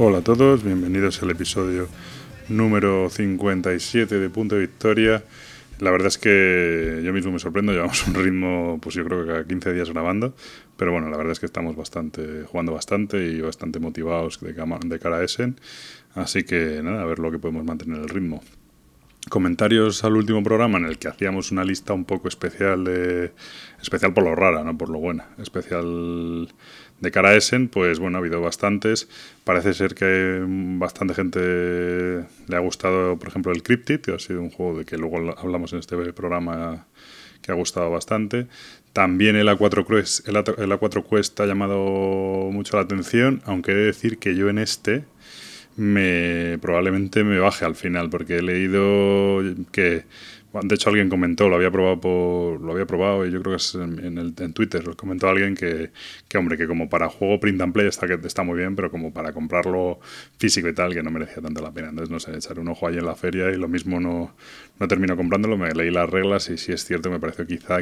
Hola a todos, bienvenidos al episodio número 57 de Punto de Victoria. La verdad es que yo mismo me sorprendo, llevamos un ritmo, pues yo creo que cada 15 días grabando, pero bueno, la verdad es que estamos jugando bastante y bastante motivados de cara a Essen, así que nada, a ver lo que podemos mantener el ritmo. Comentarios al último programa en el que hacíamos una lista un poco especial especial por lo rara, no por lo buena, especial de cara a Essen, pues bueno, ha habido bastantes. Parece ser que bastante gente le ha gustado, por ejemplo, el Cryptid, que ha sido un juego de que luego hablamos en este programa que ha gustado bastante. También el A4 Quest ha llamado mucho la atención, aunque he de decir que yo en este probablemente me baje al final, porque he leído que, de hecho alguien comentó, lo había probado y yo creo que es en Twitter, comentó alguien que hombre, que como para juego print and play está muy bien, pero como para comprarlo físico y tal, que no merecía tanto la pena. Entonces no sé, echar un ojo ahí en la feria y lo mismo no termino comprándolo. Me leí las reglas y si es cierto, me pareció quizá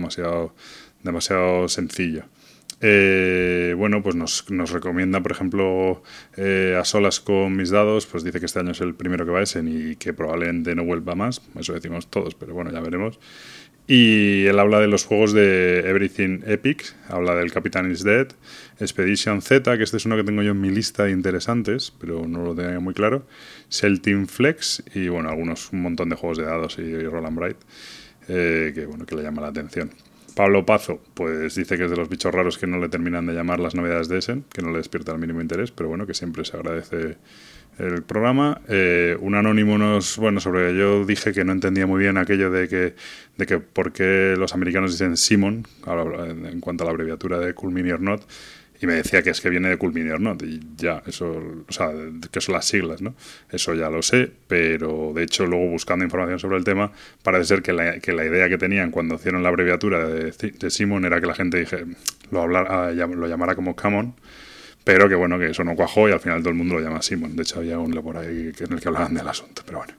demasiado sencillo. Bueno, pues nos recomienda, por ejemplo, A Solas con Mis Dados, pues dice que este año es el primero que va a Essen y que probablemente no vuelva más, eso decimos todos, pero bueno, ya veremos. Y él habla de los juegos de Everything Epic, habla del Captain is Dead, Expedition Z, que este es uno que tengo yo en mi lista de interesantes, pero no lo tenía muy claro, Cell Team Flex y bueno, un montón de juegos de dados y Roll and Write, que le llama la atención. Pablo Pazo, pues dice que es de los bichos raros que no le terminan de llamar las novedades de Essen, que no le despierta el mínimo interés, pero bueno, que siempre se agradece el programa. Un anónimo yo dije que no entendía muy bien aquello de que por qué los americanos dicen Simon, en cuanto a la abreviatura de Cool Mini or Not, y me decía que es que viene de Cool Mini or Not, y ya, eso, o sea, que son las siglas, ¿no? Eso ya lo sé, pero de hecho luego buscando información sobre el tema, parece ser que la idea que tenían cuando hicieron la abreviatura de Simon era que la gente lo llamara como Camon, pero que bueno, que eso no cuajó y al final todo el mundo lo llama Simon. De hecho había un por ahí en el que hablaban del asunto, pero bueno.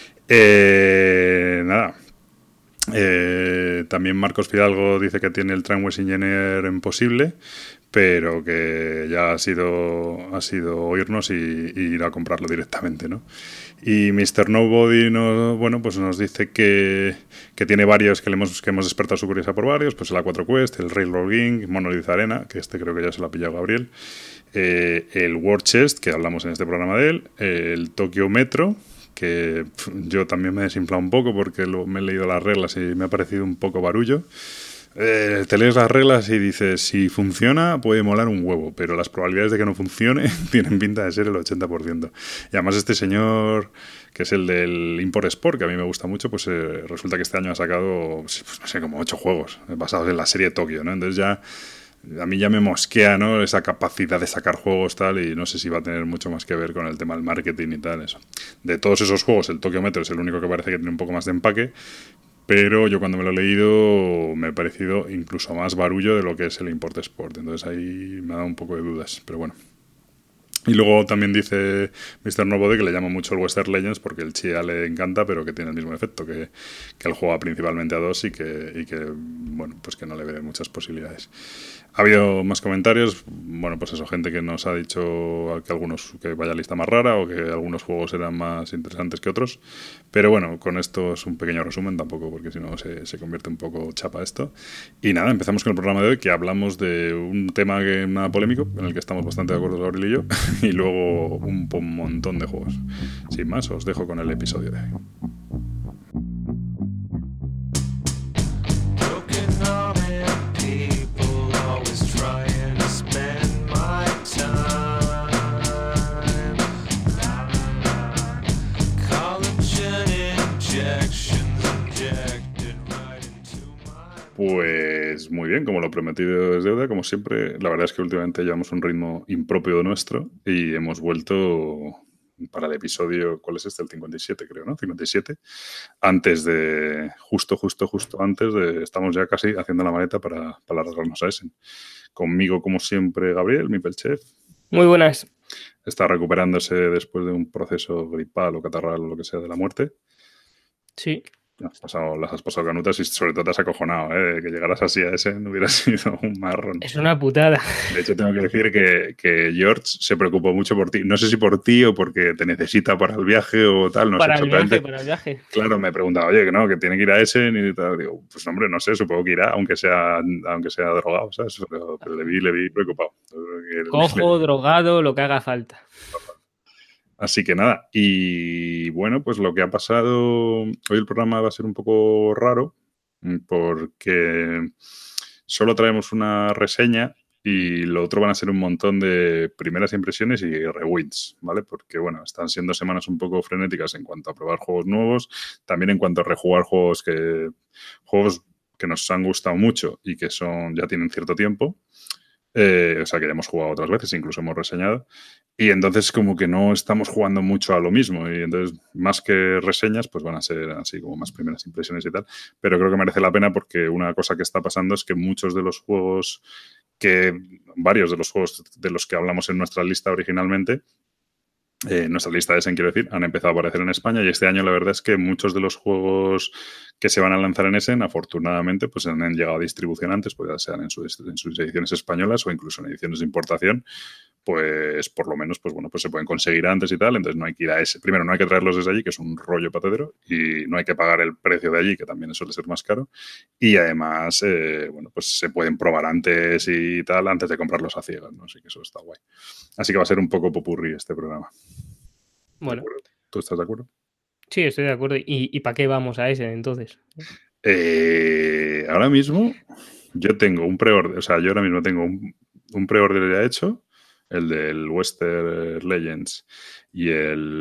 Nada. También Marcos Fidalgo dice que tiene el Trainway Engineer en posible, pero que ya ha sido oírnos y ir a comprarlo directamente, ¿no? Y Mr. Nobody nos dice que tiene varios que hemos despertado su curiosidad por varios, pues el A4 Quest, el Railroad King, Monolith Arena, que este creo que ya se lo ha pillado Gabriel, el War Chest, que hablamos en este programa de él, el Tokyo Metro, que yo también me he desinflado un poco porque me he leído las reglas y me ha parecido un poco barullo. Te lees las reglas y dices, si funciona puede molar un huevo, pero las probabilidades de que no funcione tienen pinta de ser el 80%. Y además este señor, que es el del Import Sport, que a mí me gusta mucho, pues resulta que este año ha sacado, pues, no sé, como 8 juegos basados en la serie Tokio, ¿no? Entonces ya a mí ya me mosquea, ¿no? Esa capacidad de sacar juegos tal, y no sé si va a tener mucho más que ver con el tema del marketing y tal, eso. De todos esos juegos, el Tokyo Metro es el único que parece que tiene un poco más de empaque, pero yo cuando me lo he leído me ha parecido incluso más barullo de lo que es el Import Sport. Entonces ahí me ha dado un poco de dudas, pero bueno. Y luego también dice Mr. Nobody que le llama mucho el Western Legends porque el Chia le encanta, pero que tiene el mismo efecto, que él juega principalmente a 2 y que bueno, pues que no le ve muchas posibilidades. Ha habido más comentarios, bueno, pues eso, gente que nos ha dicho que vaya lista más rara o que algunos juegos eran más interesantes que otros, pero bueno, con esto es un pequeño resumen tampoco, porque si no se convierte un poco chapa esto. Y nada, empezamos con el programa de hoy, que hablamos de un tema nada polémico, en el que estamos bastante de acuerdo Gabriel y yo, y luego un montón de juegos. Sin más, os dejo con el episodio de hoy. Pues muy bien, como lo prometido es deuda, como siempre. La verdad es que últimamente llevamos un ritmo impropio nuestro y hemos vuelto para el episodio, ¿cuál es este? El 57, creo, ¿no? 57. Justo antes de, estamos ya casi haciendo la maleta para largarnos a Essen. Conmigo, como siempre, Gabriel, mi pelchef. Muy buenas. Está recuperándose después de un proceso gripal o catarral o lo que sea de la muerte. Sí. las has pasado canutas y sobre todo te has acojonado, ¿eh? Que llegaras así a ese no hubiera sido un marrón. Es una putada. De hecho, tengo que decir que George se preocupó mucho por ti. No sé si por ti o porque te necesita para el viaje o tal, no sé exactamente. Para el viaje. Claro, me preguntaba, oye, que no, que tiene que ir a ese y tal. Digo, pues hombre, no sé, supongo que irá, aunque sea drogado, ¿sabes? Pero le vi preocupado. Cojo, drogado, lo que haga falta. Así que nada, y bueno, pues lo que ha pasado, hoy el programa va a ser un poco raro porque solo traemos una reseña y lo otro van a ser un montón de primeras impresiones y rewinds, ¿vale? Porque bueno, están siendo semanas un poco frenéticas en cuanto a probar juegos nuevos, también en cuanto a rejugar juegos que nos han gustado mucho y que ya tienen cierto tiempo. O sea, que ya hemos jugado otras veces, incluso hemos reseñado. Y entonces como que no estamos jugando mucho a lo mismo. Y entonces, más que reseñas, pues van a ser así como más primeras impresiones y tal. Pero creo que merece la pena porque una cosa que está pasando es que varios de los juegos de los que hablamos en nuestra lista originalmente, nuestra lista de Essen, quiero decir, han empezado a aparecer en España y este año la verdad es que muchos de los juegos que se van a lanzar en Essen, afortunadamente, pues han llegado a distribución antes, pues ya sean en sus ediciones españolas o incluso en ediciones de importación, pues por lo menos, pues bueno, pues se pueden conseguir antes y tal, entonces no hay que ir a ese. Primero, no hay que traerlos desde allí, que es un rollo patadero, y no hay que pagar el precio de allí, que también suele ser más caro, y además, bueno, pues se pueden probar antes y tal, antes de comprarlos a ciegas, ¿no? Así que eso está guay. Así que va a ser un poco popurrí este programa. Bueno. ¿Tú estás de acuerdo? Sí, estoy de acuerdo. ¿Y para qué vamos a ese entonces? Ahora mismo yo tengo un pre-order, o sea, yo ahora mismo tengo un pre-order ya hecho, el del Western Legends y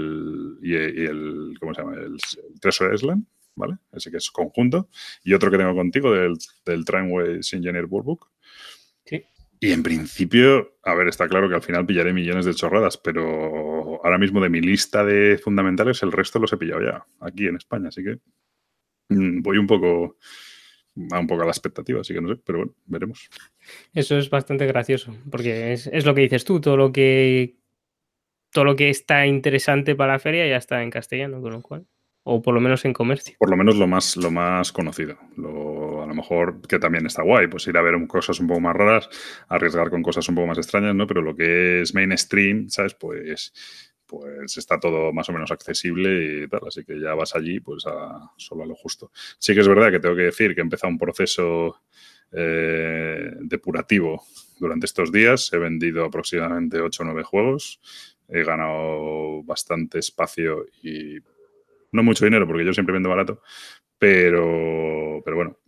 el ¿cómo se llama? El Treasure Island, ¿vale? Ese que es conjunto. Y otro que tengo contigo del Trainways Engineer Workbook. Sí. Y en principio, a ver, está claro que al final pillaré millones de chorradas, pero ahora mismo de mi lista de fundamentales el resto los he pillado ya, aquí en España, así que voy un poco a la expectativa, así que no sé, pero bueno, veremos. Eso es bastante gracioso, porque es lo que dices tú, todo lo que está interesante para la feria ya está en castellano, con lo cual, o por lo menos en comercio. Por lo menos lo más conocido. A lo mejor que también está guay, pues ir a ver cosas un poco más raras, arriesgar con cosas un poco más extrañas, ¿no? Pero lo que es mainstream, ¿sabes? Pues está todo más o menos accesible y tal, así que ya vas allí pues solo a lo justo. Sí que es verdad que tengo que decir que he empezado un proceso depurativo durante estos días. He vendido aproximadamente 8 o 9 juegos, he ganado bastante espacio y no mucho dinero porque yo siempre vendo barato, pero bueno,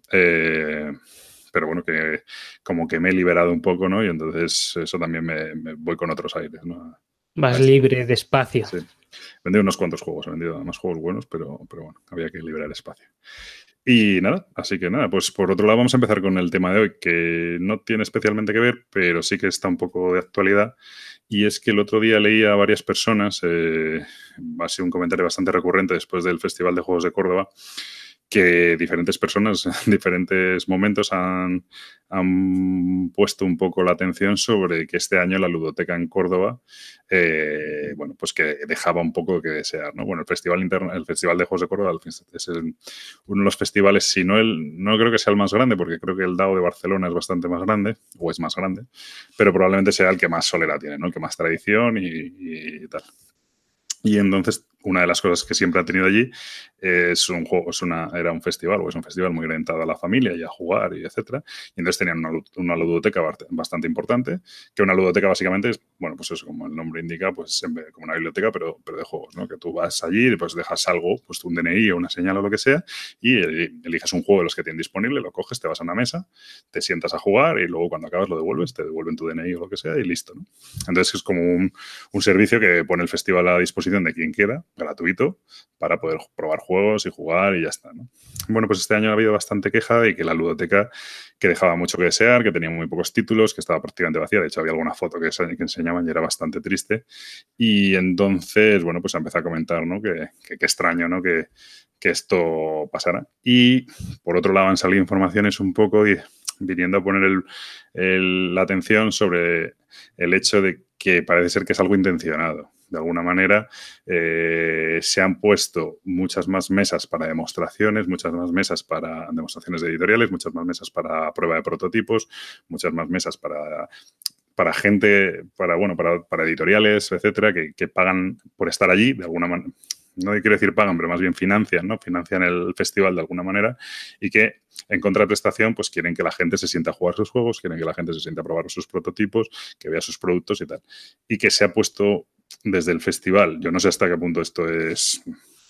que como que me he liberado un poco, ¿no? Y entonces eso también me voy con otros aires, ¿no? Vas libre de espacio. Sí. He vendido unos cuantos juegos, he vendido además juegos buenos, pero bueno, había que liberar espacio. Y nada, así que nada, pues por otro lado vamos a empezar con el tema de hoy, que no tiene especialmente que ver, pero sí que está un poco de actualidad. Y es que el otro día leí a varias personas, ha sido un comentario bastante recurrente después del Festival de Juegos de Córdoba, que diferentes personas en diferentes momentos han puesto un poco la atención sobre que este año la ludoteca en Córdoba, bueno, pues que dejaba un poco que desear, ¿no? Bueno, el Festival de Juegos de Córdoba es uno de los festivales, si no no creo que sea el más grande, porque creo que el DAO de Barcelona es bastante más grande, o es más grande, pero probablemente sea el que más solera tiene, ¿no? El que más tradición y tal. Y entonces, una de las cosas que siempre ha tenido allí es era un festival, o es un festival muy orientado a la familia y a jugar y etcétera. Y entonces tenían una ludoteca bastante importante, que una ludoteca básicamente es, bueno, pues eso, como el nombre indica, pues como una biblioteca, pero de juegos, ¿no? Que tú vas allí y pues dejas algo, pues un DNI o una señal o lo que sea, y eliges un juego de los que tienen disponible, lo coges, te vas a una mesa, te sientas a jugar y luego cuando acabas lo devuelves, te devuelven tu DNI o lo que sea y listo, ¿no? Entonces es como un servicio que pone el festival a disposición de quien quiera, gratuito, para poder probar juegos y jugar y ya está, ¿no? Bueno, pues este año ha habido bastante queja de que la ludoteca que dejaba mucho que desear, que tenía muy pocos títulos, que estaba prácticamente vacía. De hecho, había alguna foto que enseñaban y era bastante triste. Y entonces, bueno, pues empecé a comentar, ¿no? Que extraño, ¿no? Que esto pasara. Y por otro lado han salido informaciones un poco viniendo a poner la atención sobre el hecho de que parece ser que es algo intencionado, de alguna manera, se han puesto muchas más mesas para demostraciones, muchas más mesas para demostraciones editoriales, muchas más mesas para prueba de prototipos, muchas más mesas para gente, para editoriales, etcétera, que pagan por estar allí, de alguna manera. No quiero decir pagan, pero más bien financian, ¿no? Financian el festival de alguna manera y que en contraprestación pues quieren que la gente se sienta a jugar sus juegos, quieren que la gente se sienta a probar sus prototipos, que vea sus productos y tal. Y que se ha puesto desde el festival, yo no sé hasta qué punto esto es...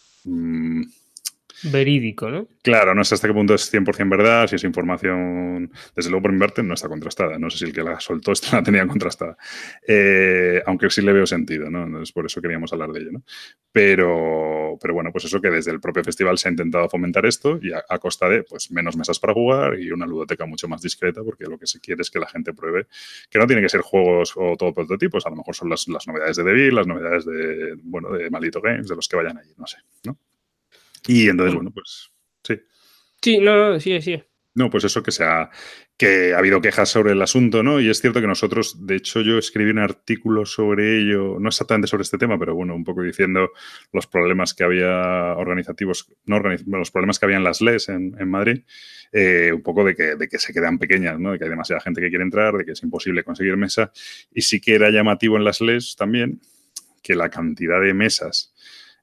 Verídico, ¿no? Claro, no sé hasta qué punto es 100% verdad, si es información, desde luego por mi parte no está contrastada, no sé si el que la soltó esto la tenía contrastada, aunque sí le veo sentido, ¿no? Entonces por eso queríamos hablar de ello, ¿no? Pero bueno, pues eso que desde el propio festival se ha intentado fomentar esto y a costa de pues menos mesas para jugar y una ludoteca mucho más discreta, porque lo que se quiere es que la gente pruebe, que no tiene que ser juegos o todo prototipos, a lo mejor son las novedades de Devil, las novedades de Maldito Games, de los que vayan allí, no sé, ¿no? Y entonces, bueno, pues sí. Sí, no, sí, sí. No, pues eso que ha habido quejas sobre el asunto, ¿no? Y es cierto que nosotros, de hecho, yo escribí un artículo sobre ello, no exactamente sobre este tema, pero bueno, un poco diciendo los problemas que había organizativos, los problemas que había en las LES en Madrid, un poco de que se quedan pequeñas, ¿no? De que hay demasiada gente que quiere entrar, de que es imposible conseguir mesa. Y sí que era llamativo en las LES también que la cantidad de mesas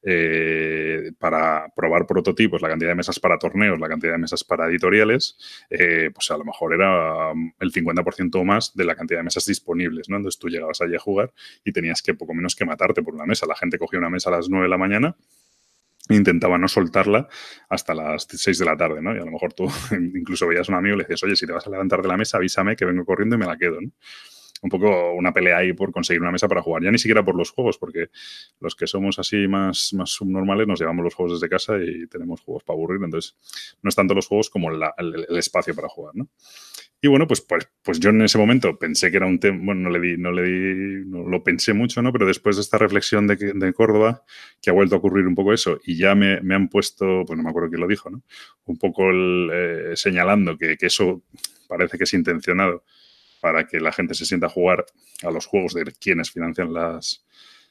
para probar prototipos, la cantidad de mesas para torneos, la cantidad de mesas para editoriales, pues a lo mejor era el 50% o más de la cantidad de mesas disponibles, ¿no? Entonces tú llegabas allí a jugar y tenías que poco menos que matarte por una mesa. La gente cogía una mesa a las 9 de la mañana e intentaba no soltarla hasta las 6 de la tarde, ¿no? Y a lo mejor tú incluso veías a un amigo y le decías, oye, si te vas a levantar de la mesa, avísame que vengo corriendo y me la quedo, ¿no? Un poco una pelea ahí por conseguir una mesa para jugar. Ya ni siquiera por los juegos, porque los que somos así más subnormales nos llevamos los juegos desde casa y tenemos juegos para aburrir. Entonces, no es tanto los juegos como el espacio para jugar, ¿no? Y bueno, pues yo en ese momento pensé que era un tema, bueno, no lo pensé mucho, ¿no? Pero después de esta reflexión de Córdoba, que ha vuelto a ocurrir un poco eso, y ya me han puesto, pues no me acuerdo quién lo dijo, ¿no? Un poco señalando que eso parece que es intencionado para que la gente se sienta a jugar a los juegos de quienes financian las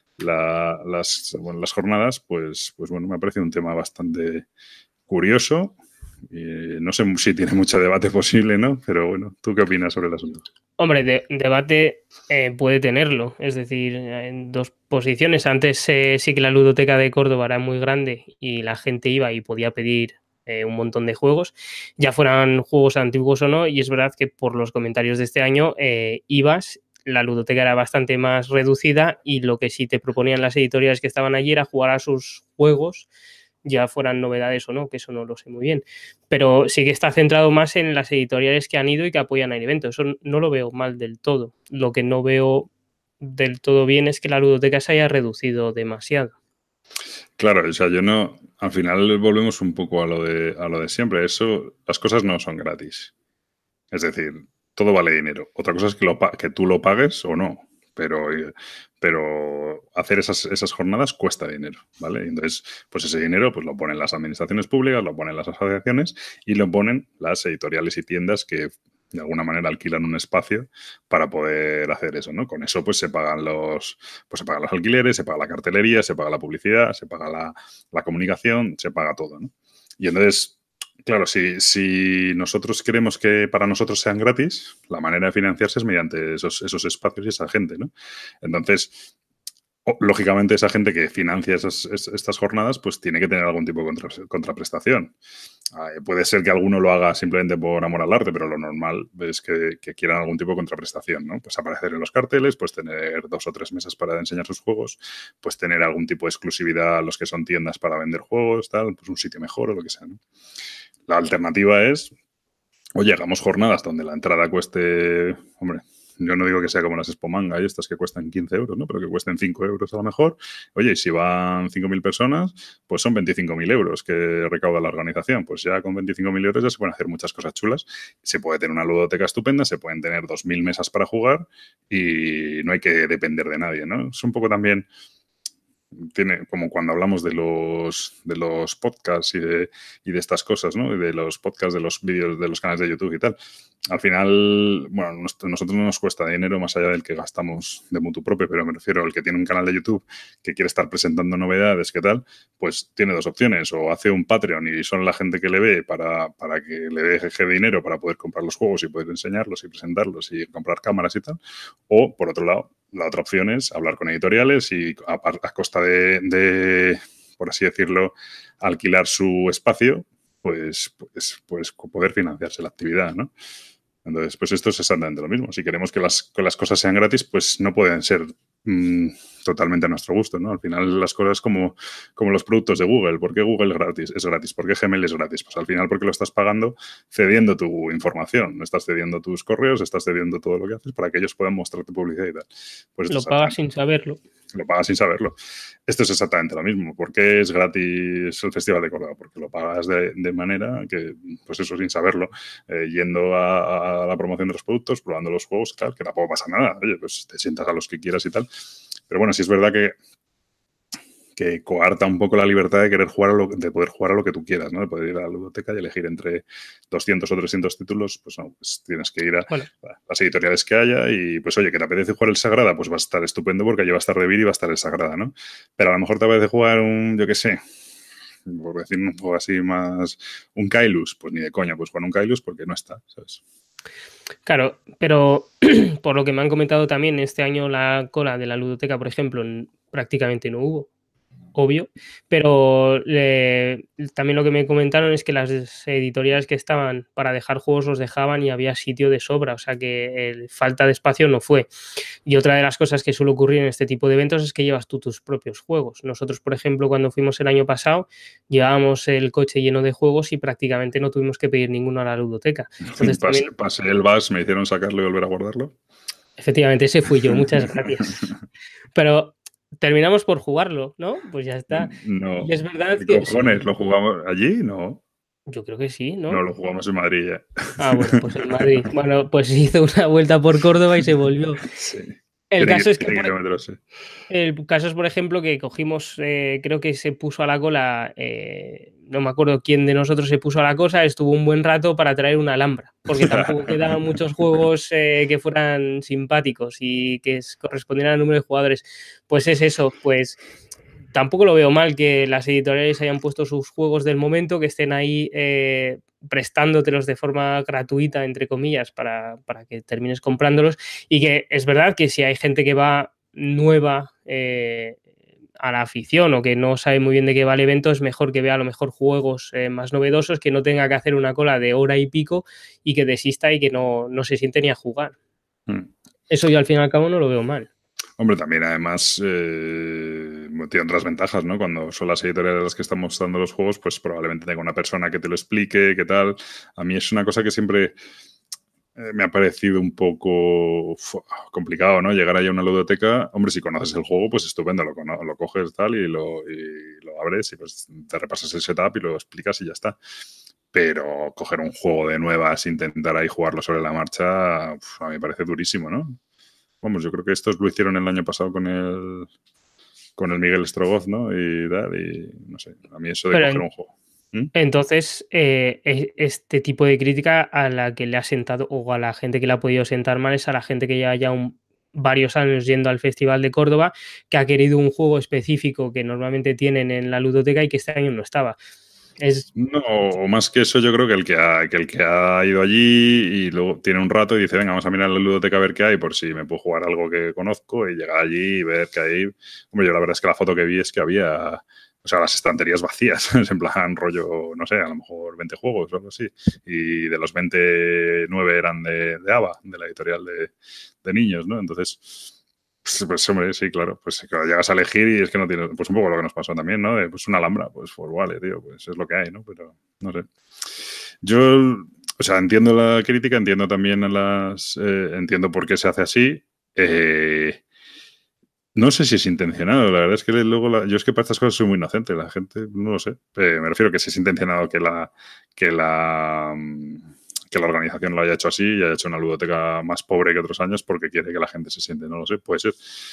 jornadas, pues bueno, me ha parecido un tema bastante curioso. No sé si tiene mucho debate posible, ¿no? Pero bueno, ¿tú qué opinas sobre el asunto? Hombre, debate puede tenerlo, es decir, en dos posiciones. Antes sí que la ludoteca de Córdoba era muy grande y la gente iba y podía pedir un montón de juegos, ya fueran juegos antiguos o no, y es verdad que por los comentarios de este año ibas, la ludoteca era bastante más reducida y lo que sí te proponían las editoriales que estaban allí era jugar a sus juegos, ya fueran novedades o no, que eso no lo sé muy bien, pero sí que está centrado más en las editoriales que han ido y que apoyan el evento. Eso no lo veo mal del todo. Lo que no veo del todo bien es que la ludoteca se haya reducido demasiado. Claro, o sea, yo no. Al final volvemos un poco a lo de siempre. Eso, las cosas no son gratis. Es decir, todo vale dinero. Otra cosa es que tú lo pagues o no. Pero hacer esas jornadas cuesta dinero, ¿vale? Entonces, pues ese dinero pues lo ponen las administraciones públicas, lo ponen las asociaciones y lo ponen las editoriales y tiendas que de alguna manera alquilan un espacio para poder hacer eso, ¿no? Con eso pues se pagan los alquileres, se paga la cartelería, se paga la publicidad, se paga la comunicación, se paga todo, ¿no? Y entonces, claro, si nosotros queremos que para nosotros sean gratis, la manera de financiarse es mediante esos espacios y esa gente, ¿no? Entonces, lógicamente, esa gente que financia estas jornadas, pues tiene que tener algún tipo de contraprestación. Puede ser que alguno lo haga simplemente por amor al arte, pero lo normal es que quieran algún tipo de contraprestación, ¿no? Pues aparecer en los carteles, pues tener 2 o 3 mesas para enseñar sus juegos, pues tener algún tipo de exclusividad a los que son tiendas para vender juegos, tal, pues un sitio mejor o lo que sea, ¿no? La alternativa es, oye, hagamos jornadas donde la entrada cueste, hombre, yo no digo que sea como las Expo Manga y estas que cuestan 15 euros, ¿no? Pero que cuesten 5 euros a lo mejor. Oye, si van 5.000 personas, pues son 25.000 euros que recauda la organización. Pues ya con 25.000 euros ya se pueden hacer muchas cosas chulas. Se puede tener una ludoteca estupenda, se pueden tener 2.000 mesas para jugar y no hay que depender de nadie, ¿no? Es un poco también tiene, como cuando hablamos de los podcasts y de estas cosas, ¿no? Y de los podcasts, de los vídeos, de los canales de YouTube y tal. Al final, bueno, nosotros no nos cuesta dinero más allá del que gastamos de mutuo propio, pero me refiero al que tiene un canal de YouTube que quiere estar presentando novedades, ¿qué tal? Pues tiene dos opciones, o hace un Patreon y son la gente que le ve para que le deje dinero para poder comprar los juegos y poder enseñarlos y presentarlos y comprar cámaras y tal, o por otro lado, la otra opción es hablar con editoriales y a costa de, por así decirlo, alquilar su espacio, pues poder financiarse la actividad, ¿no? Entonces, pues esto es exactamente lo mismo. Si queremos que las cosas sean gratis, pues no pueden ser totalmente a nuestro gusto, ¿no? Al final las cosas como los productos de Google. ¿Por qué Google es gratis? ¿Por qué Gmail es gratis? Pues al final porque lo estás pagando cediendo tu información. Estás cediendo tus correos, estás cediendo todo lo que haces para que ellos puedan mostrarte publicidad y tal. Pues esto Lo pagas sin saberlo. Lo pagas sin saberlo. Esto es exactamente lo mismo. ¿Por qué es gratis el Festival de Córdoba? Porque lo pagas de manera que, pues eso, sin saberlo, yendo a la promoción de los productos, probando los juegos, tal, que tampoco pasa nada. Oye, pues te sientas a los que quieras y tal. Pero bueno, sí es verdad que coarta un poco la libertad de querer jugar de poder jugar a lo que tú quieras, ¿no? De poder ir a la ludoteca y elegir entre 200 o 300 títulos, pues no, pues tienes que ir a las editoriales que haya y pues oye, que te apetece jugar el Sagrada, pues va a estar estupendo porque allí va a estar Revir y va a estar el Sagrada, ¿no? Pero a lo mejor te apetece jugar yo qué sé, por decir un juego así más, un Kailus, pues ni de coña, pues jugar un Kailus porque no está, ¿sabes? Claro, pero por lo que me han comentado también, este año la cola de la ludoteca, por ejemplo, prácticamente no hubo. Obvio, pero también lo que me comentaron es que las editoriales que estaban para dejar juegos los dejaban y había sitio de sobra, o sea que falta de espacio no fue. Y otra de las cosas que suele ocurrir en este tipo de eventos es que llevas tú tus propios juegos. Nosotros, por ejemplo, cuando fuimos el año pasado, llevábamos el coche lleno de juegos y prácticamente no tuvimos que pedir ninguno a la ludoteca. Entonces, pasé el VAS, me hicieron sacarlo y volver a guardarlo. Efectivamente, ese fui yo, muchas gracias. Pero terminamos por jugarlo, ¿no? Pues ya está. No. Y es verdad ¿Qué que... cojones? ¿Lo jugamos allí? No. Yo creo que sí, ¿no? No, lo jugamos en Madrid ya. Ah, bueno, pues en Madrid. Bueno, pues hizo una vuelta por Córdoba y se volvió. Sí. El caso es que kilómetros, sí. el caso es, por ejemplo, que cogimos, creo que se puso a la cola, no me acuerdo quién de nosotros se puso a la cosa, estuvo un buen rato para traer una Alhambra, porque tampoco quedaban muchos juegos que fueran simpáticos y que correspondieran al número de jugadores. Pues es eso, pues tampoco lo veo mal que las editoriales hayan puesto sus juegos del momento, que estén ahí prestándotelos de forma gratuita, entre comillas, para que termines comprándolos. Y que es verdad que si hay gente que va nueva a la afición o que no sabe muy bien de qué va el evento, es mejor que vea a lo mejor juegos más novedosos, que no tenga que hacer una cola de hora y pico y que desista y que no se siente ni a jugar. Eso yo al fin y al cabo no lo veo mal. Hombre, también además tiene otras ventajas, ¿no? Cuando son las editoriales las que están mostrando los juegos, pues probablemente tenga una persona que te lo explique, qué tal. A mí es una cosa que siempre me ha parecido un poco complicado, ¿no? Llegar ahí a una ludoteca, hombre, si conoces el juego, pues estupendo, lo coges tal y lo abres y pues te repasas el setup y lo explicas y ya está. Pero coger un juego de nuevas, intentar ahí jugarlo sobre la marcha, a mí me parece durísimo, ¿no? Vamos, yo creo que estos lo hicieron el año pasado con el Miguel Strogoff, ¿no? Y tal, y no sé, a mí eso de coger un juego. Entonces, este tipo de crítica a la que le ha sentado, o a la gente que le ha podido sentar mal, es a la gente que ya varios años yendo al Festival de Córdoba, que ha querido un juego específico que normalmente tienen en la ludoteca y que este año no estaba. No, o más que eso, yo creo que el que ha ido allí y luego tiene un rato y dice, venga, vamos a mirar la ludoteca a ver qué hay, por si me puedo jugar algo que conozco, y llegar allí y ver qué hay. Hombre, yo la verdad es que la foto que vi es que había, o sea, las estanterías vacías, en plan rollo, no sé, a lo mejor 20 juegos o algo así. Y de los 20, 9 eran de ABA, de la editorial de niños, ¿no? Entonces... Pues hombre, sí, claro. Pues claro, llegas a elegir y es que no tienes... Pues un poco lo que nos pasó también, ¿no? Pues una Alhambra, pues vale, tío, pues es lo que hay, ¿no? Pero no sé. Yo, o sea, entiendo la crítica, entiendo también entiendo por qué se hace así. No sé si es intencionado, la verdad es que luego yo es que para estas cosas soy muy inocente, la gente no lo sé. Me refiero que si es intencionado que la organización lo haya hecho así y haya hecho una ludoteca más pobre que otros años porque quiere que la gente se siente, no lo sé, puede ser.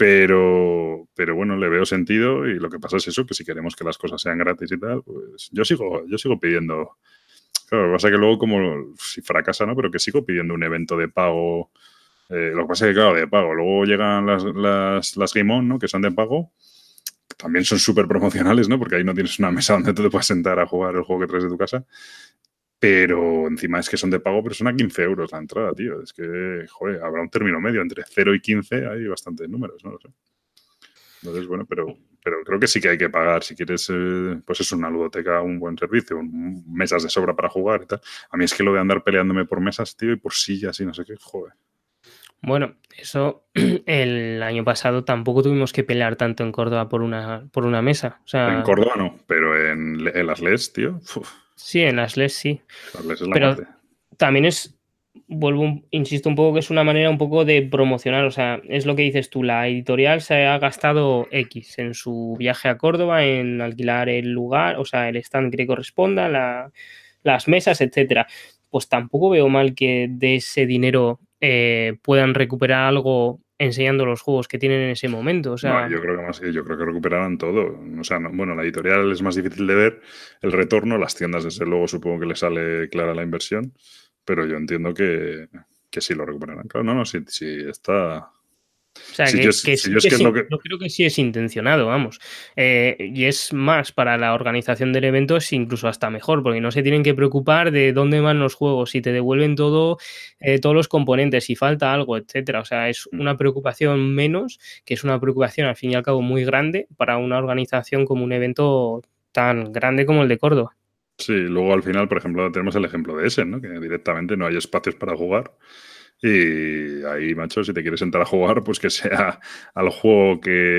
Pero bueno, le veo sentido y lo que pasa es eso, que si queremos que las cosas sean gratis y tal, pues yo sigo pidiendo. Claro, lo que pasa es que luego como si fracasa, ¿no? Pero que sigo pidiendo un evento de pago. Lo que pasa es que, claro, de pago. Luego llegan las Game On, ¿no? Que son de pago. También son súper promocionales, ¿no? Porque ahí no tienes una mesa donde tú te puedas sentar a jugar el juego que traes de tu casa. Pero encima es que son de pago, pero son a 15 euros la entrada, tío. Es que, joder, habrá un término medio. Entre 0 y 15 hay bastantes números, ¿no? Lo sé. Entonces, bueno, pero creo que sí que hay que pagar si quieres, pues es una ludoteca, un buen servicio, mesas de sobra para jugar y tal. A mí es que lo de andar peleándome por mesas, tío, y por sillas y no sé qué, joder. Bueno, eso el año pasado tampoco tuvimos que pelear tanto en Córdoba por una mesa. O sea, En Córdoba no, pero en las LES, tío, sí, en las LES sí. las LES es la Pero muerte. también insisto un poco que es una manera un poco de promocionar. O sea, es lo que dices tú, la editorial se ha gastado X en su viaje a Córdoba, en alquilar el lugar, o sea, el stand que corresponda, las mesas, etcétera. Pues tampoco veo mal que de ese dinero puedan recuperar algo enseñando los juegos que tienen en ese momento. O No, sea, yo creo que recuperarán todo. O sea, bueno, la editorial es más difícil de ver, el retorno, las tiendas desde luego supongo que le sale clara la inversión, pero yo entiendo que sí lo recuperarán. Claro, no, sí está. O sea, que Si sí yo es que que es sí, lo que. yo creo que sí es intencionado, vamos. Y es más para la organización del evento, es incluso hasta mejor, porque no se tienen que preocupar de dónde van los juegos, si te devuelven todo, todos los componentes, si falta algo, etcétera. O sea, es una preocupación menos, que es una preocupación al fin y al cabo muy grande para una organización como un evento tan grande como el de Córdoba. Sí, luego al final, por ejemplo, tenemos el ejemplo de ese, ¿no? Que directamente no hay espacios para jugar. Y ahí, macho, si te quieres sentar a jugar, pues que sea al juego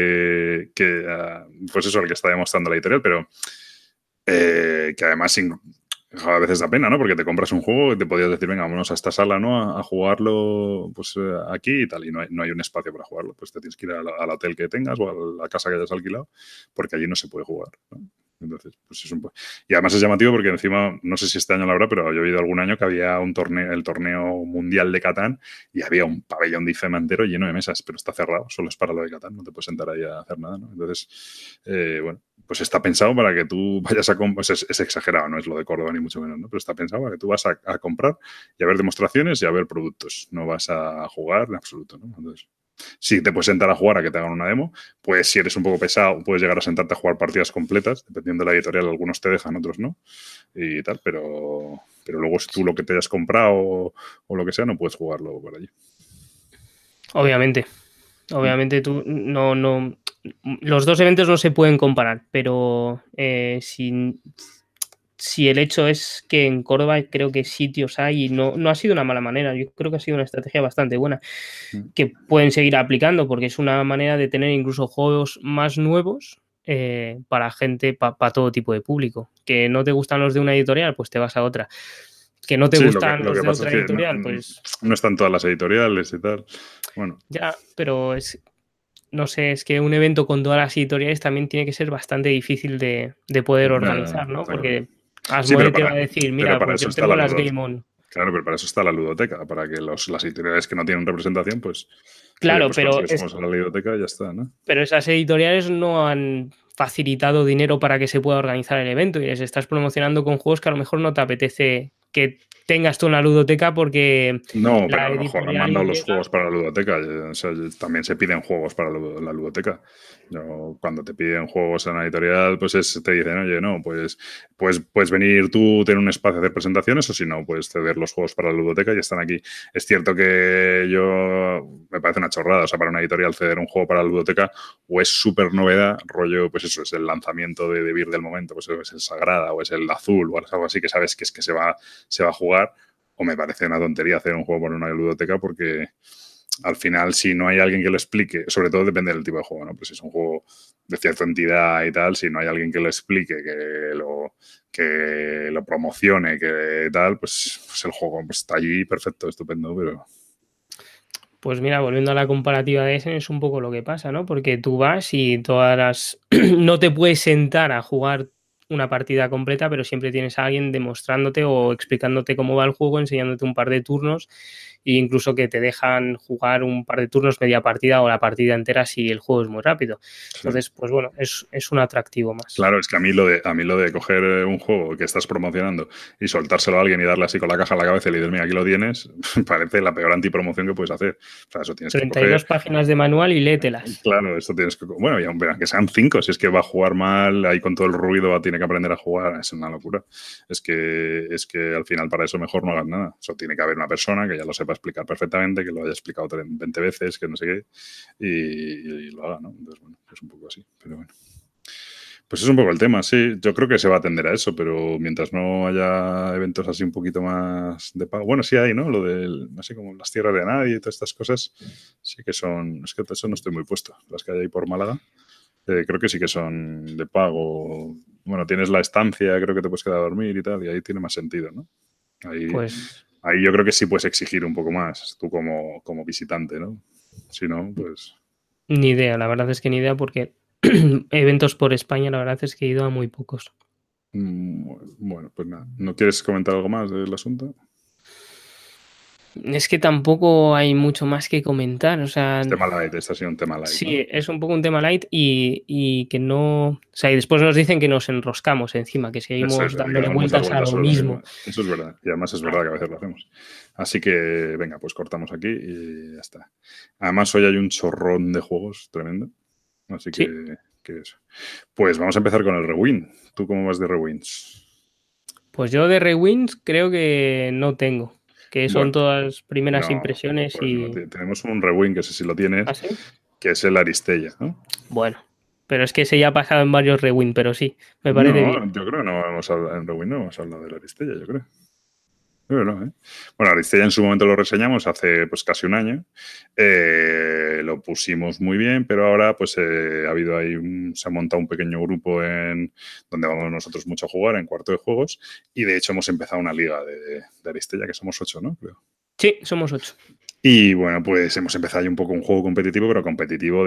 pues eso, el que está demostrando la editorial, pero que además a veces da pena, ¿no? Porque te compras un juego y te podías decir, venga, vámonos a esta sala, ¿no? A jugarlo, pues aquí y tal, y no hay un espacio para jugarlo. Pues te tienes que ir al hotel que tengas o a la casa que hayas alquilado, porque allí no se puede jugar, ¿no? Entonces, pues es y además es llamativo porque encima, no sé si este año lo habrá, pero yo he oído algún año que había un torneo, el torneo mundial de Catán, y había un pabellón de IFEMA entero lleno de mesas, pero está cerrado, solo es para lo de Catán, no te puedes sentar ahí a hacer nada, ¿no? Entonces, bueno, pues está pensado para que tú vayas a comprar, pues es exagerado, no es lo de Córdoba ni mucho menos, ¿no? Pero está pensado para que tú vas a comprar y a ver demostraciones y a ver productos, no vas a jugar en absoluto, ¿no? Entonces, sí, te puedes sentar a jugar a que te hagan una demo, pues si eres un poco pesado, puedes llegar a sentarte a jugar partidas completas, dependiendo de la editorial, algunos te dejan, otros no, y tal, pero luego si tú lo que te hayas comprado o lo que sea, no puedes jugarlo por allí. Obviamente tú no, los dos eventos no se pueden comparar, pero si el hecho es que en Córdoba creo que sitios hay y no ha sido una mala manera, yo creo que ha sido una estrategia bastante buena que pueden seguir aplicando porque es una manera de tener incluso juegos más nuevos para gente, para todo tipo de público. Que no te gustan los de una editorial, pues te vas a otra. Que no te Sí, gustan lo los que de pasa es otra que editorial, pues no están todas las editoriales y tal. Bueno. ya, pero no sé, es que un evento con todas las editoriales también tiene que ser bastante difícil de poder organizar, ¿no? Está claro. Porque Sí, Asmodee te va a decir, pero mira, para pues eso yo está tengo la las ludoteca. Game On. Claro, pero para eso está la ludoteca, para que las editoriales que no tienen representación, pues, oye, Claro, pues consigues a la ludoteca y ya está, ¿no? pero esas editoriales no han facilitado dinero para que se pueda organizar el evento y les estás promocionando con juegos que a lo mejor no te apetece que tengas tú una ludoteca porque No, pero la a lo mejor han editorial no mandado los llega. juegos para la ludoteca. O sea, también se piden juegos para la ludoteca. Cuando te piden juegos en la editorial, pues te dicen, oye, no, pues puedes venir tú, tener un espacio a hacer presentaciones, o si no, puedes ceder los juegos para la ludoteca y están aquí. Es cierto que me parece una chorrada, o sea, para una editorial ceder un juego para la ludoteca o es súper novedad, rollo, pues eso, es el lanzamiento de Vir del momento, pues es el Sagrada o es el Azul o algo así que sabes que es que se va a jugar. O me parece una tontería hacer un juego por una ludoteca porque al final si no hay alguien que lo explique, sobre todo depende del tipo de juego, ¿no? Pues si es un juego de cierta entidad y tal, si no hay alguien que lo explique, que lo promocione, que tal, pues el juego pues está allí perfecto, estupendo, pero... Pues mira, volviendo a la comparativa de Essen, es un poco lo que pasa, ¿no? Porque tú vas y no te puedes sentar a jugar una partida completa, pero siempre tienes a alguien demostrándote o explicándote cómo va el juego, enseñándote un par de turnos e incluso que te dejan jugar un par de turnos, media partida o la partida entera si el juego es muy rápido. Entonces, pues bueno, es un atractivo más. Claro, es que a mí lo de coger un juego que estás promocionando y soltárselo a alguien y darle así con la caja a la cabeza y le dices, mira, aquí lo tienes, parece la peor antipromoción que puedes hacer. O sea, eso tienes que 32 coger. páginas de manual y léetelas. Claro, esto tienes que. Bueno, y aunque sean 5, si es que va a jugar mal, ahí con todo el ruido tiene que aprender a jugar, es una locura. Es que al final para eso mejor no hagas nada. Eso tiene que haber una persona que ya lo sepa explicar perfectamente, que lo haya explicado 20 veces, que no sé qué, y lo haga, ¿no? Entonces, bueno, es un poco así, pero bueno. Pues es un poco el tema, sí. Yo creo que se va a atender a eso, pero mientras no haya eventos así un poquito más de pago. Bueno, sí hay, ¿no? Lo del, así como las tierras de nadie y todas estas cosas, sí que son. Es que eso no estoy muy puesto. Las que hay ahí por Málaga, creo que sí que son de pago. Bueno, tienes la estancia, creo que te puedes quedar a dormir y tal, y ahí tiene más sentido, ¿no? Pues Ahí yo creo que sí puedes exigir un poco más, tú como visitante, ¿no? Si no, pues. ni idea, la verdad es que ni idea porque eventos por España, la verdad es que he ido a muy pocos. Bueno, pues nada. ¿No quieres comentar algo más del asunto? Es que tampoco hay mucho más que comentar, o sea, Es tema light, este ha sido un tema light, ¿no? sí, es un poco un tema light y que no, o sea, y después nos dicen que nos enroscamos encima, que Eso seguimos es, que dándole damos muchas vueltas a vueltas lo sobre lo mismo. mismo. Eso es verdad. Y además es verdad que a veces lo hacemos. Así que, venga, pues cortamos aquí y ya está. Además, hoy hay un chorrón de juegos tremendo. Así Sí, que eso. Pues vamos a empezar con el Rewind. ¿Tú cómo vas de Rewinds? pues yo de Rewinds creo que no tengo, que son Bueno, todas primeras no, impresiones pues no. y Tenemos un Rewind que sé si lo tienes, así. que es el Aristella, ¿no? Bueno, pero es que ese ya ha pasado en varios Rewind, pero sí, me parece No, bien. yo creo que no vamos a hablar en Rewind, no vamos a hablar del Aristella, yo creo. No, ¿eh? Bueno, Aristella en su momento lo reseñamos hace pues casi un año. Lo pusimos muy bien, pero ahora pues ha habido ahí se ha montado un pequeño grupo donde vamos nosotros mucho a jugar en Cuarto de Juegos y de hecho hemos empezado una liga de Aristella, que somos 8, ¿no? Creo. Sí, somos 8. Y bueno, pues hemos empezado ahí un poco un juego competitivo, pero competitivo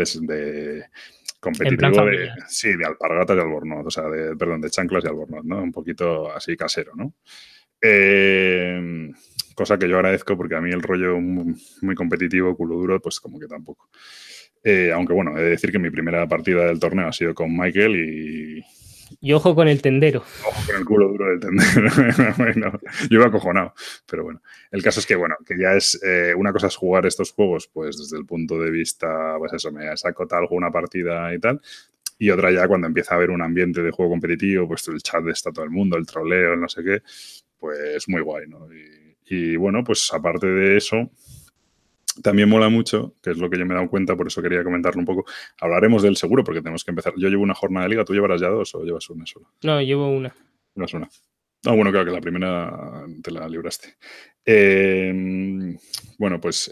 En plan competitivo familiar. sí, de alpargatas y albornoz, o sea, perdón, de chanclas y albornoz, ¿no? Un poquito así casero, ¿no? Cosa que yo agradezco porque a mí el rollo muy competitivo, culo duro, pues como que tampoco. Aunque bueno, he de decir que mi primera partida del torneo ha sido con Michael Y ojo con el tendero. ojo con el culo duro del tendero. Bueno, yo iba acojonado, pero bueno. El caso es que, bueno, que ya es una cosa es jugar estos juegos, pues desde el punto de vista, pues eso, me saco tal una partida y tal. Y otra ya cuando empieza a haber un ambiente de juego competitivo, pues el chat está todo el mundo, el troleo, el no sé qué, pues muy guay, ¿no? Y bueno, pues aparte de eso, también mola mucho, que es lo que yo me he dado cuenta, por eso quería comentarlo un poco. Hablaremos del seguro, porque tenemos que empezar. Yo llevo una jornada de liga, ¿tú llevarás ya 2 o llevas una sola? No, llevo una. Llevas una. Ah, bueno, claro que la primera te la libraste. Bueno, pues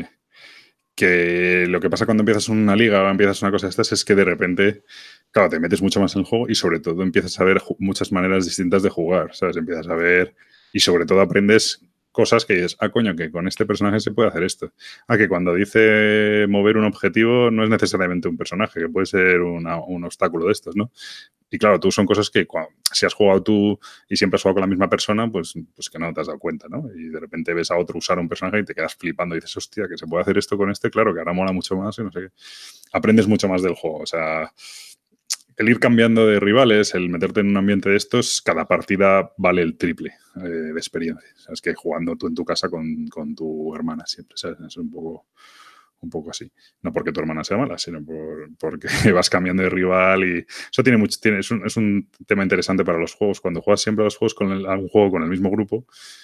que lo que pasa cuando empiezas una liga o empiezas una cosa de estas es que de repente, claro, te metes mucho más en el juego y sobre todo empiezas a ver muchas maneras distintas de jugar, ¿sabes? Empiezas a ver y sobre todo aprendes cosas que dices, ah, coño, que con este personaje se puede hacer esto. Ah, que cuando dice mover un objetivo no es necesariamente un personaje, que puede ser un obstáculo de estos, ¿no? Y claro, tú son cosas que si has jugado tú y siempre has jugado con la misma persona, pues que no te has dado cuenta, ¿no? Y de repente ves a otro usar un personaje y te quedas flipando y dices, hostia, que se puede hacer esto con este, claro, que ahora mola mucho más y no sé qué. Aprendes mucho más del juego, o sea, el ir cambiando de rivales, el meterte en un ambiente de estos, cada partida vale el triple de experiencia. O sea, es que jugando tú en tu casa con tu hermana siempre, ¿sabes? Es un poco así. No porque tu hermana sea mala, sino porque vas cambiando de rival y eso es un tema interesante para los juegos. Cuando juegas siempre a los juegos algún juego con el mismo grupo,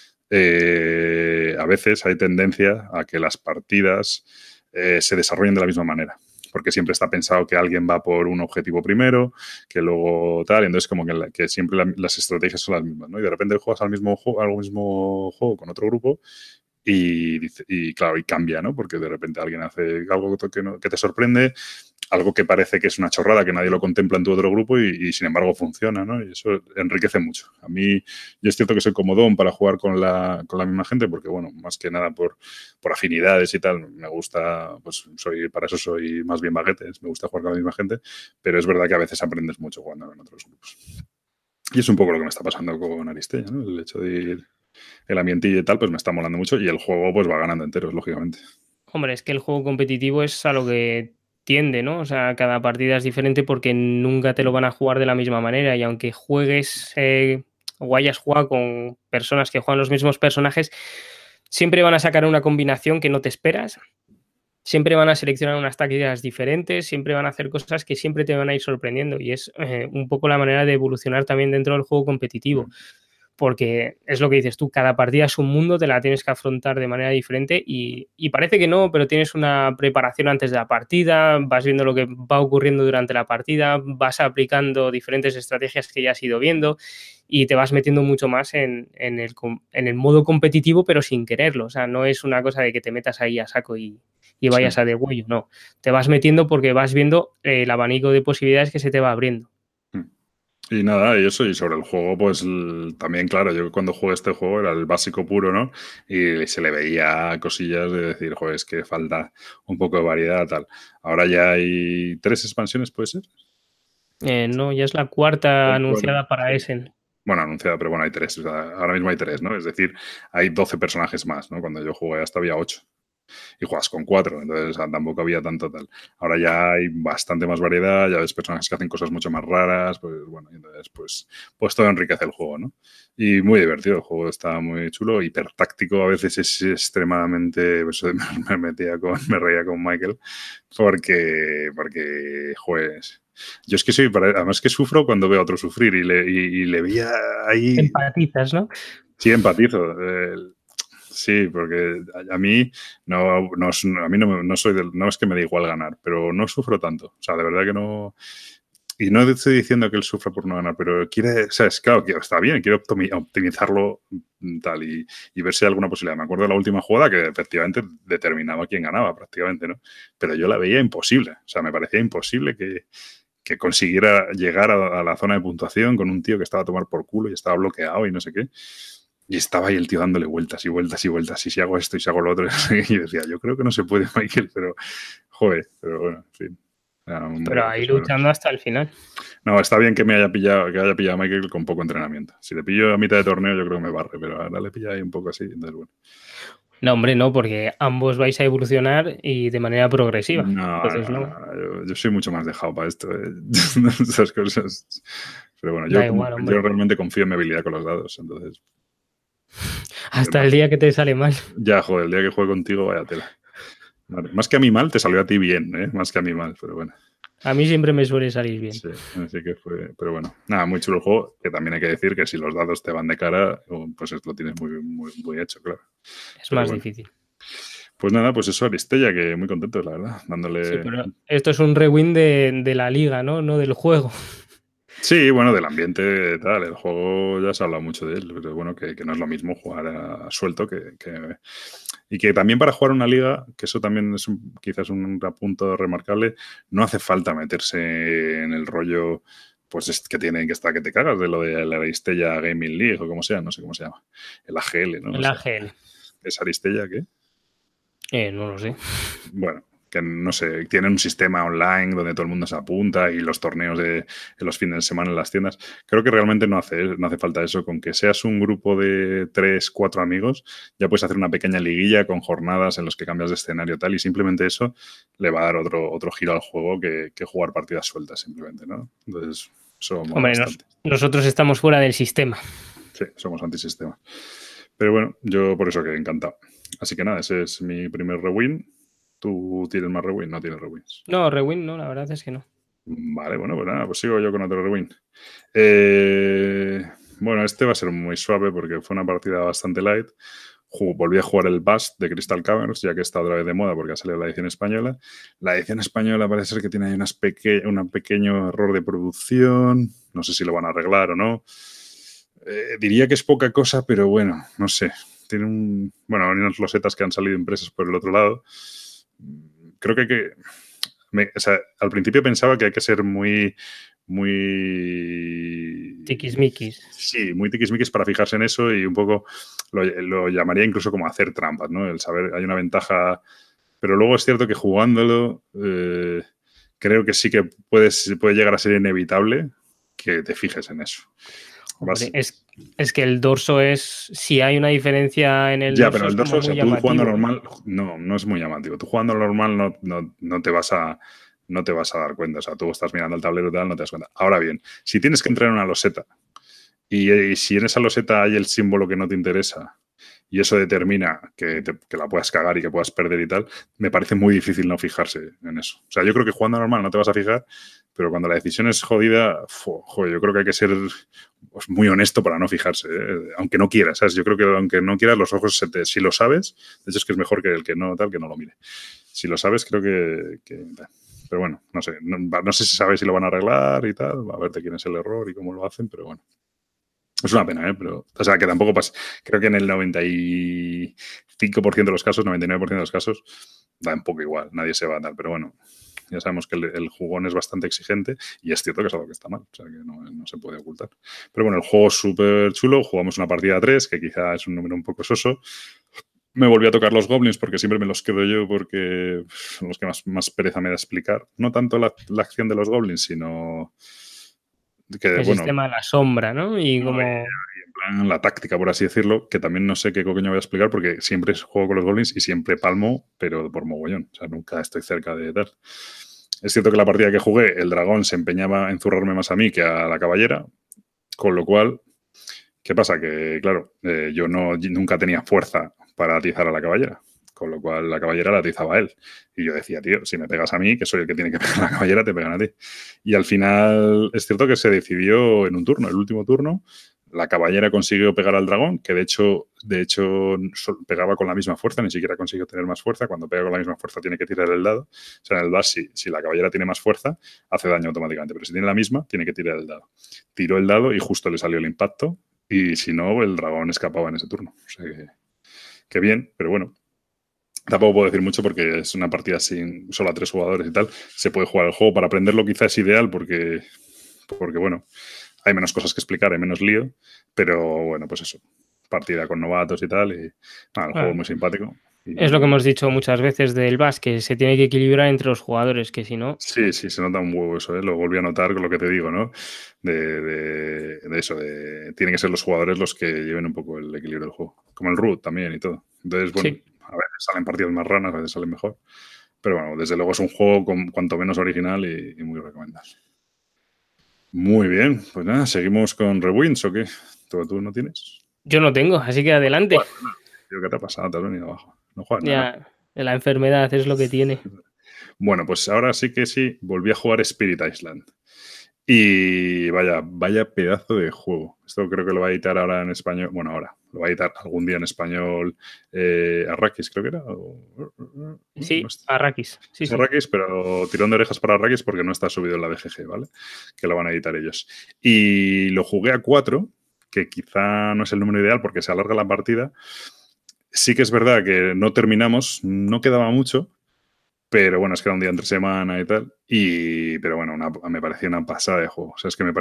a veces hay tendencia a que las partidas se desarrollen de la misma manera. Porque siempre está pensado que alguien va por un objetivo primero, que luego tal, y entonces como que siempre las estrategias son las mismas, ¿no? Y de repente juegas al mismo juego con otro grupo y claro, y cambia, ¿no? Porque de repente alguien hace algo que te sorprende, algo que parece que es una chorrada, que nadie lo contempla en tu otro grupo y sin embargo funciona, ¿no? Y eso enriquece mucho. A mí, yo es cierto que soy comodón para jugar con la misma gente, porque bueno, más que nada por afinidades y tal, me gusta, pues para eso soy más bien baguetes, me gusta jugar con la misma gente, pero es verdad que a veces aprendes mucho jugando en otros grupos. Y es un poco lo que me está pasando con Aristella, ¿no? El hecho de ir, el ambientillo y tal, pues me está molando mucho y el juego pues va ganando enteros, lógicamente. Hombre, es que el juego competitivo es a lo que tiende, ¿no? O sea, cada partida es diferente porque nunca te lo van a jugar de la misma manera y aunque juegues o hayas jugado con personas que juegan los mismos personajes, siempre van a sacar una combinación que no te esperas, siempre van a seleccionar unas tácticas diferentes, siempre van a hacer cosas que siempre te van a ir sorprendiendo y es un poco la manera de evolucionar también dentro del juego competitivo. Porque es lo que dices tú, cada partida es un mundo, te la tienes que afrontar de manera diferente y parece que no, pero tienes una preparación antes de la partida, vas viendo lo que va ocurriendo durante la partida, vas aplicando diferentes estrategias que ya has ido viendo y te vas metiendo mucho más en el modo competitivo, pero sin quererlo. O sea, no es una cosa de que te metas ahí a saco y vayas Sí. a degüello, no. Te vas metiendo porque vas viendo el abanico de posibilidades que se te va abriendo. Y nada, y eso, y sobre el juego, pues también, claro, yo cuando jugué este juego era el básico puro, ¿no? Y se le veía cosillas de decir, joder, es que falta un poco de variedad, tal. Ahora ya hay 3 expansiones, ¿puede ser? No, ya es la cuarta Hay 4, anunciada para sí. Essen. Bueno, anunciada, pero bueno, hay 3. O sea, ahora mismo hay 3, ¿no? Es decir, hay 12 personajes más, ¿no? Cuando yo jugué hasta había 8 y juegas con 4, entonces o sea, tampoco había tanto tal. Ahora ya hay bastante más variedad, ya ves personajes que hacen cosas mucho más raras, pues bueno, entonces pues todo enriquece el juego, ¿no? Y muy divertido, el juego está muy chulo, hiper táctico, a veces es extremadamente, pues, me reía con Michael, porque juegues. Yo es que soy, además que sufro cuando veo a otro sufrir y le veía ahí. Empatizas, ¿no? Sí, empatizo. Sí, porque a mí a mí no soy no es que me da igual ganar, pero no sufro tanto. O sea, de verdad que no. Y no estoy diciendo que él sufra por no ganar, pero quiere, o sea, es claro que está bien, quiere optimizarlo tal y ver si hay alguna posibilidad. Me acuerdo de la última jugada que efectivamente determinaba quién ganaba prácticamente, ¿no? Pero yo la veía imposible. O sea, me parecía imposible que consiguiera llegar a la zona de puntuación con un tío que estaba a tomar por culo y estaba bloqueado y no sé qué. Y estaba ahí el tío dándole vueltas y vueltas y vueltas. Y si hago esto y si hago lo otro. Y decía, yo creo que no se puede, Michael, pero joder, pero bueno, en fin. Muy Pero ahí gracioso, ¿verdad? luchando hasta el final. No, está bien que haya pillado a Michael con poco entrenamiento. Si le pillo a mitad de torneo, yo creo que me barre, pero ahora le pilla ahí un poco así, entonces bueno. No, hombre, no, porque ambos vais a evolucionar y de manera progresiva. No, Entonces, no, no, no. Yo soy mucho más dejado para esto, esas cosas. Pero bueno, da igual, yo hombre. realmente confío en mi habilidad con los dados, entonces. Hasta el día que te sale mal. Ya, joder, el día que juegue contigo, vaya tela. Vale. Más que a mí mal, te salió a ti bien, ¿eh? Más que a mí mal, pero bueno. A mí siempre me suele salir bien. Sí, así que fue. Pero bueno, nada, muy chulo el juego. Que también hay que decir que si los dados te van de cara, pues lo tienes muy hecho, claro. Es Pero más bueno. difícil. Pues nada, pues eso, Aristella, que muy contento, la verdad. Sí, Dándole. pero esto es un rewind de la liga, ¿no? No del juego. Sí, bueno, del ambiente tal. El juego ya se ha hablado mucho de él, pero bueno, que no es lo mismo jugar a suelto y que también para jugar una liga, que eso también es quizás un punto remarcable, no hace falta meterse en el rollo pues que tienen que estar que te cagas de lo de la Aristella Gaming League o como sea, no sé cómo se llama. El AGL, ¿no? O El sea, AGL. ¿es Aristella qué? No lo sé. Bueno, que no sé, tienen un sistema online donde todo el mundo se apunta y los torneos de los fines de semana en las tiendas. Creo que realmente no hace falta eso. Con que seas un grupo de 3, 4 amigos, ya puedes hacer una pequeña liguilla con jornadas en los que cambias de escenario tal y simplemente eso le va a dar otro giro al juego que jugar partidas sueltas simplemente, ¿no? Entonces, eso mola Hombre, bastante. nosotros estamos fuera del sistema. Sí, somos antisistema. Pero bueno, yo por eso quedé encantado. Así que nada, ese es mi primer rewind. ¿Tú tienes más rewind? No tienes rewinds. No, rewind no, la verdad es que no. Vale, bueno, pues nada, pues sigo yo con otro rewind. Bueno, este va a ser muy suave porque fue una partida bastante light. Volví a jugar el Bust de Crystal Caverns, ya que está otra vez de moda porque ha salido la edición española. La edición española parece ser que tiene ahí un pequeño error de producción. No sé si lo van a arreglar o no. Diría que es poca cosa, pero bueno, no sé. Tiene bueno, hay unas losetas que han salido impresas por el otro lado. Creo que o sea, al principio pensaba que hay que ser muy Tiquismiquis. sí, muy tiquismiquis para fijarse en eso y un poco lo llamaría incluso como hacer trampas, ¿no? El saber, hay una ventaja, pero luego es cierto que jugándolo creo que sí que puede llegar a ser inevitable que te fijes en eso. Hombre, es que el dorso es... Si hay una diferencia en el Ya, dorso, pero el dorso, o sea, tú llamativo. jugando normal, no es muy llamativo. Tú jugando normal no te vas a dar cuenta. O sea, tú estás mirando el tablero y tal, no te das cuenta. Ahora bien, si tienes que entrar en una loseta y si en esa loseta hay el símbolo que no te interesa y eso determina que la puedas cagar y que puedas perder y tal, me parece muy difícil no fijarse en eso. O sea, yo creo que jugando normal no te vas a fijar, pero cuando la decisión es jodida, joder, yo creo que hay que ser pues, muy honesto para no fijarse, aunque no quieras, ¿sabes? Yo creo que aunque no quieras, los ojos, si lo sabes, de hecho es que es mejor que el que no lo mire. Si lo sabes, creo que pero bueno, no sé, no sé si sabes si lo van a arreglar y tal, a ver de quién es el error y cómo lo hacen, pero bueno. Es una pena, pero, o sea, que tampoco pasa. Creo que en el 95% de los casos, 99% de los casos, da un poco igual, nadie se va a dar, pero bueno, ya sabemos que el jugón es bastante exigente y es cierto que es algo que está mal, o sea, que no se puede ocultar. Pero bueno, el juego es súper chulo, jugamos una partida 3, que quizá es un número un poco soso. Me volví a tocar los goblins porque siempre me los quedo yo porque son los que más pereza me da explicar. No tanto la acción de los goblins, sino que, El bueno, sistema de la sombra, ¿no? Y como... en plan la táctica, por así decirlo, que también no sé qué coño voy a explicar porque siempre juego con los goblins y siempre palmo, pero por mogollón. O sea, nunca estoy cerca de tal. Es cierto que la partida que jugué, el dragón se empeñaba en zurrarme más a mí que a la caballera, con lo cual, ¿qué pasa? Que, claro, yo nunca tenía fuerza para atizar a la caballera, con lo cual la caballera la atizaba a él. Y yo decía, tío, si me pegas a mí, que soy el que tiene que pegar a la caballera, te pegan a ti. Y al final es cierto que se decidió en un turno, el último turno, la caballera consiguió pegar al dragón, que de hecho pegaba con la misma fuerza, ni siquiera consiguió tener más fuerza. Cuando pega con la misma fuerza tiene que tirar el dado. O sea, en el dado, si la caballera tiene más fuerza, hace daño automáticamente, pero si tiene la misma, tiene que tirar el dado. Tiró el dado y justo le salió el impacto, y si no, el dragón escapaba en ese turno. O sea que bien, pero bueno. Tampoco puedo decir mucho porque es una partida sin solo a 3 jugadores y tal. Se puede jugar el juego. Para aprenderlo quizás es ideal porque bueno, hay menos cosas que explicar, hay menos lío, pero bueno, pues eso, partida con novatos y tal, y nada, el juego es muy simpático. Es lo que hemos dicho muchas veces del VAS, que se tiene que equilibrar entre los jugadores, que si no... Sí, se nota un huevo eso, lo volví a notar con lo que te digo, ¿no? De eso, tienen que ser los jugadores los que lleven un poco el equilibrio del juego, como el root también y todo. Entonces, bueno, sí. A veces salen partidas más ranas, a veces salen mejor, pero bueno, desde luego es un juego cuanto menos original y muy recomendable. Muy bien, pues nada, ¿seguimos con Rewinds o qué? ¿Tú no tienes? Yo no tengo, así que adelante. ¿Qué te ha pasado? ¿Te has venido abajo? No juegas nada. Ya, la enfermedad es lo que tiene. Bueno, pues ahora sí que sí, volví a jugar Spirit Island. Y vaya pedazo de juego. Esto creo que lo va a editar ahora en español. Bueno, ahora. Lo va a editar algún día en español Arrakis, creo que era. Sí, no Arrakis. Sí, Arrakis, pero tirón de orejas para Arrakis porque no está subido en la BGG, ¿vale? Que lo van a editar ellos. Y lo jugué a 4, que quizá no es el número ideal porque se alarga la partida. Sí que es verdad que no terminamos, no quedaba mucho, pero bueno, es que era un día entre semana y tal. Pero bueno, me parecía una pasada de juego. O sea, es que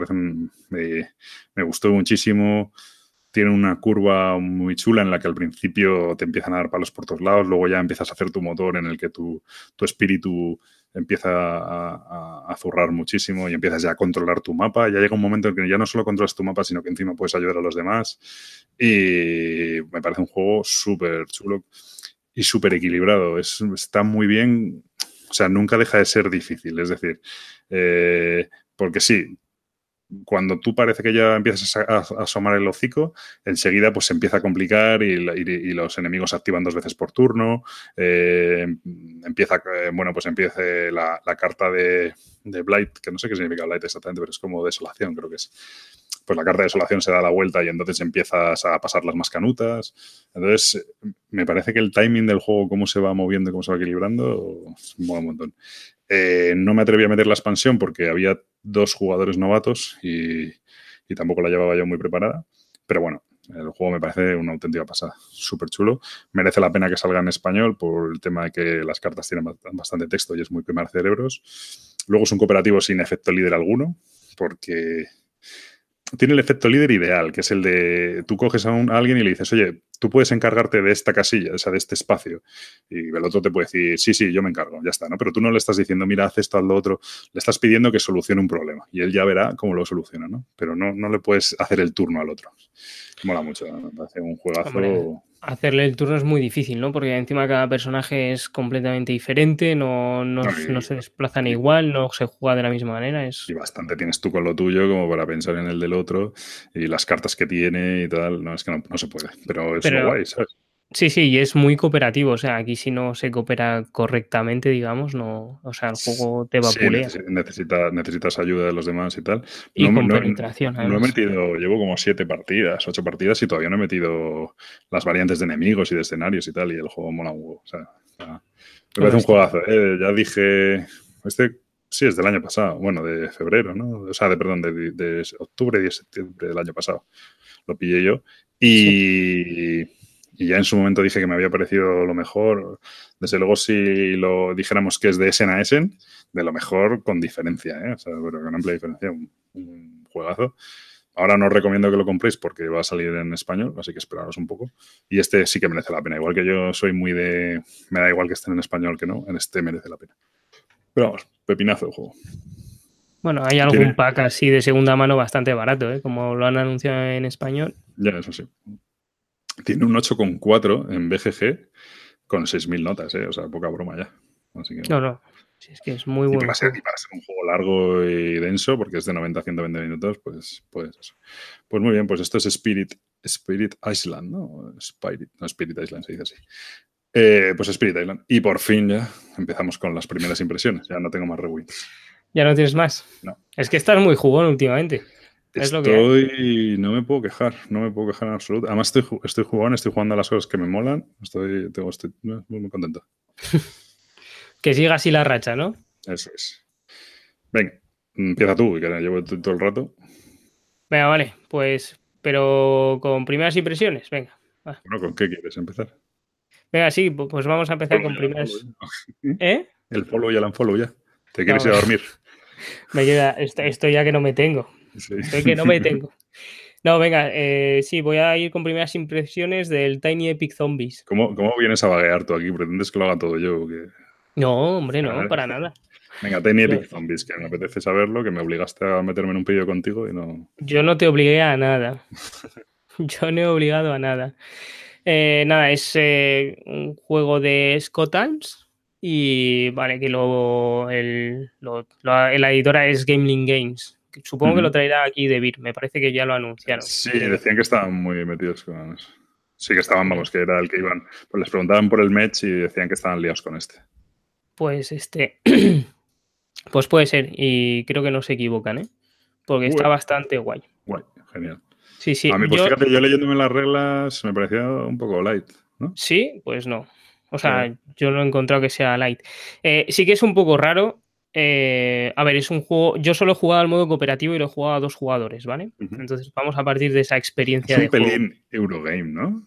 me gustó muchísimo. Tiene una curva muy chula en la que al principio te empiezan a dar palos por todos lados, luego ya empiezas a hacer tu motor en el que tu espíritu empieza a zurrar muchísimo y empiezas ya a controlar tu mapa. Ya llega un momento en que ya no solo controlas tu mapa, sino que encima puedes ayudar a los demás. Y me parece un juego súper chulo y súper equilibrado. Está muy bien, o sea, nunca deja de ser difícil. Es decir, porque sí, cuando tú parece que ya empiezas a asomar el hocico, enseguida pues se empieza a complicar y los enemigos se activan 2 veces por turno. Empieza la carta de Blight, que no sé qué significa Blight exactamente, pero es como desolación, creo que es. Pues la carta de desolación se da la vuelta y entonces empiezas a pasar las más canutas. Entonces, me parece que el timing del juego, cómo se va moviendo y cómo se va equilibrando, mola un montón. No me atreví a meter la expansión porque había 2 jugadores novatos y tampoco la llevaba yo muy preparada. Pero bueno, el juego me parece una auténtica pasada. Súper chulo. Merece la pena que salga en español por el tema de que las cartas tienen bastante texto y es muy quemar cerebros. Luego es un cooperativo sin efecto líder alguno, porque tiene el efecto líder ideal, que es el de tú coges a alguien y le dices, oye, tú puedes encargarte de esta casilla, o sea, de este espacio, y el otro te puede decir, sí, yo me encargo, ya está, ¿no? Pero tú no le estás diciendo, mira, haz esto, haz lo otro, le estás pidiendo que solucione un problema y él ya verá cómo lo soluciona, ¿no? Pero no le puedes hacer el turno al otro. Mola mucho, me parece un juegazo. Hombre, hacerle el turno es muy difícil, ¿no? Porque encima cada personaje es completamente diferente, no se desplazan igual, no se juega de la misma manera. Y bastante tienes tú con lo tuyo como para pensar en el del otro y las cartas que tiene y tal. No, es que no se puede, pero es lo guay, ¿sabes? Sí, y es muy cooperativo. O sea, aquí si no se coopera correctamente, digamos, no. O sea, el juego te vapulea. Sí, necesitas ayuda de los demás y tal. Y con penetración, no he metido, llevo como 7 partidas, 8 partidas y todavía no he metido las variantes de enemigos y de escenarios y tal. Y el juego mola un huevo. O sea, me parece un juegazo. Ya dije, sí, es del año pasado, bueno, de febrero, ¿no? O sea, de octubre y septiembre del año pasado. Lo pillé yo. Y ya en su momento dije que me había parecido lo mejor. Desde luego, si lo dijéramos que es de Essen a Essen, de lo mejor con diferencia, ¿eh? O sea, pero con amplia diferencia, un juegazo. Ahora no os recomiendo que lo compréis porque va a salir en español, así que esperaros un poco. Y este sí que merece la pena. Igual que yo soy muy de... Me da igual que estén en español que no, en este merece la pena. Pero vamos, pepinazo el juego. Bueno, hay algún pack así de segunda mano bastante barato, ¿eh? Como lo han anunciado en español. Ya, eso sí. Tiene un 8,4 en BGG con 6.000 notas, ¿eh? O sea, poca broma ya. Así que, no. Sí, es que es muy bueno. Para ser un juego largo y denso, porque es de 90 a 120 minutos, pues eso. Pues muy bien, pues esto es Spirit Island, ¿no? Spirit Island se dice así. Pues Spirit Island. Y por fin ya empezamos con las primeras impresiones. Ya no tengo más rewinds. ¿Ya no tienes más? No. Es que estás muy jugón últimamente. No me puedo quejar en absoluto. Además estoy jugando a las cosas que me molan. Estoy muy contento. Que siga así la racha, ¿no? Eso es. Venga, empieza tú, que llevo todo el rato. Venga, vale, pues, pero con primeras impresiones, venga. Va. Bueno, ¿con qué quieres empezar? Venga, sí, pues vamos a empezar con primeras. ¿Eh? El follow y el unfollow ya. ¿Te quieres ir a dormir? Me queda esto ya que no me tengo. Sí. Estoy que no me tengo. No, venga, sí, voy a ir con primeras impresiones del Tiny Epic Zombies. ¿Cómo vienes a vaguear tú aquí? ¿Pretendes que lo haga todo yo? ¿Qué? No, hombre, no, para nada. Venga, Tiny Epic Zombies, que me apetece saberlo, que me obligaste a meterme en un pedido contigo y no... Yo no te obligué a nada. Yo no he obligado a nada. Nada, es un juego de Scott Alms y vale, que la editora es Gameling Games. Supongo que lo traerá aquí de Vir, me parece que ya lo anunciaron. Sí, decían que estaban muy metidos con eso. Sí que estaban, vamos, que era el que iban. Pues les preguntaban por el match y decían que estaban liados con este. Pues pues puede ser, y creo que no se equivocan, ¿eh? Porque está bastante guay. Guay, genial. Sí. A mí, pues fíjate, yo leyéndome las reglas me parecía un poco light, ¿no? Sí, pues no. O sea, yo no he encontrado que sea light. Sí que es un poco raro. A ver, es un juego. Yo solo he jugado al modo cooperativo y lo he jugado a 2 jugadores, ¿vale? Entonces vamos a partir de esa experiencia de juego. Es un pelín Eurogame, ¿no?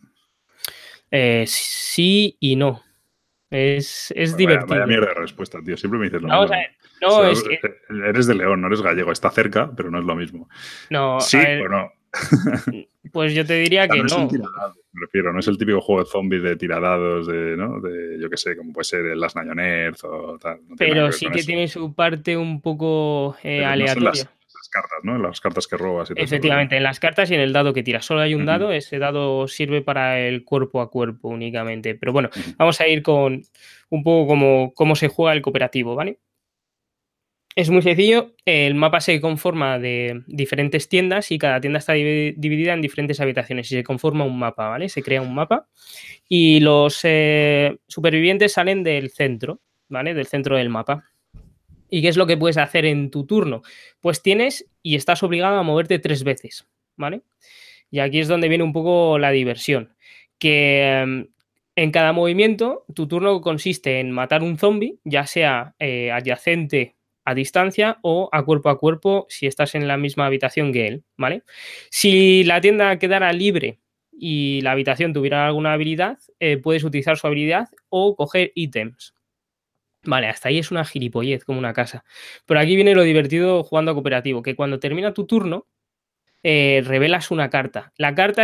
Sí y no. Es divertido. Vaya mierda de respuesta, tío. Siempre me dices lo mismo. No, es que... Eres de León, no eres gallego. Está cerca, pero no es lo mismo. No, ¿sí o no? Pues yo te diría que no. Me refiero, no es el típico juego de zombies de tiradados, ¿no? De yo qué sé, como puede ser el Last Night on Earth o tal. No pero sí que tiene su parte un poco aleatoria. No las cartas, ¿no? Las cartas que robas y todo. Efectivamente, en las cartas y en el dado que tiras. Solo hay un dado, ese dado sirve para el cuerpo a cuerpo únicamente. Pero bueno, vamos a ir con un poco cómo se juega el cooperativo, ¿vale? Es muy sencillo, el mapa se conforma de diferentes tiendas y cada tienda está dividida en diferentes habitaciones y se conforma un mapa, ¿vale? Se crea un mapa y los supervivientes salen del centro, ¿vale? Del centro del mapa. ¿Y qué es lo que puedes hacer en tu turno? Pues tienes y estás obligado a moverte 3 veces, ¿vale? Y aquí es donde viene un poco la diversión, que en cada movimiento tu turno consiste en matar un zombie, ya sea adyacente a distancia o a cuerpo si estás en la misma habitación que él, ¿vale? Si la tienda quedara libre y la habitación tuviera alguna habilidad, puedes utilizar su habilidad o coger ítems. Vale, hasta ahí es una gilipollez como una casa. Pero aquí viene lo divertido jugando a cooperativo, que cuando termina tu turno, revelas una carta. La carta es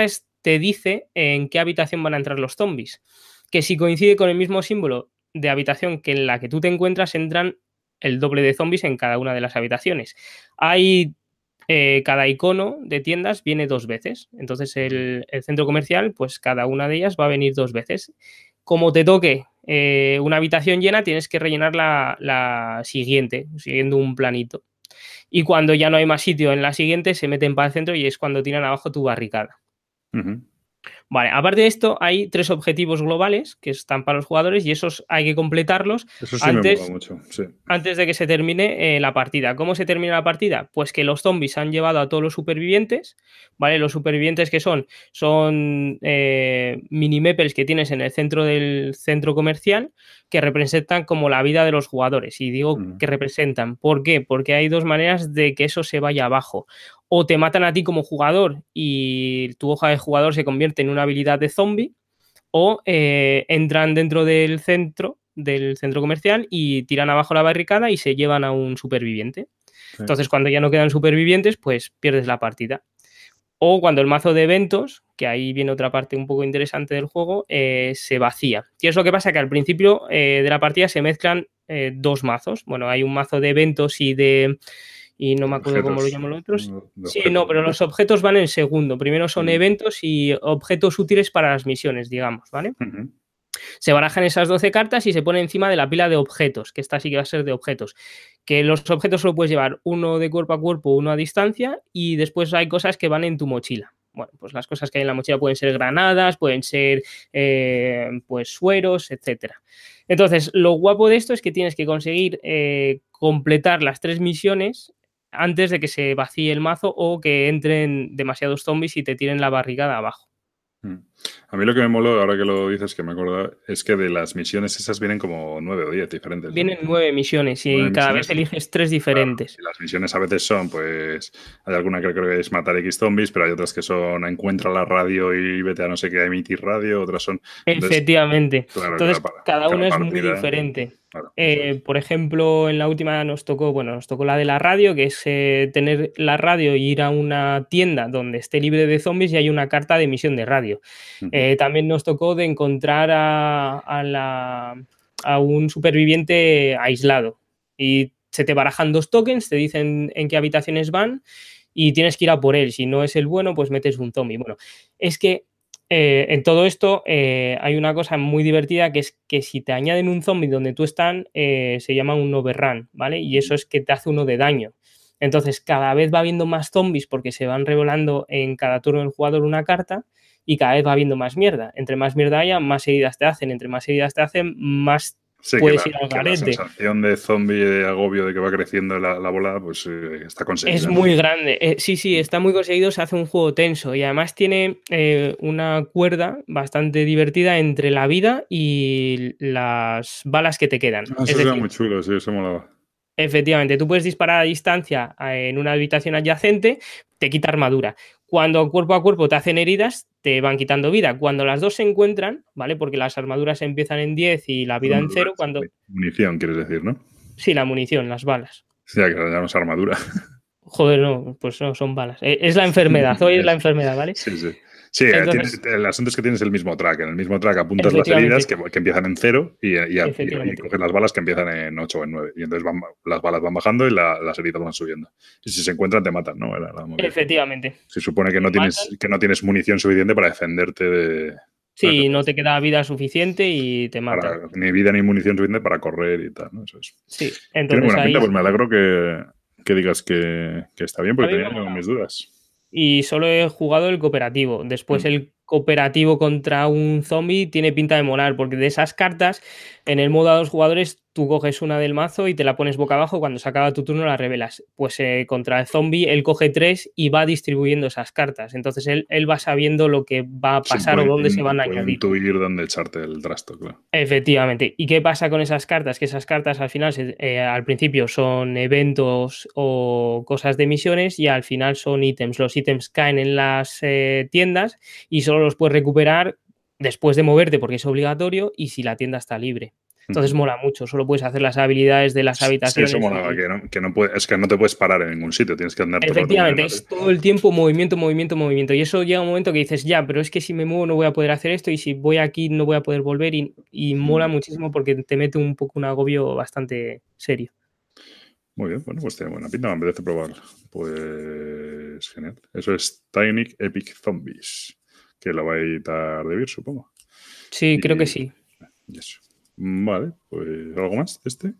te dice en qué habitación van a entrar los zombies. Que si coincide con el mismo símbolo de habitación que en la que tú te encuentras, entran el doble de zombies en cada una de las habitaciones. Hay cada icono de tiendas viene 2 veces. Entonces el centro comercial, pues cada una de ellas va a venir 2 veces. Como te toque una habitación llena, tienes que rellenar la siguiente, siguiendo un planito. Y cuando ya no hay más sitio en la siguiente, se meten para el centro y es cuando tiran abajo tu barricada. Uh-huh. Vale, aparte de esto, hay 3 objetivos globales que están para los jugadores y esos hay que completarlos Eso sí me mola antes, mucho, sí. antes de que se termine la partida. ¿Cómo se termina la partida? Pues que los zombies han llevado a todos los supervivientes, ¿vale? Los supervivientes que son mini meples que tienes en el centro del centro comercial que representan como la vida de los jugadores. Y digo que representan. ¿Por qué? Porque hay 2 maneras de que eso se vaya abajo. O te matan a ti como jugador y tu hoja de jugador se convierte en una habilidad de zombie, o entran dentro del centro comercial y tiran abajo la barricada y se llevan a un superviviente. Sí. Entonces, cuando ya no quedan supervivientes, pues pierdes la partida. O cuando el mazo de eventos, que ahí viene otra parte un poco interesante del juego, se vacía. ¿Qué es lo que pasa? Que al principio de la partida se mezclan 2 mazos. Bueno, hay un mazo de eventos y no me acuerdo objetos, cómo lo llaman los otros. Sí, objetos. No, pero los objetos van en segundo. Primero son eventos y objetos útiles para las misiones, digamos, ¿vale? Se barajan esas 12 cartas y se pone encima de la pila de objetos, que esta sí que va a ser de objetos. Que los objetos solo puedes llevar uno de cuerpo a cuerpo, uno a distancia, y después hay cosas que van en tu mochila. Bueno, pues las cosas que hay en la mochila pueden ser granadas, pueden ser pues sueros, etcétera. Entonces, lo guapo de esto es que tienes que conseguir completar las 3 misiones antes de que se vacíe el mazo o que entren demasiados zombies y te tiren la barricada abajo. A mí lo que me moló, ahora que lo dices, que me acuerdo, es que de las misiones esas vienen como 9 o 10 diferentes, ¿no? Vienen 9 misiones y 9 cada misiones, vez eliges 3 diferentes. Claro, y las misiones a veces son, pues, hay alguna que creo que es matar X zombies, pero hay otras que son encuentra la radio y vete a no sé qué a emitir radio, otras son... Efectivamente. Claro, entonces cada una es muy diferente. Claro, por ejemplo, en la última nos tocó la de la radio, que es tener la radio y ir a una tienda donde esté libre de zombies y hay una carta de emisión de radio. También nos tocó de encontrar a un superviviente aislado y se te barajan 2 tokens, te dicen en qué habitaciones van y tienes que ir a por él. Si no es el bueno, pues metes un zombie. Bueno, es que en todo esto hay una cosa muy divertida que es que si te añaden un zombie donde tú estás, se llama un overrun, ¿vale? Y eso es que te hace 1 de daño. Entonces cada vez va habiendo más zombies porque se van revelando en cada turno del jugador una carta y cada vez va habiendo más mierda. Entre más mierda haya, más heridas te hacen. Entre más heridas te hacen, más puedes ir al garete. La sensación de zombie, de agobio, de que va creciendo la bola, pues está conseguida. Es muy grande. Sí, está muy conseguido. Se hace un juego tenso y además tiene una cuerda bastante divertida entre la vida y las balas que te quedan. Eso era muy chulo, sí, eso molaba. Efectivamente, tú puedes disparar a distancia en una habitación adyacente, te quita armadura. Cuando cuerpo a cuerpo te hacen heridas, te van quitando vida. Cuando las 2 se encuentran, ¿vale? Porque las armaduras empiezan en 10 y la vida en 0. Munición, quieres decir, ¿no? Sí, la munición, las balas. Sí, que la llamamos armadura. Joder, no, pues no, son balas. Es la enfermedad, hoy es la enfermedad, ¿vale? Sí. Sí, entonces, el asunto es que tienes el mismo track. En el mismo track apuntas las heridas que empiezan en 0 y coges las balas que empiezan en 8 o en 9. Y entonces las balas van bajando y las heridas van subiendo. Y si se encuentran, te matan, ¿no? Efectivamente. Se supone que no tienes munición suficiente para defenderte de... Sí, no te queda vida suficiente y te matan. Ni vida ni munición suficiente para correr y tal, ¿no? Eso es. Sí, entonces tiene buena pinta, pues me alegro que digas que está bien, porque tenía mis dudas. Y solo he jugado el cooperativo. Después el cooperativo contra un zombie tiene pinta de molar, porque de esas cartas, en el modo a 2 jugadores, tú coges una del mazo y te la pones boca abajo, cuando se acaba tu turno la revelas. Pues contra el zombie, él coge 3 y va distribuyendo esas cartas. Entonces él va sabiendo lo que va a pasar o dónde se van a añadir. Intuir dónde echarte el trasto, claro. Efectivamente. ¿Y qué pasa con esas cartas? Que esas cartas al final, al principio son eventos o cosas de misiones y al final son ítems. Los ítems caen en las tiendas y solo los puedes recuperar después de moverte porque es obligatorio y si la tienda está libre. Entonces mola mucho, solo puedes hacer las habilidades de las Sí, eso habitaciones molaba, y... es que no te puedes parar en ningún sitio, tienes que andar todo el rato Efectivamente, moviéndote. es todo el tiempo movimiento, movimiento, movimiento. Y eso llega un momento que dices, ya, pero es que si me muevo no voy a poder hacer esto y si voy aquí no voy a poder volver y mola muchísimo porque te mete un poco un agobio bastante serio. Muy bien, bueno, pues tiene buena pinta, me apetece probarlo. Pues genial. Eso es Tiny Epic Zombies, que lo va a editar DeVir, supongo. Sí, creo que Y, sí. y eso. Vale, pues ¿algo más de este?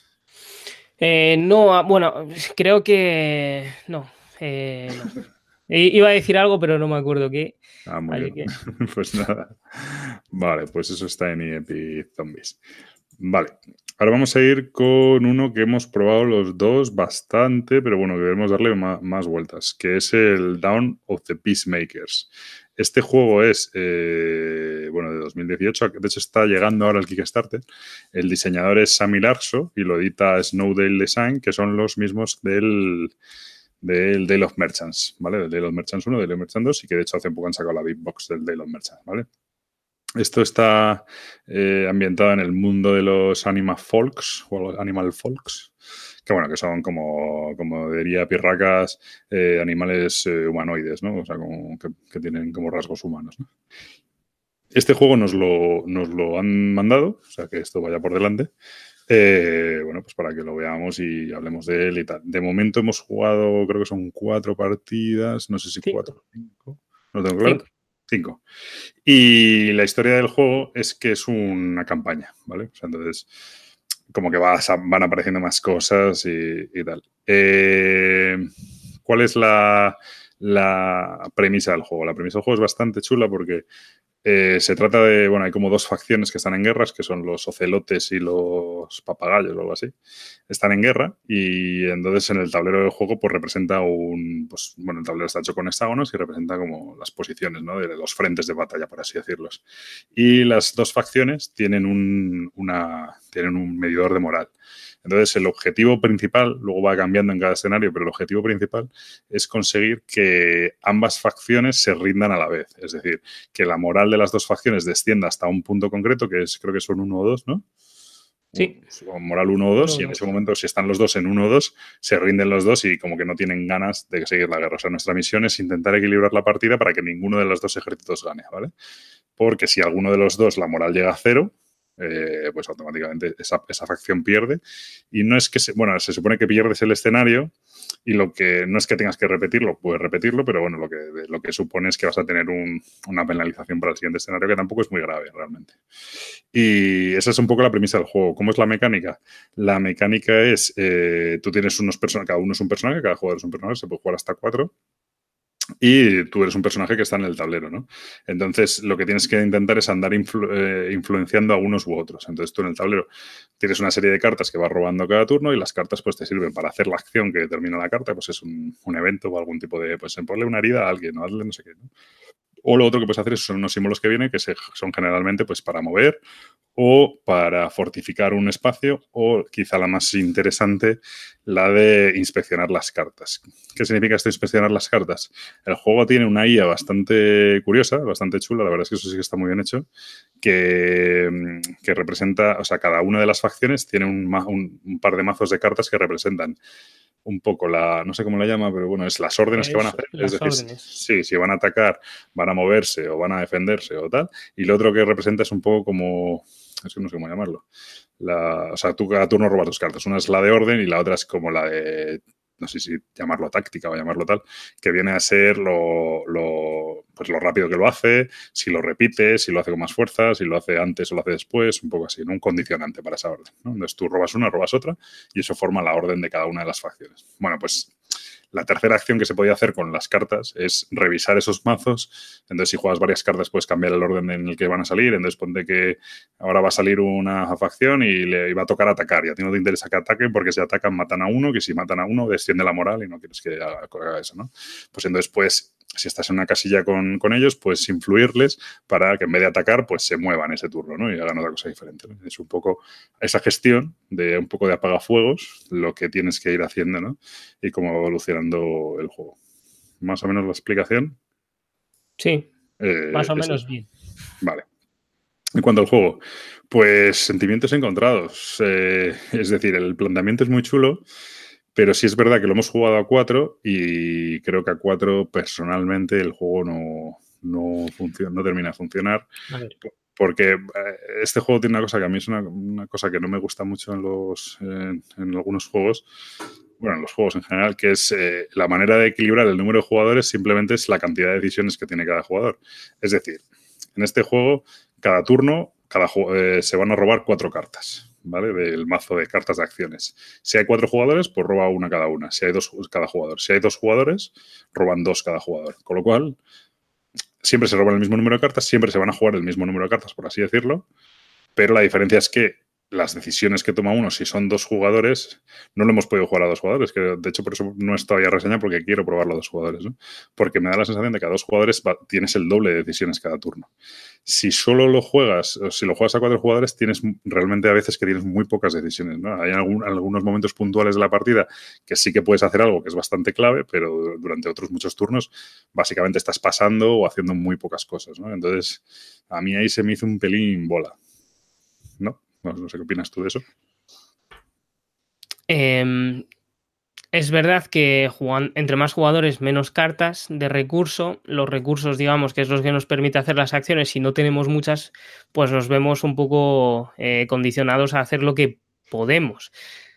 No, bueno, creo que no. No. Iba a decir algo, pero no me acuerdo qué. Ah, muy Así bien. que Pues nada. Vale, pues eso está en Epic Zombies. Vale. Ahora vamos a ir con uno que hemos probado los dos bastante, pero bueno, que debemos darle más vueltas, que es el Dawn of the Peacemakers. Este juego es, bueno, de 2018, de hecho está llegando ahora el Kickstarter. El diseñador es Sami Larso y lo edita Snowdale Design, que son los mismos del Dale of Merchants, ¿vale? Del Dale of Merchants 1, del Dale of Merchants 2 y que de hecho hace poco han sacado la Big Box del Dale of Merchants, ¿vale? Esto está ambientado en el mundo de los Animal Folks, o los Animal Folks, que bueno, que son como diría Pirracas, animales humanoides, ¿no? O sea, que tienen como rasgos humanos, ¿no? Este juego nos lo han mandado, o sea que esto vaya por delante. Bueno, pues para que lo veamos y hablemos de él y tal. De momento hemos jugado, creo que son 4 partidas, no sé si 4 cinco. o 5, no lo tengo claro. Cinco. 5. Y la historia del juego es que es una campaña, ¿vale? O sea, entonces, como que van apareciendo más cosas y tal. ¿Cuál es la premisa del juego? La premisa del juego es bastante chula porque se trata de, bueno, hay como dos facciones que están en guerras, que son los ocelotes y los papagayos o algo así. Están en guerra y entonces en el tablero del juego pues representa pues bueno, el tablero está hecho con hexágonos y representa como las posiciones, ¿no? De los frentes de batalla, por así decirlos. Y las dos facciones tienen tienen un medidor de moral. Entonces, el objetivo principal, luego va cambiando en cada escenario, pero el objetivo principal es conseguir que ambas facciones se rindan a la vez. Es decir, que la moral de las dos facciones descienda hasta un punto concreto, que creo que son 1 o 2, ¿no? Sí, Moral 1 o 2, uno o y en ese dos. momento, si están los dos en 1 o 2, se rinden los dos y como que no tienen ganas de seguir la guerra. O sea, nuestra misión es intentar equilibrar la partida para que ninguno de los dos ejércitos gane, ¿vale? Porque si alguno de los dos la moral llega a 0, pues automáticamente esa facción pierde. Y no es que, bueno, se supone que pierdes el escenario y lo que no es que tengas que repetirlo, puedes repetirlo, pero bueno, lo que supone es que vas a tener una penalización para el siguiente escenario que tampoco es muy grave realmente. Y esa es un poco la premisa del juego. ¿Cómo es la mecánica? La mecánica es, tú tienes unos personajes, cada uno es un personaje, cada jugador es un personaje, se puede jugar hasta 4 y tú eres un personaje que está en el tablero, ¿no? Entonces, lo que tienes que intentar es andar influenciando a unos u otros. Entonces, tú en el tablero tienes una serie de cartas que vas robando cada turno y las cartas pues te sirven para hacer la acción que determina la carta, pues es un evento o algún tipo de, pues ponle una herida a alguien o hazle no sé qué, ¿no? O lo otro que puedes hacer son unos símbolos que vienen, que son generalmente pues para mover o para fortificar un espacio, o quizá la más interesante, la de inspeccionar las cartas. ¿Qué significa esto de inspeccionar las cartas? El juego tiene una IA bastante curiosa, bastante chula, la verdad es que eso sí que está muy bien hecho, que representa, o sea, cada una de las facciones tiene un par de mazos de cartas que representan un poco no sé cómo la llama, pero bueno, es las órdenes que van a hacer. Es Las decir, órdenes. sí, si van a atacar, van a moverse o van a defenderse o tal. Y lo otro que representa es un poco como, es que no sé cómo llamarlo. O sea, tú cada turno robas 2 cartas. Una es la de orden y la otra es como la de, no sé si llamarlo táctica o llamarlo tal, que viene a ser pues lo rápido que lo hace, si lo repite, si lo hace con más fuerza, si lo hace antes o lo hace después, un poco así, ¿no? Un condicionante para esa orden, ¿no? Entonces tú robas una, robas otra y eso forma la orden de cada una de las facciones. Bueno, pues la tercera acción que se podía hacer con las cartas es revisar esos mazos. Entonces, si juegas varias cartas, puedes cambiar el orden en el que van a salir. Entonces, ponte que ahora va a salir una facción y le va a tocar atacar. Y a ti no te interesa que ataquen porque si atacan, matan a uno, que si matan a uno, desciende la moral y no quieres que haga eso, ¿no? Pues entonces, si estás en una casilla con ellos, puedes influirles para que en vez de atacar, pues se muevan ese turno, ¿no? Y hagan otra cosa diferente, ¿no? Es un poco esa gestión de un poco de apagafuegos lo que tienes que ir haciendo, ¿no? Y cómo va evolucionando el juego. Más o menos la explicación Sí, más o es menos esa. bien. Vale. En cuanto al juego, pues sentimientos encontrados. Es decir, el planteamiento es muy chulo, pero sí es verdad que lo hemos jugado a 4 y creo que a 4 personalmente el juego no funciona, no termina de funcionar. A ver. Porque este juego tiene una cosa que a mí es una cosa que no me gusta mucho en algunos juegos, bueno, en los juegos en general, que es la manera de equilibrar el número de jugadores simplemente es la cantidad de decisiones que tiene cada jugador. Es decir, en este juego, cada turno se van a robar 4 cartas, ¿vale? Del mazo de cartas de acciones. Si hay 4 jugadores, pues roba una cada una. Si hay 2 cada jugador. Si hay 2 jugadores, roban 2 cada jugador. Con lo cual, siempre se roban el mismo número de cartas, siempre se van a jugar el mismo número de cartas, por así decirlo, pero la diferencia es que las decisiones que toma uno, si son 2 jugadores, no lo hemos podido jugar a 2 jugadores, que de hecho por eso no es todavía reseña, porque quiero probarlo a 2 jugadores, ¿no? Porque me da la sensación de que a 2 jugadores tienes el doble de decisiones cada turno. Si solo lo juegas, o si lo juegas a 4 jugadores, tienes realmente a veces que tienes muy pocas decisiones, ¿no? Hay algunos momentos puntuales de la partida que sí que puedes hacer algo que es bastante clave, pero durante otros muchos turnos básicamente estás pasando o haciendo muy pocas cosas, ¿no? Entonces, a mí ahí se me hizo un pelín bola, ¿no? No sé qué opinas tú de eso. Es verdad que entre más jugadores, menos cartas de recurso. Los recursos, digamos, que es lo que nos permite hacer las acciones, si no tenemos muchas, pues nos vemos un poco condicionados a hacer lo que podemos.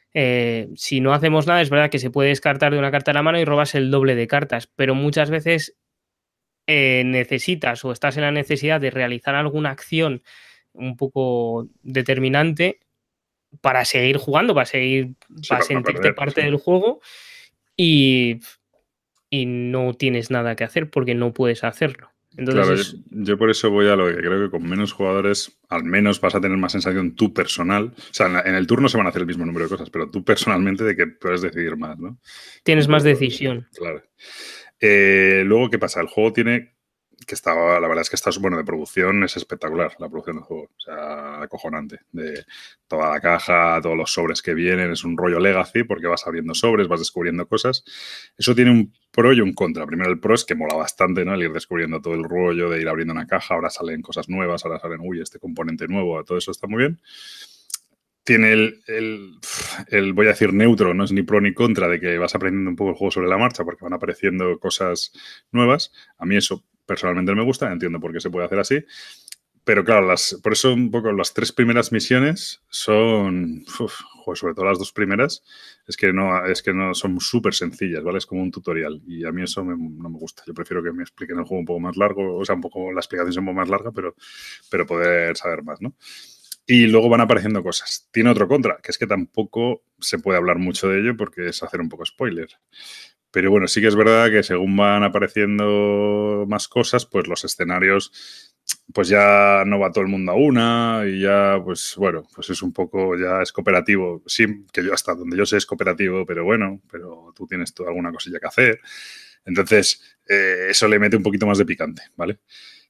Si no hacemos nada, es verdad que se puede descartar de una carta a la mano y robas el doble de cartas, pero muchas veces necesitas o estás en la necesidad de realizar alguna acción un poco determinante para seguir jugando, para Para no sentirte perder, parte sí. del juego y no tienes nada que hacer porque no puedes hacerlo. Entonces Claro, yo por eso voy a lo que creo que con menos jugadores al menos vas a tener más sensación tú personal. O sea, en el turno se van a hacer el mismo número de cosas, pero tú personalmente de que puedes decidir más, ¿no? Un tienes más poco, decisión. claro. Luego, ¿qué pasa? El juego tiene la verdad es que está, bueno, de producción es espectacular, la producción del juego. O sea, acojonante. De toda la caja, todos los sobres que vienen, es un rollo legacy porque vas abriendo sobres, vas descubriendo cosas. Eso tiene un pro y un contra. Primero, el pro es que mola bastante, ¿no? El ir descubriendo todo el rollo de ir abriendo una caja, ahora salen cosas nuevas, ahora salen, uy, este componente nuevo, todo eso está muy bien. Tiene el, voy a decir, neutro, no es ni pro ni contra, de que vas aprendiendo un poco el juego sobre la marcha porque van apareciendo cosas nuevas. A mí eso personalmente no me gusta, entiendo por qué se puede hacer así. Pero claro, por eso un poco las 3 primeras misiones son, sobre todo las 2 primeras, es que no son súper sencillas, ¿vale? Es como un tutorial y a mí eso no me gusta. Yo prefiero que me expliquen el juego un poco más largo, o sea, un poco la explicación sea un poco más larga, pero poder saber más, ¿no? Y luego van apareciendo cosas. Tiene otro contra, que es que tampoco se puede hablar mucho de ello porque es hacer un poco spoiler. Pero bueno, sí que es verdad que según van apareciendo más cosas, pues los escenarios, pues ya no va todo el mundo a una y ya, pues bueno, pues es un poco, ya es cooperativo. Sí, que yo hasta donde yo sé es cooperativo, pero bueno, pero tú tienes alguna cosilla que hacer. Entonces, eso le mete un poquito más de picante, ¿vale?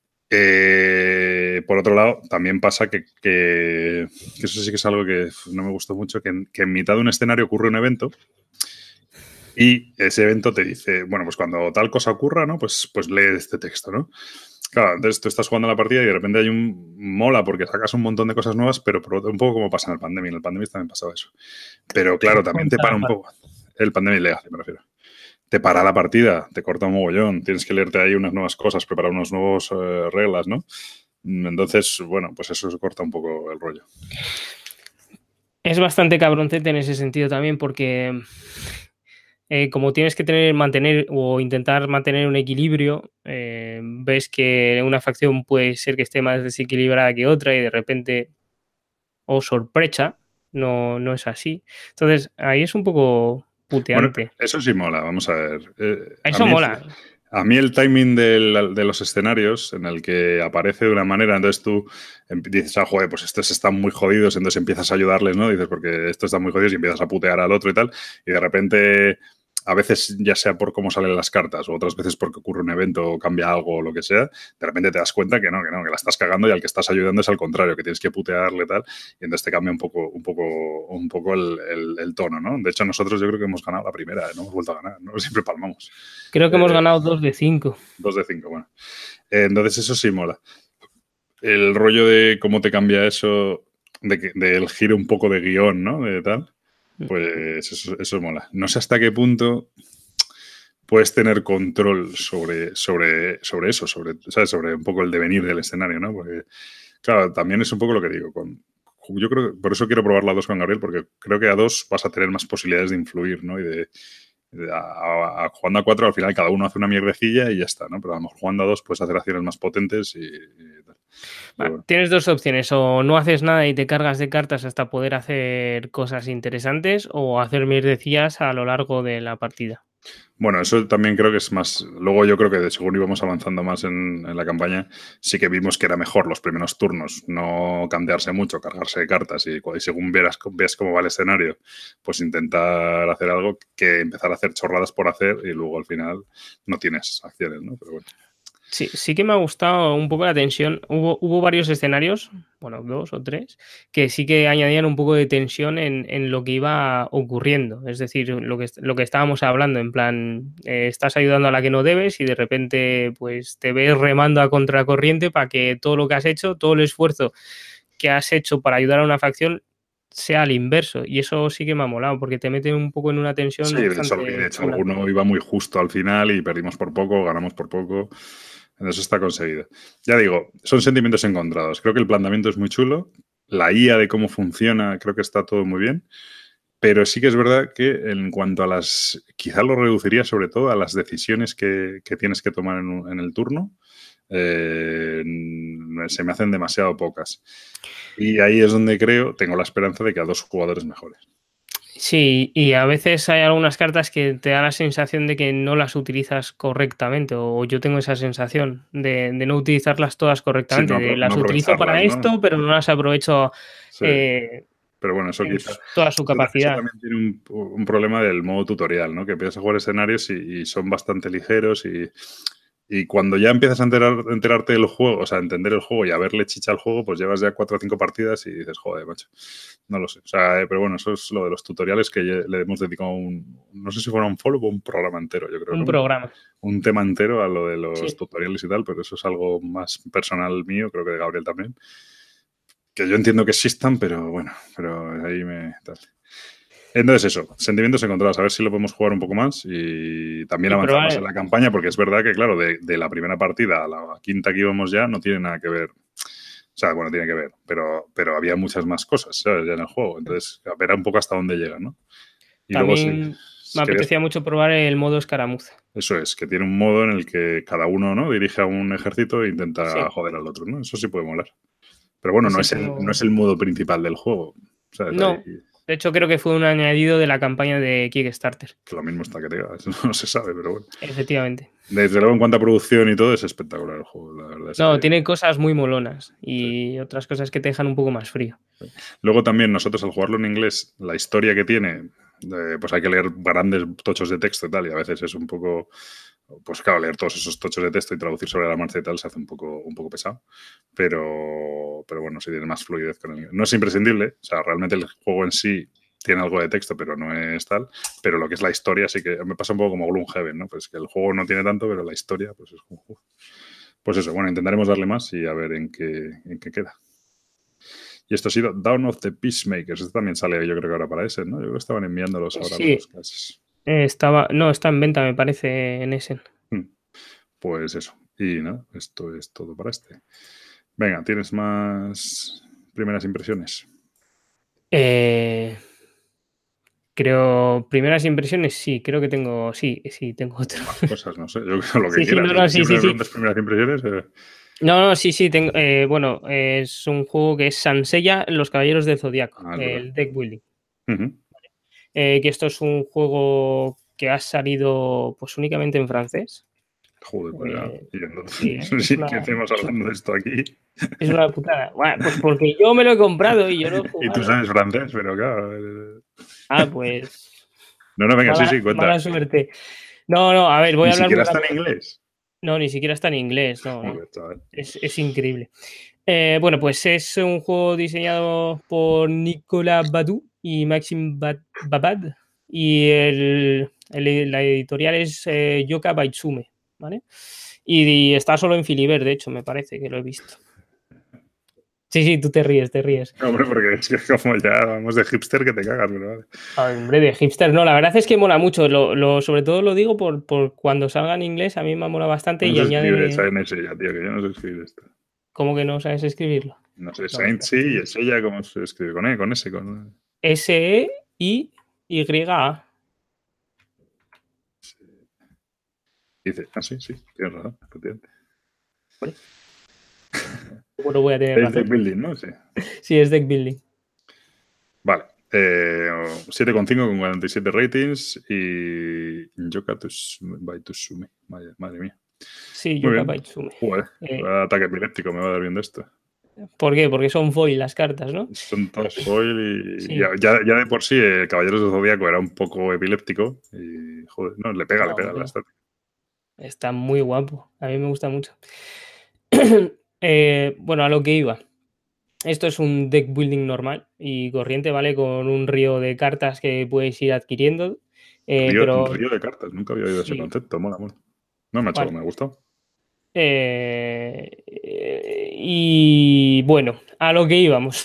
Por otro lado, también pasa que eso sí que es algo que no me gustó mucho, que en mitad de un escenario ocurre un evento y ese evento te dice, bueno, pues cuando tal cosa ocurra, ¿no? Pues lee este texto, ¿no? Claro, entonces tú estás jugando a la partida y de repente hay un mola porque sacas un montón de cosas nuevas, pero un poco como pasa en el Pandemic. En el Pandemic también pasaba eso. Pero claro, también te para un poco. El Pandemic Legacy, me refiero. Te para la partida, te corta un mogollón, tienes que leerte ahí unas nuevas cosas, preparar unas nuevas reglas, ¿no? Entonces, bueno, pues eso se corta un poco el rollo. Es bastante cabroncete en ese sentido también porque como tienes que mantener o intentar mantener un equilibrio, ves que una facción puede ser que esté más desequilibrada que otra y de repente, oh sorpresa, no es así. Entonces, ahí es un poco Bueno, puteante. eso sí mola, vamos a ver. Eso mola. A mí el timing de los escenarios en el que aparece de una manera, entonces tú dices, ah, joder, pues estos están muy jodidos, entonces empiezas a ayudarles, ¿no? Dices, porque estos están muy jodidos y empiezas a putear al otro y tal, y de repente, a veces ya sea por cómo salen las cartas o otras veces porque ocurre un evento o cambia algo o lo que sea, de repente te das cuenta que la estás cagando y al que estás ayudando es al contrario, que tienes que putearle y tal, y entonces te cambia un poco el tono, ¿no? De hecho, nosotros yo creo que hemos ganado la primera, no hemos vuelto a ganar, ¿no? Siempre palmamos. Creo que hemos ganado 2 de 5. 2 de 5, bueno. Entonces eso sí mola. el rollo de cómo te cambia eso, del giro un poco de guión, ¿no? De tal, pues eso mola. No sé hasta qué punto puedes tener control sobre eso, ¿sabes? Sobre un poco el devenir del escenario, ¿no? Porque, claro, también es un poco lo que digo. Yo creo que por eso quiero probar la 2 con Gabriel, porque creo que a 2 vas a tener más posibilidades de influir, ¿no? Y jugando a 4 al final cada uno hace una mierdecilla y ya está, ¿no? Pero a lo mejor jugando a 2 puedes hacer acciones más potentes y tal. Bueno. Tienes dos opciones, o no haces nada y te cargas de cartas hasta poder hacer cosas interesantes, o hacer mierdecillas a lo largo de la partida. Bueno, eso también creo que es más. Luego yo creo que según íbamos avanzando más en la campaña, sí que vimos que era mejor los primeros turnos, no cambiarse mucho, cargarse de cartas y según ves cómo va el escenario, pues intentar hacer algo que empezar a hacer chorradas por hacer y luego al final no tienes acciones, ¿no? Pero bueno. Sí que me ha gustado un poco la tensión. Hubo varios escenarios, bueno, 2 o 3, que sí que añadían un poco de tensión en lo que iba ocurriendo. Es decir, lo que estábamos hablando, en plan, estás ayudando a la que no debes y de repente pues te ves remando a contracorriente para que todo lo que has hecho, todo el esfuerzo que has hecho para ayudar a una facción sea al inverso. Y eso sí que me ha molado, porque te mete un poco en una tensión Sí, bastante de hecho chula. alguno iba muy justo al final y perdimos por poco, ganamos por poco. Eso está conseguido. Ya digo, son sentimientos encontrados. Creo que el planteamiento es muy chulo. La IA de cómo funciona, creo que está todo muy bien. Pero sí que es verdad que en cuanto a las... Quizá lo reduciría sobre todo a las decisiones que tienes que tomar en el turno. Se me hacen demasiado pocas. Y ahí es donde tengo la esperanza de que a 2 jugadores mejores. Sí, y a veces hay algunas cartas que te da la sensación de que no las utilizas correctamente, o yo tengo esa sensación de no utilizarlas todas Sí, correctamente, de no las utilizo para aprovecharlas, ¿no? esto, pero no las aprovecho Sí. Pero bueno, eso en quizá. toda su Eso capacidad. también tiene un problema del modo tutorial, ¿no? Que empiezas a jugar escenarios y son bastante ligeros y cuando ya empiezas a enterarte del juego, o sea, a entender el juego y a verle chicha al juego, pues llevas ya 4 o 5 partidas y dices, joder, macho, no lo sé. O sea, pero bueno, eso es lo de los tutoriales que le hemos dedicado no sé si fuera un follow o un programa entero, yo creo, Un ¿no? programa. Un tema entero a lo de los Sí. tutoriales y tal, pero eso es algo más personal mío, creo que de Gabriel también. Que yo entiendo que existan, pero bueno, pero ahí tal. Entonces eso, sentimientos encontrados, a ver si lo podemos jugar un poco más y también Y avanzar más en probar, la campaña, porque es verdad que, claro, de la primera partida a la quinta que íbamos ya no tiene nada que ver. O sea, bueno, tiene que ver, pero había muchas más cosas, ¿sabes? Ya en el juego. Entonces, a ver un poco hasta dónde llega, ¿no? Y luego sí, también me querías... apetecía mucho probar el modo escaramuza. Eso es, que tiene un modo en el que cada uno, ¿no? Dirige a un ejército e intenta Sí, joder al otro, ¿no? Eso sí puede molar. Pero bueno, ese no tengo. es el modo principal del juego. ¿Sabes? Ahí, No, de hecho creo que fue un añadido de la campaña de Kickstarter. lo mismo está que te diga, eso no se sabe, pero bueno. Efectivamente. Desde luego, en cuanto a producción y todo, es espectacular el juego, la verdad es No, que... tiene cosas muy molonas Sí. y otras cosas que te dejan un poco más frío. Luego también nosotros al jugarlo en inglés, la historia que tiene, pues hay que leer grandes tochos de texto y tal, y a veces es un poco, pues claro, leer todos esos tochos de texto y traducir sobre la marcha y tal se hace un poco pesado, pero bueno, sí tiene más fluidez con el inglés. No es imprescindible, o sea, realmente el juego en sí tiene algo de texto, pero no es tal, pero lo que es la historia sí que me pasa un poco como Gloomhaven, ¿no? Pues que el juego no tiene tanto, pero la historia, pues es como... Pues eso, bueno, intentaremos darle más y a ver en qué queda. Y esto ha sido Dawn of the Peacemakers. Esto también sale, yo creo que ahora para ese, ¿no? Yo creo que estaban enviándolos ahora a Sí, las clases. no, está en venta, me parece, en Essen. Pues eso. Y nada, esto es todo para este. Venga, ¿tienes más primeras impresiones? Creo, primeras impresiones, sí, creo que tengo, sí, tengo otro. O más cosas, no sé. Yo creo lo que Sí, quieras. no, Siempre me sí. preguntas primeras impresiones. No, sí, tengo, bueno, es un juego que es Sansella, Los Caballeros del Zodiaco, Es verdad. el deck building. Uh-huh. Que esto es un juego que ha salido pues únicamente en francés. Joder, pues ya. Y Sí, entonces, sí, ¿qué hacemos hablando de esto aquí? es una putada. Bueno, pues porque yo me lo he comprado y yo lo he Y tú jugado. sabes francés, pero claro. Pues No, venga, sí, cuenta. mala suerte. No, a ver, voy Ni a hablar siquiera muy está rápido. en inglés. No, ni siquiera está en inglés, no. Joder, chaval. Es increíble. Bueno, pues es un juego diseñado por Nicolas Badou y Maxime Babad. Y la editorial es Yoka Baitsume, ¿vale? Y está solo en Filiber, de hecho, me parece que lo he visto. Sí, sí, tú te ríes, te ríes. No, hombre, porque es que como ya vamos de hipster que te cagas, pero vale. Ay, hombre, de hipster, no, la verdad es que mola mucho. Sobre todo lo digo por cuando salga en inglés, a mí me mola bastante ¿Cómo y se escribe esa añade. N S ya, tío? Que yo no sé escribir esto. ¿Cómo que no sabes escribirlo? No sé, No, Saint sí, y es ella, ¿cómo se escribe? Con E, con S, con... S-E-I-Y-A. Dice, sí, sí, tienes razón, efectivamente. Hombre, ¿cómo no voy a tener Es de razón? building, ¿no? Sí. Sí, es deck building. Vale. 7,5 con 47 ratings y Yoka Baitusume. Madre mía. Sí, Muy Yuka bien. Baitsume. Joder, ataque epiléptico me va a dar viendo esto. ¿Por qué? Porque son foil las cartas, ¿no? Son todos foil y Sí. ya de por sí Caballeros del Zodíaco era un poco epiléptico y joder, no, le pega No, a la hombre, estática. está muy guapo. A mí me gusta mucho. Bueno, a lo que iba. Esto es un deck building normal y corriente, ¿vale? Con un río de cartas que puedes ir adquiriendo. Pero Río de cartas, nunca había oído ese sí, concepto, mola, mola. No me ha hecho, vale. me ha gustado. Y bueno, a lo que íbamos.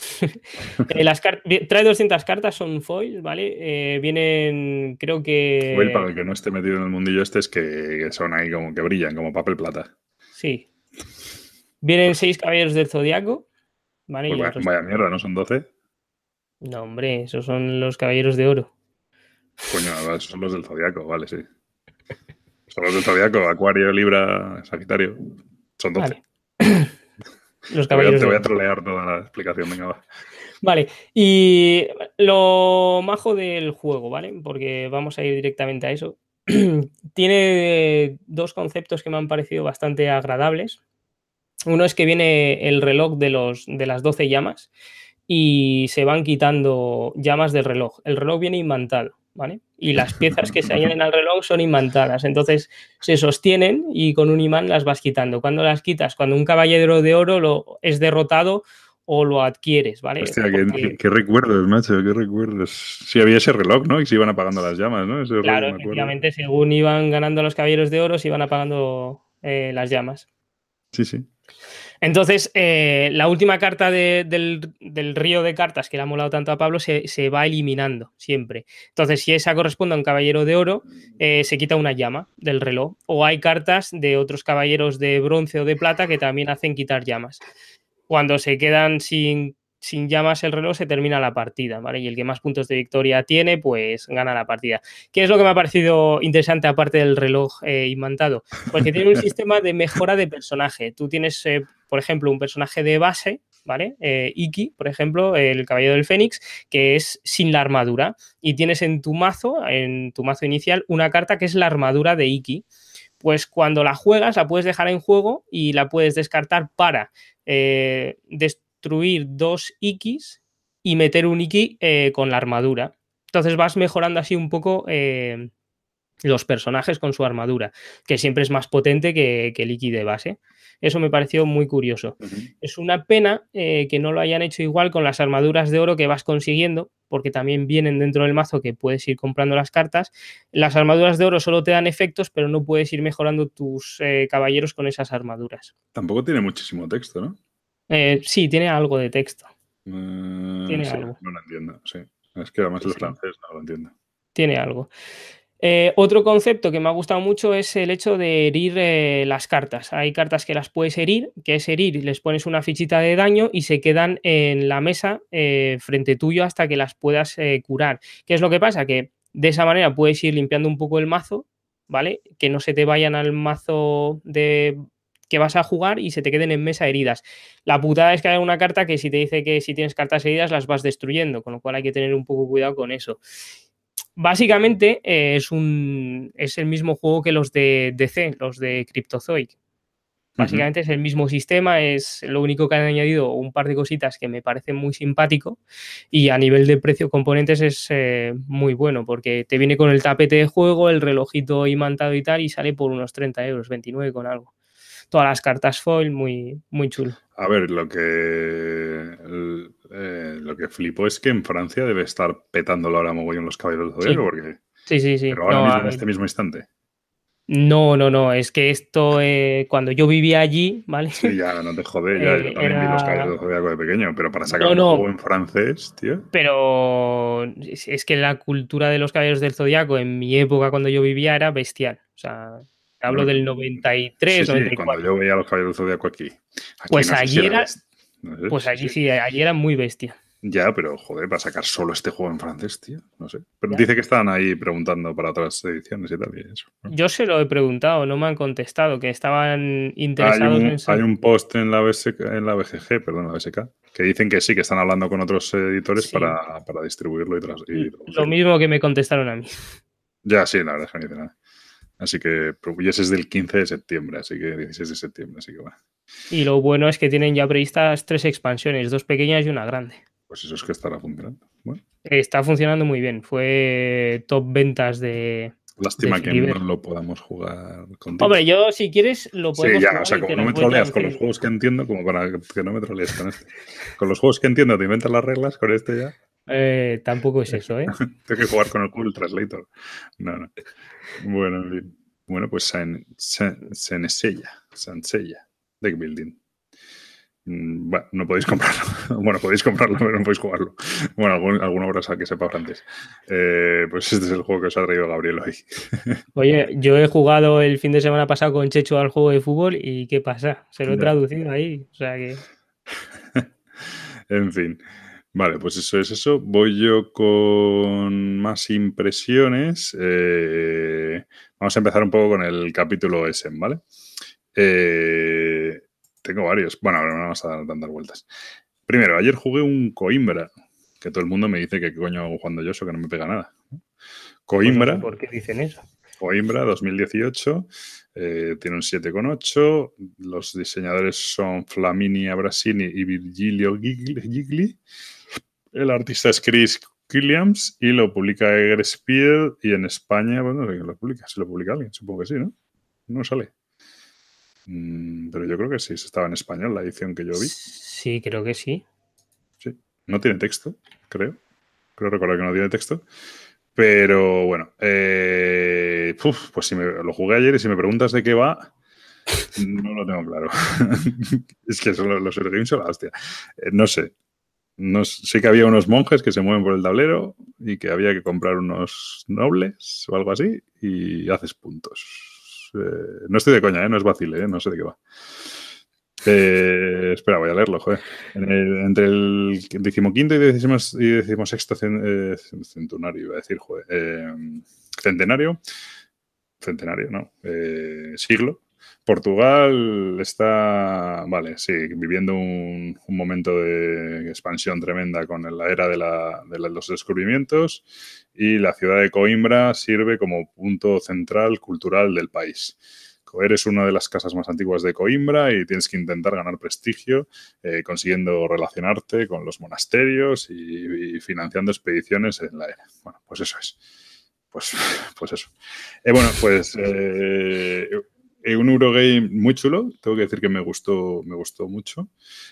Trae 200 cartas, son foils, ¿vale? Vienen, creo Foil, para el que. que no esté metido en el mundillo este, es que son ahí como que brillan, como papel plata. Sí. Vienen 6 caballeros del zodiaco, ¿vale? Pues Y el resto. vaya mierda, ¿no son 12? No, hombre, esos son los caballeros de oro. Coño, son los del Zodiaco, vale, sí. Son los del Zodiaco, Acuario, Libra, Sagitario. Son 12. Vale. Los caballeros Te de voy a oro. trolear toda la explicación, venga, va. Vale, y lo majo del juego, ¿vale? Porque vamos a ir directamente a eso. Tiene dos conceptos que me han parecido bastante agradables. Uno es que viene el reloj de las 12 llamas y se van quitando llamas del reloj. El reloj viene imantado, ¿vale? Y las piezas que se añaden al reloj son imantadas. Entonces se sostienen y con un imán las vas quitando. Cuando las quitas, cuando un caballero de oro es derrotado o lo adquieres, ¿vale? Hostia, Porque, qué recuerdos, macho, qué recuerdos. Sí, había ese reloj, ¿no? Y se iban apagando las llamas, ¿no? Ese rollo, claro, me acuerdo. efectivamente, según iban ganando los caballeros de oro, se iban apagando las llamas. Sí, sí. Entonces, la última carta del río de cartas que le ha molado tanto a Pablo se va eliminando siempre. Entonces, si esa corresponde a un caballero de oro, se quita una llama del reloj. O hay cartas de otros caballeros de bronce o de plata que también hacen quitar llamas. Cuando se quedan sin llamas el reloj, se termina la partida, ¿vale? Y el que más puntos de victoria tiene, pues gana la partida. ¿Qué es lo que me ha parecido interesante aparte del reloj imantado? Pues que tiene un sistema de mejora de personaje. Tú tienes, por ejemplo, un personaje de base, ¿vale? Iki, por ejemplo, el Caballero del Fénix, que es sin la armadura. Y tienes en tu mazo inicial, una carta que es la armadura de Iki. Pues cuando la juegas, la puedes dejar en juego y la puedes descartar para destruir 2 Ikis y meter un Iki con la armadura. Entonces vas mejorando así un poco los personajes con su armadura, que siempre es más potente que el Iki de base. Eso me pareció muy curioso. Es una pena que no lo hayan hecho igual con las armaduras de oro que vas consiguiendo, porque también vienen dentro del mazo que puedes ir comprando las cartas. Las armaduras de oro solo te dan efectos, pero no puedes ir mejorando tus caballeros con esas armaduras. Tampoco tiene muchísimo texto, ¿no? Sí, tiene algo de texto. Tiene Sí, algo. no lo entiendo, sí. Es que además Sí, el sí, francés no lo entiendo. tiene algo. Otro concepto que me ha gustado mucho es el hecho de herir las cartas. Hay cartas que las puedes herir, que es herir, les pones una fichita de daño y se quedan en la mesa frente tuyo hasta que las puedas curar. ¿Qué es lo que pasa? Que de esa manera puedes ir limpiando un poco el mazo, ¿vale? Que no se te vayan al mazo de que vas a jugar y se te queden en mesa heridas. La putada es que hay una carta que si te dice que si tienes cartas heridas las vas destruyendo, con lo cual hay que tener un poco cuidado con eso. Básicamente es el mismo juego que los de DC, los de Cryptozoic. Básicamente es el mismo sistema, es lo único que han añadido un par de cositas que me parecen muy simpático y a nivel de precio componentes es muy bueno porque te viene con el tapete de juego, el relojito imantado y tal y sale por unos 30 euros, 29 con algo. Todas las cartas foil, muy, muy chulo. A ver, lo que flipo es que en Francia debe estar petándolo ahora mogollón los Caballeros del Zodiaco, Sí, porque... sí, sí, sí. Pero ahora No, mismo, en este mismo instante. No, es que esto, cuando yo vivía allí, ¿vale? Sí, ya, no te jode, ya. Yo también vi Los Caballeros Era... del Zodiaco de pequeño, pero para sacar No, un juego no, en francés, tío. pero es que la cultura de los Caballeros del Zodiaco en mi época cuando yo vivía era bestial. O sea, hablo Bueno, del sí, 93, sí, cuando 94. yo veía Los Caballeros del Zodiaco aquí. Aquí Pues no sé si allí era era, best. No sé, pues sí, allí sí. sí, allí era muy bestia. Ya, pero joder, para sacar solo este juego en francés, tío. No sé. Pero ¿Ya? dice que estaban ahí preguntando para otras ediciones y tal, y eso, ¿no? Yo se lo he preguntado, no me han contestado, que estaban Hay interesados un, en hay ser. un post en la BSK, en la BGG, perdón, la BSK, que dicen que sí, que están hablando con otros editores Sí, para distribuirlo y lo traducirlo. mismo que me contestaron a mí. Ya, sí, la verdad es que no dice nada. Así que, y ese es del 15 de septiembre, así que 16 de septiembre, así que bueno. Y lo bueno es que tienen ya previstas 3 expansiones, 2 pequeñas y una grande. Pues eso es que estará funcionando. Bueno, Está funcionando muy bien. Fue top ventas de lástima que no Filiber. lo podamos jugar contigo. Hombre, yo si quieres lo Sí, podemos ya, o jugar sea, y como te no las me voy troleas con los traduciendo. juegos que entiendo, como para que no me trolees con este. Con los juegos que entiendo, te inventas las reglas, con este ya. Tampoco es eso, ¿eh? Tengo que jugar con el Google Translator. No, no. Bueno, en fin. Bueno, pues Sansella, Deck Building. Bueno, no podéis comprarlo. Bueno, podéis comprarlo, pero no podéis jugarlo. Bueno, alguna obra que sepa francés. Pues este es el juego que os ha traído Gabriel hoy. Oye, yo he jugado el fin de semana pasado con Checho al juego de fútbol y ¿qué pasa? Se lo he Ya. traducido ahí. O sea que. En fin. Vale, pues eso es eso. Voy yo con más impresiones. Vamos a empezar un poco con el capítulo Essen, ¿vale? Tengo varios. Bueno, ahora no vamos a dar tantas vueltas. Primero, ayer jugué un Coimbra, que todo el mundo me dice que qué coño hago jugando yo, eso que no me pega nada. Pues no sé Coimbra, por qué dicen eso. Coimbra 2018, tiene un 7,8. Los diseñadores son Flaminia Brasini y Virgilio Gigli. El artista es Chris Williams y lo publica Egrespiel, y en España, bueno, no sé quién lo publica. Si lo publica alguien, supongo que sí, ¿no? No sale. Pero yo creo que sí, estaba en español la edición que yo vi. Sí, creo que sí. Sí. No tiene texto, creo. Creo recordar que no tiene texto. Pero bueno, pues si lo jugué ayer y si me preguntas de qué va, no lo tengo claro. Es que los Eurogames son la hostia. No sé. No, sé que había unos monjes que se mueven por el tablero y que había que comprar unos nobles o algo así y haces puntos. No estoy de coña, no es vacile, no sé de qué va. Espera, voy a leerlo, joder. Entre el 15º y 16º centenario, iba a decir, joder. Centenario, ¿no? Siglo. Portugal está, vale, sí, viviendo un momento de expansión tremenda con la era de los descubrimientos, y la ciudad de Coimbra sirve como punto central cultural del país. Eres una de las casas más antiguas de Coimbra y tienes que intentar ganar prestigio consiguiendo relacionarte con los monasterios y financiando expediciones en la era. Bueno, pues eso es. Pues eso. Bueno, pues un Eurogame muy chulo. Tengo que decir que me gustó mucho.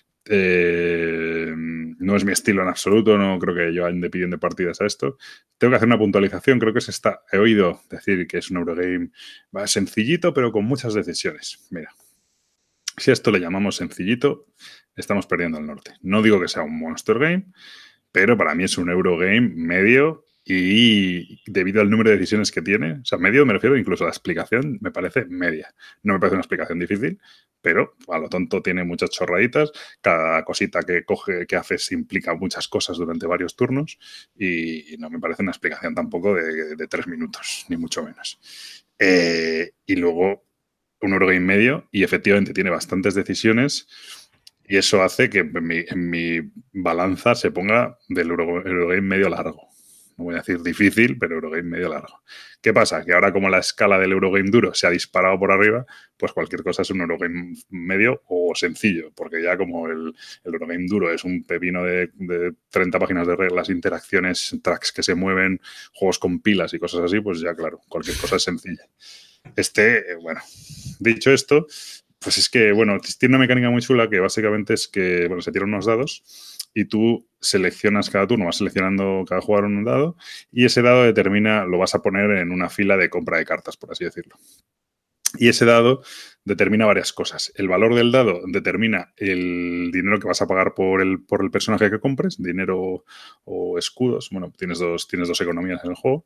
No es mi estilo en absoluto, no creo que yo ande pidiendo partidas a esto. Tengo que hacer una puntualización, creo que es esta. He oído decir que es un Eurogame sencillito, pero con muchas decisiones. Mira, si a esto le llamamos sencillito, estamos perdiendo el norte. No digo que sea un Monster Game, pero para mí es un Eurogame medio, y debido al número de decisiones que tiene, o sea, medio me refiero incluso a la explicación, me parece media. No me parece una explicación difícil, pero a lo tonto tiene muchas chorraditas. Cada cosita que coge, que haces, implica muchas cosas durante varios turnos, y no me parece una explicación tampoco de 3 minutos, ni mucho menos. Y luego un Eurogame medio, y efectivamente tiene bastantes decisiones, y eso hace que en mi balanza se ponga del Eurogame medio largo. No voy a decir difícil, pero Eurogame medio largo. ¿Qué pasa? Que ahora, como la escala del Eurogame duro se ha disparado por arriba, pues cualquier cosa es un Eurogame medio o sencillo, porque ya como el Eurogame duro es un pepino de 30 páginas de reglas, interacciones, tracks que se mueven, juegos con pilas y cosas así, pues ya claro, cualquier cosa es sencilla. Bueno, dicho esto, pues es que, bueno, tiene una mecánica muy chula que básicamente es que, bueno, se tiran unos dados y tú seleccionas cada turno, vas seleccionando cada jugador un dado, y ese dado determina, lo vas a poner en una fila de compra de cartas, por así decirlo. Y ese dado determina varias cosas. El valor del dado determina el dinero que vas a pagar por el personaje que compres, dinero o escudos. Bueno, tienes dos economías en el juego.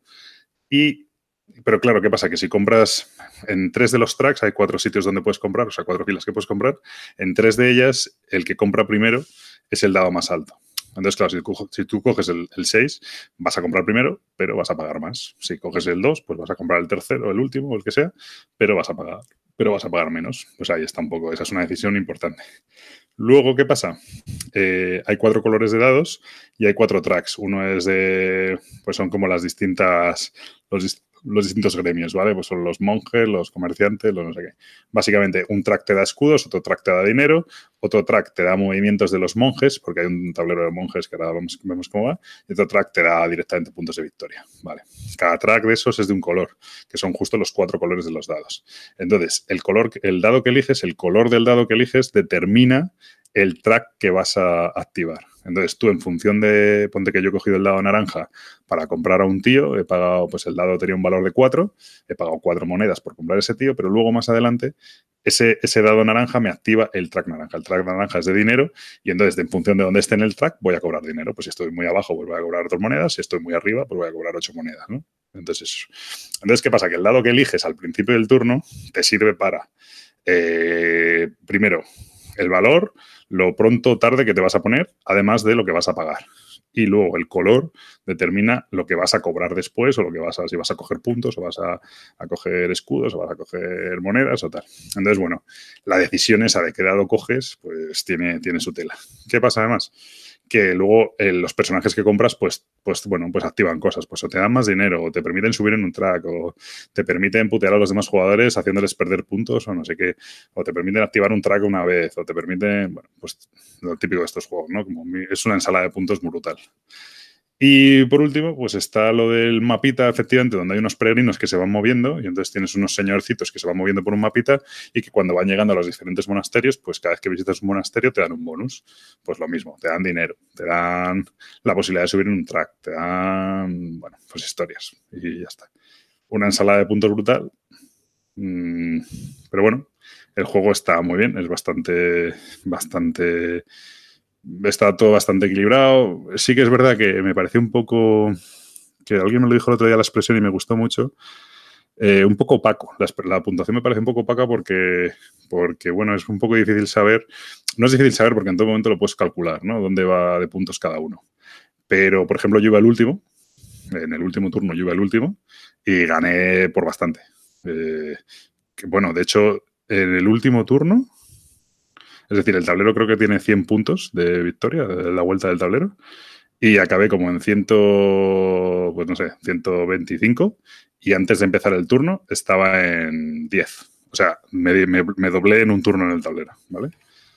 Pero claro, ¿qué pasa? Que si compras en 3 de los tracks, hay 4 sitios donde puedes comprar, o sea, 4 filas que puedes comprar. En 3 de ellas, el que compra primero es el dado más alto. Entonces, claro, si tú coges el 6, vas a comprar primero, pero vas a pagar más. Si coges el 2, pues vas a comprar el tercero, el último, o el que sea, pero vas a pagar menos. Pues ahí está un poco, esa es una decisión importante. Luego, ¿qué pasa? Hay 4 colores de dados y hay 4 tracks. Uno es pues son como los distintos gremios, ¿vale? Pues son los monjes, los comerciantes, los no sé qué. Básicamente, un track te da escudos, otro track te da dinero, otro track te da movimientos de los monjes, porque hay un tablero de monjes que ahora vemos cómo va, y otro track te da directamente puntos de victoria, ¿vale? Cada track de esos es de un color, que son justo los 4 colores de los dados. Entonces, el dado que eliges, el color del dado que eliges determina el track que vas a activar. Entonces tú, en función de, ponte que yo he cogido el dado naranja para comprar a un tío, he pagado, pues el dado tenía un valor de 4, he pagado 4 monedas por comprar ese tío, pero luego más adelante ese dado naranja me activa el track naranja. El track naranja es de dinero y entonces, en función de dónde esté en el track, voy a cobrar dinero. Pues si estoy muy abajo, pues voy a cobrar 2 monedas, si estoy muy arriba, pues voy a cobrar 8 monedas, ¿no? Entonces, ¿qué pasa? Que el dado que eliges al principio del turno te sirve para, primero, el valor, lo pronto o tarde que te vas a poner, además de lo que vas a pagar. Y luego el color determina lo que vas a cobrar después o lo que si vas a coger puntos o vas a coger escudos o vas a coger monedas o tal. Entonces, bueno, la decisión esa de qué dado coges, pues tiene su tela. ¿Qué pasa además? Que luego los personajes que compras, pues activan cosas. Pues o te dan más dinero, o te permiten subir en un track, o te permiten putear a los demás jugadores haciéndoles perder puntos, o no sé qué. O te permiten activar un track una vez, o te permiten, bueno, pues lo típico de estos juegos, ¿no? Es una ensalada de puntos brutal. Y por último, pues está lo del mapita, efectivamente, donde hay unos peregrinos que se van moviendo y entonces tienes unos señorcitos que se van moviendo por un mapita y que cuando van llegando a los diferentes monasterios, pues cada vez que visitas un monasterio te dan un bonus. Pues lo mismo, te dan dinero, te dan la posibilidad de subir en un track, te dan, bueno, pues historias y ya está. Una ensalada de puntos brutal. Pero bueno, el juego está muy bien, es bastante está todo bastante equilibrado. Sí que es verdad que me pareció un poco, que alguien me lo dijo el otro día la expresión y me gustó mucho, un poco opaco. La puntuación me parece un poco opaca porque, bueno, es un poco difícil saber. No es difícil saber porque en todo momento lo puedes calcular, ¿no? Dónde va de puntos cada uno. Pero, por ejemplo, yo iba al último. En el último turno yo iba al último y gané por bastante. Bueno, de hecho, en el último turno, es decir, el tablero creo que tiene 100 puntos de victoria, de la vuelta del tablero, y acabé como en 125, y antes de empezar el turno estaba en 10. O sea, me doblé en un turno en el tablero, ¿vale?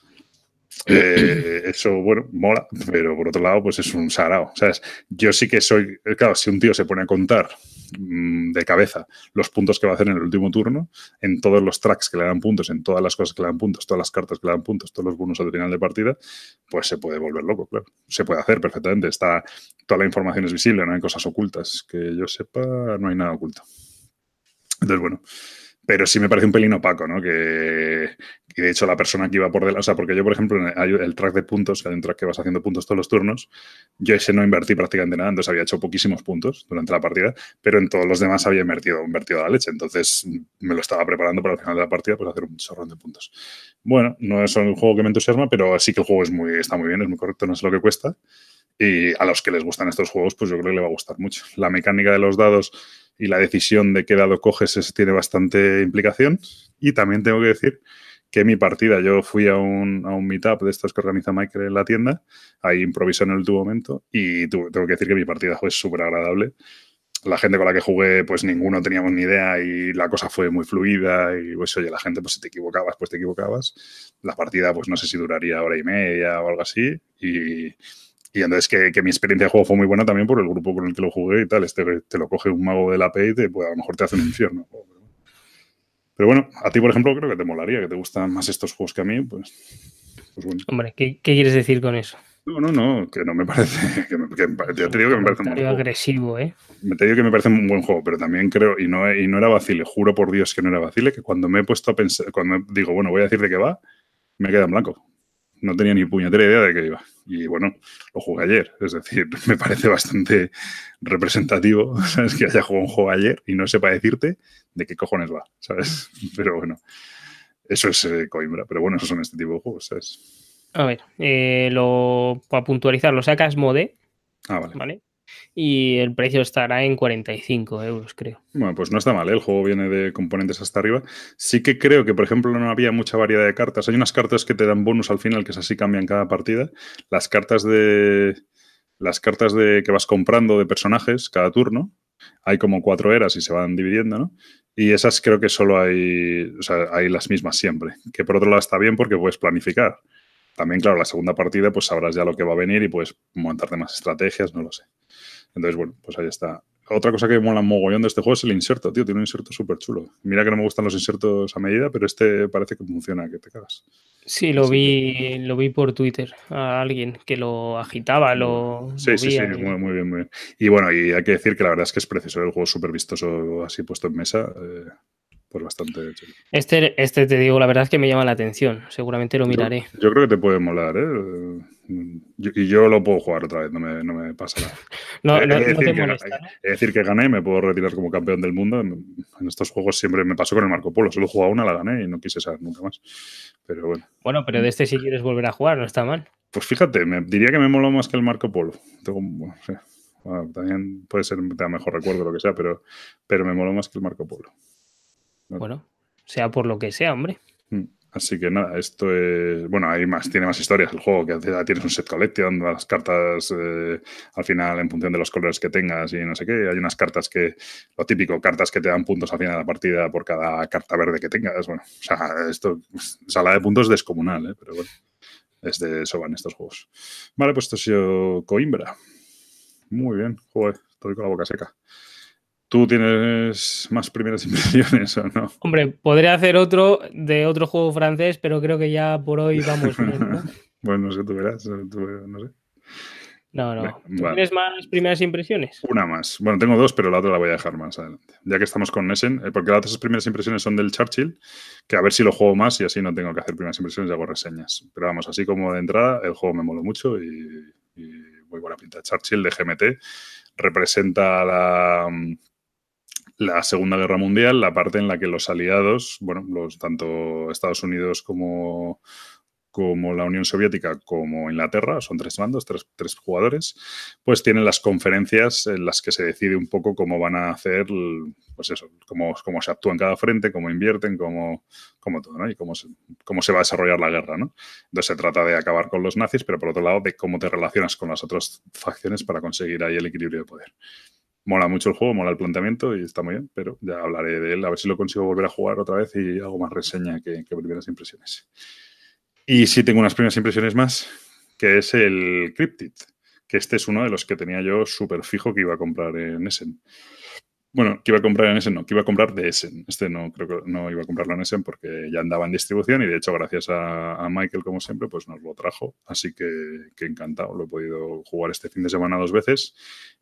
Eso, bueno, mola, pero por otro lado, pues es un sarao, ¿sabes? Yo sí que soy, claro, si un tío se pone a contar de cabeza los puntos que va a hacer en el último turno, en todos los tracks que le dan puntos, en todas las cosas que le dan puntos, todas las cartas que le dan puntos, todos los bonus al final de partida, pues se puede volver loco, claro. Se puede hacer perfectamente, toda la información es visible, no hay cosas ocultas. Que yo sepa, no hay nada oculto. Entonces, bueno, pero sí me parece un pelín opaco, ¿no? Que de hecho la persona que iba por delante, o sea, porque yo, por ejemplo, hay el track de puntos, que hay un track que vas haciendo puntos todos los turnos, yo ese no invertí prácticamente nada, entonces había hecho poquísimos puntos durante la partida, pero en todos los demás había invertido la leche, entonces me lo estaba preparando para al final de la partida pues hacer un chorrón de puntos. Bueno, no es un juego que me entusiasma, pero sí que el juego está muy bien, es muy correcto, no sé lo que cuesta. Y a los que les gustan estos juegos, pues yo creo que le va a gustar mucho. La mecánica de los dados y la decisión de qué dado coges tiene bastante implicación. Y también tengo que decir que mi partida, yo fui a un meetup de estos que organiza Michael en la tienda, ahí improvisó en el último momento y tengo que decir que mi partida fue súper agradable. La gente con la que jugué, pues ninguno teníamos ni idea y la cosa fue muy fluida y pues oye, la gente, pues si te equivocabas, pues te equivocabas. La partida, pues no sé si duraría hora y media o algo así y entonces que mi experiencia de juego fue muy buena también por el grupo con el que lo jugué y tal. Te lo coge un mago de la P y pues a lo mejor te hace un infierno. Pero bueno, a ti, por ejemplo, creo que te molaría, que te gustan más estos juegos que a mí, pues bueno. Hombre, ¿qué quieres decir con eso? No, que no me parece. Es Ya te un digo que me parece un buen comentario juego. agresivo, ¿eh? Te digo que me parece un buen juego, pero también creo, y no era vacile, juro por Dios que no era vacile, que cuando me he puesto a pensar, cuando digo, bueno, voy a decir de qué va, me queda en blanco. No tenía ni puñetera idea de qué iba. Y bueno, lo jugué ayer. Es decir, me parece bastante representativo, ¿sabes? Que haya jugado un juego ayer y no sepa decirte de qué cojones va, ¿sabes? Pero bueno, eso es Coimbra. Pero bueno, esos son este tipo de juegos, ¿sabes? A ver, para puntualizar, lo sacas Mode, Ah, vale. ¿vale? Y el precio estará en 45 euros, creo. Bueno, pues no está mal, ¿eh? El juego viene de componentes hasta arriba. Sí que creo que, por ejemplo, no había mucha variedad de cartas. Hay unas cartas que te dan bonus al final, que es así, cambian cada partida. Las cartas de. Las cartas de que vas comprando de personajes cada turno. Hay como 4 eras y se van dividiendo, ¿no? Y esas creo que solo hay. O sea, hay las mismas siempre. Que por otro lado está bien porque puedes planificar. También, claro, la segunda partida, pues sabrás ya lo que va a venir y puedes montarte más estrategias, no lo sé. Entonces, bueno, pues ahí está. Otra cosa que me mola mogollón de este juego es el inserto, tío. Tiene un inserto súper chulo. Mira que no me gustan los insertos a medida, pero este parece que funciona, que te cagas. Sí, Así que, lo vi por Twitter a alguien que lo agitaba, lo sí, sí, sí, movía. muy, muy bien, muy bien. Y bueno, y hay que decir que la verdad es que es precioso. El juego es súper vistoso así puesto en mesa. Pues bastante chulo. Este te digo, la verdad es que me llama la atención. Seguramente lo Yo, miraré. yo creo que te puede molar, ¿eh? Y yo lo puedo jugar otra vez, no me pasa nada. No, He no, de no te decir que, molesta, ¿no? he de decir que gané, me puedo retirar como campeón del mundo. En estos juegos siempre me pasó con el Marco Polo. Solo he jugado una, la gané y no quise saber nunca más. Pero bueno. Bueno, pero de este si quieres volver a jugar, no está mal. Pues fíjate, me diría que me moló más que el Marco Polo. Bueno, sí. Bueno, también puede ser que te da mejor recuerdo lo que sea, pero me moló más que el Marco Polo. Bueno, sea por lo que sea, hombre. Así que nada, esto es. Bueno, tiene más historias el juego, que tienes un set collection, las cartas al final en función de los colores que tengas y no sé qué. Hay unas cartas que, lo típico, cartas que te dan puntos al final de la partida por cada carta verde que tengas. Bueno, o sea, esto, sala de puntos descomunal, ¿eh? Pero bueno, es de eso van estos juegos. Vale, pues esto ha sido Coimbra. Muy bien, joder, estoy con la boca seca. ¿Tú tienes más primeras impresiones o no? Hombre, podría hacer otro de otro juego francés, pero creo que ya por hoy vamos bien, ¿no? Bueno, no sé, tú verás, no sé. No, no. ¿Tú Vale. tienes más primeras impresiones? Una más. Bueno, tengo dos, pero la otra la voy a dejar más adelante. Ya que estamos con Nessen, porque las otras primeras impresiones son del Churchill, que a ver si lo juego más y así no tengo que hacer primeras impresiones y hago reseñas. Pero vamos, así como de entrada, el juego me moló mucho y muy buena pinta. Churchill de GMT representa la Segunda Guerra Mundial, la parte en la que los aliados, bueno, tanto Estados Unidos como la Unión Soviética, como Inglaterra, son tres bandos, tres jugadores, pues tienen las conferencias en las que se decide un poco cómo van a hacer, pues eso, cómo se actúa en cada frente, cómo invierten, cómo todo, ¿no? Y cómo se va a desarrollar la guerra, ¿no? Entonces se trata de acabar con los nazis, pero por otro lado de cómo te relacionas con las otras facciones para conseguir ahí el equilibrio de poder. Mola mucho el juego, mola el planteamiento y está muy bien, pero ya hablaré de él, a ver si lo consigo volver a jugar otra vez y hago más reseña que primeras impresiones. Y sí tengo unas primeras impresiones más, que es el Cryptid, que este es uno de los que tenía yo súper fijo que iba a comprar en Essen. Bueno, que iba a comprar en Essen, no, que iba a comprar de Essen. Este no, creo que no iba a comprarlo en Essen porque ya andaba en distribución y de hecho gracias a Michael, como siempre, pues nos lo trajo. Así que encantado, lo he podido jugar este fin de semana 2 veces.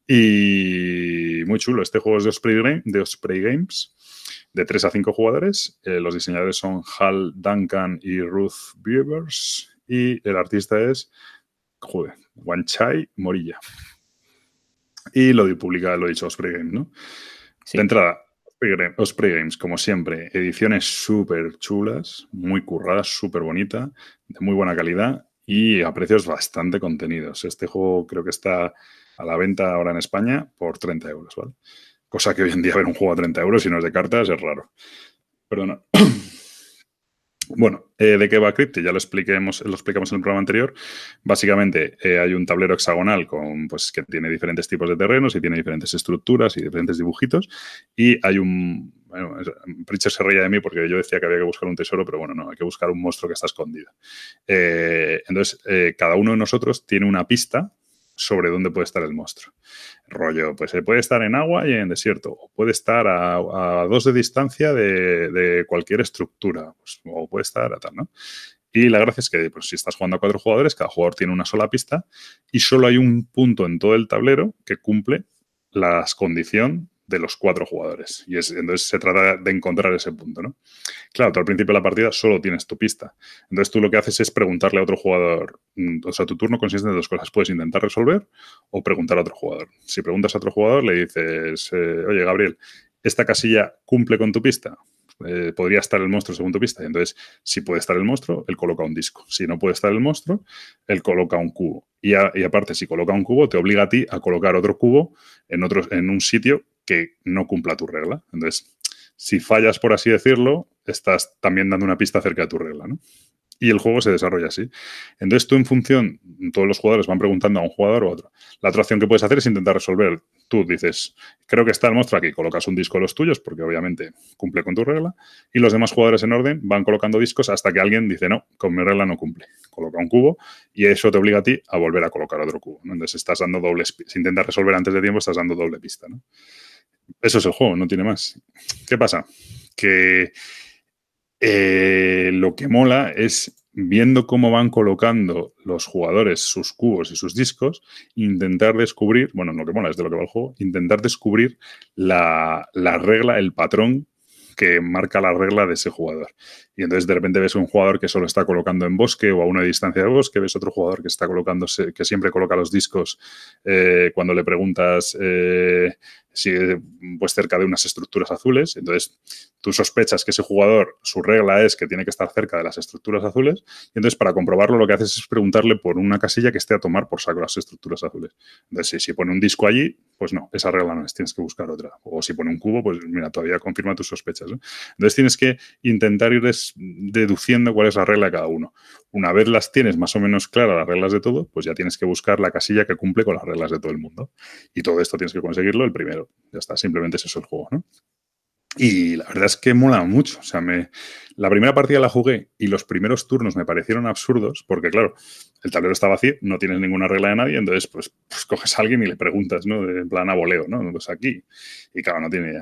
Y muy chulo, este juego es de Osprey Games, de 3 a 5 jugadores. Los diseñadores son Hal Duncan y Ruth Beavers. Y el artista es, Wanchai Morilla. Y lo publica, lo he dicho, Osprey Games, ¿no? Sí. De entrada, Osprey Games, como siempre, ediciones súper chulas, muy curradas, súper bonita, de muy buena calidad y a precios bastante contenidos. Este juego creo que está a la venta ahora en España por 30 euros, ¿vale? Cosa que hoy en día ver un juego a 30 euros si no es de cartas es raro. Perdona. Bueno, ¿de qué va Cryptid? Ya lo explicamos en el programa anterior. Básicamente hay un tablero hexagonal pues, que tiene diferentes tipos de terrenos y tiene diferentes estructuras y diferentes dibujitos. Y hay bueno, Pritchard se reía de mí porque yo decía que había que buscar un tesoro, pero bueno, no, hay que buscar un monstruo que está escondido. Entonces, cada uno de nosotros tiene una pista sobre dónde puede estar el monstruo. Rollo, pues puede estar en agua y en desierto, o puede estar a 2 de distancia de cualquier estructura, pues, o puede estar a tal, ¿no? Y la gracia es que pues, si estás jugando a 4 jugadores, cada jugador tiene una sola pista y solo hay un punto en todo el tablero que cumple la condición de los 4 jugadores. Y entonces se trata de encontrar ese punto, ¿no? Claro, tú al principio de la partida solo tienes tu pista. Entonces tú lo que haces es preguntarle a otro jugador. O sea, tu turno consiste en 2 cosas. Puedes intentar resolver o preguntar a otro jugador. Si preguntas a otro jugador, le dices, oye, Gabriel, ¿esta casilla cumple con tu pista? Podría estar el monstruo según tu pista. Y entonces, si puede estar el monstruo, él coloca un disco. Si no puede estar el monstruo, él coloca un cubo. Y aparte, si coloca un cubo, te obliga a ti a colocar otro cubo en un sitio que no cumpla tu regla. Entonces, si fallas, por así decirlo, estás también dando una pista acerca de tu regla, ¿no? Y el juego se desarrolla así. Entonces tú en función, todos los jugadores van preguntando a un jugador o a otro. La otra opción que puedes hacer es intentar resolver. Tú dices, creo que está el monstruo aquí, colocas un disco a los tuyos, porque obviamente cumple con tu regla, y los demás jugadores en orden van colocando discos hasta que alguien dice, no, con mi regla no cumple. Coloca un cubo y eso te obliga a ti a volver a colocar otro cubo, ¿no? Entonces estás dando si intentas resolver antes de tiempo, estás dando doble pista, ¿no? Eso es el juego, no tiene más. ¿Qué pasa? Que lo que mola es viendo cómo van colocando los jugadores sus cubos y sus discos, intentar descubrir, bueno, lo que mola es de lo que va el juego, intentar descubrir la regla, el patrón que marca la regla de ese jugador. Y entonces de repente ves un jugador que solo está colocando en bosque o a una distancia de bosque, ves otro jugador que está colocándose, que siempre coloca los discos cuando le preguntas si pues cerca de unas estructuras azules. Entonces tú sospechas que ese jugador, su regla es que tiene que estar cerca de las estructuras azules, y entonces para comprobarlo lo que haces es preguntarle por una casilla que esté a tomar por saco las estructuras azules. Entonces si pone un disco allí, pues no, esa regla no es, tienes que buscar otra. O si pone un cubo, pues mira, todavía confirma tus sospechas, ¿no? Entonces tienes que intentar ir deduciendo cuál es la regla de cada uno. Una vez las tienes más o menos claras las reglas de todo, pues ya tienes que buscar la casilla que cumple con las reglas de todo el mundo. Y todo esto tienes que conseguirlo el primero. Ya está, simplemente es eso el juego, ¿no? Y la verdad es que mola mucho. O sea, la primera partida la jugué y los primeros turnos me parecieron absurdos porque, claro, el tablero está vacío, no tienes ninguna regla de nadie, entonces pues coges a alguien y le preguntas, ¿no? En plan a voleo, ¿no? Pues aquí. Y claro, no tiene idea.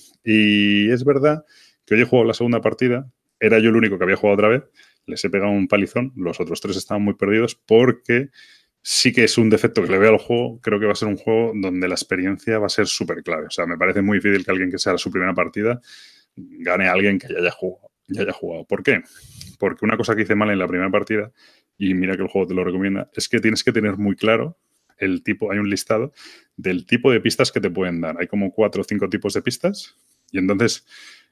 Y es verdad que hoy he jugado la segunda partida, era yo el único que había jugado otra vez, les he pegado un palizón, los otros 3 estaban muy perdidos porque sí que es un defecto que le veo al juego. Creo que va a ser un juego donde la experiencia va a ser súper clave. O sea, me parece muy difícil que alguien que sea su primera partida gane a alguien que ya haya jugado. ¿Por qué? Porque una cosa que hice mal en la primera partida, y mira que el juego te lo recomienda, es que tienes que tener muy claro el tipo, hay un listado del tipo de pistas que te pueden dar. Hay como 4 o 5 tipos de pistas y entonces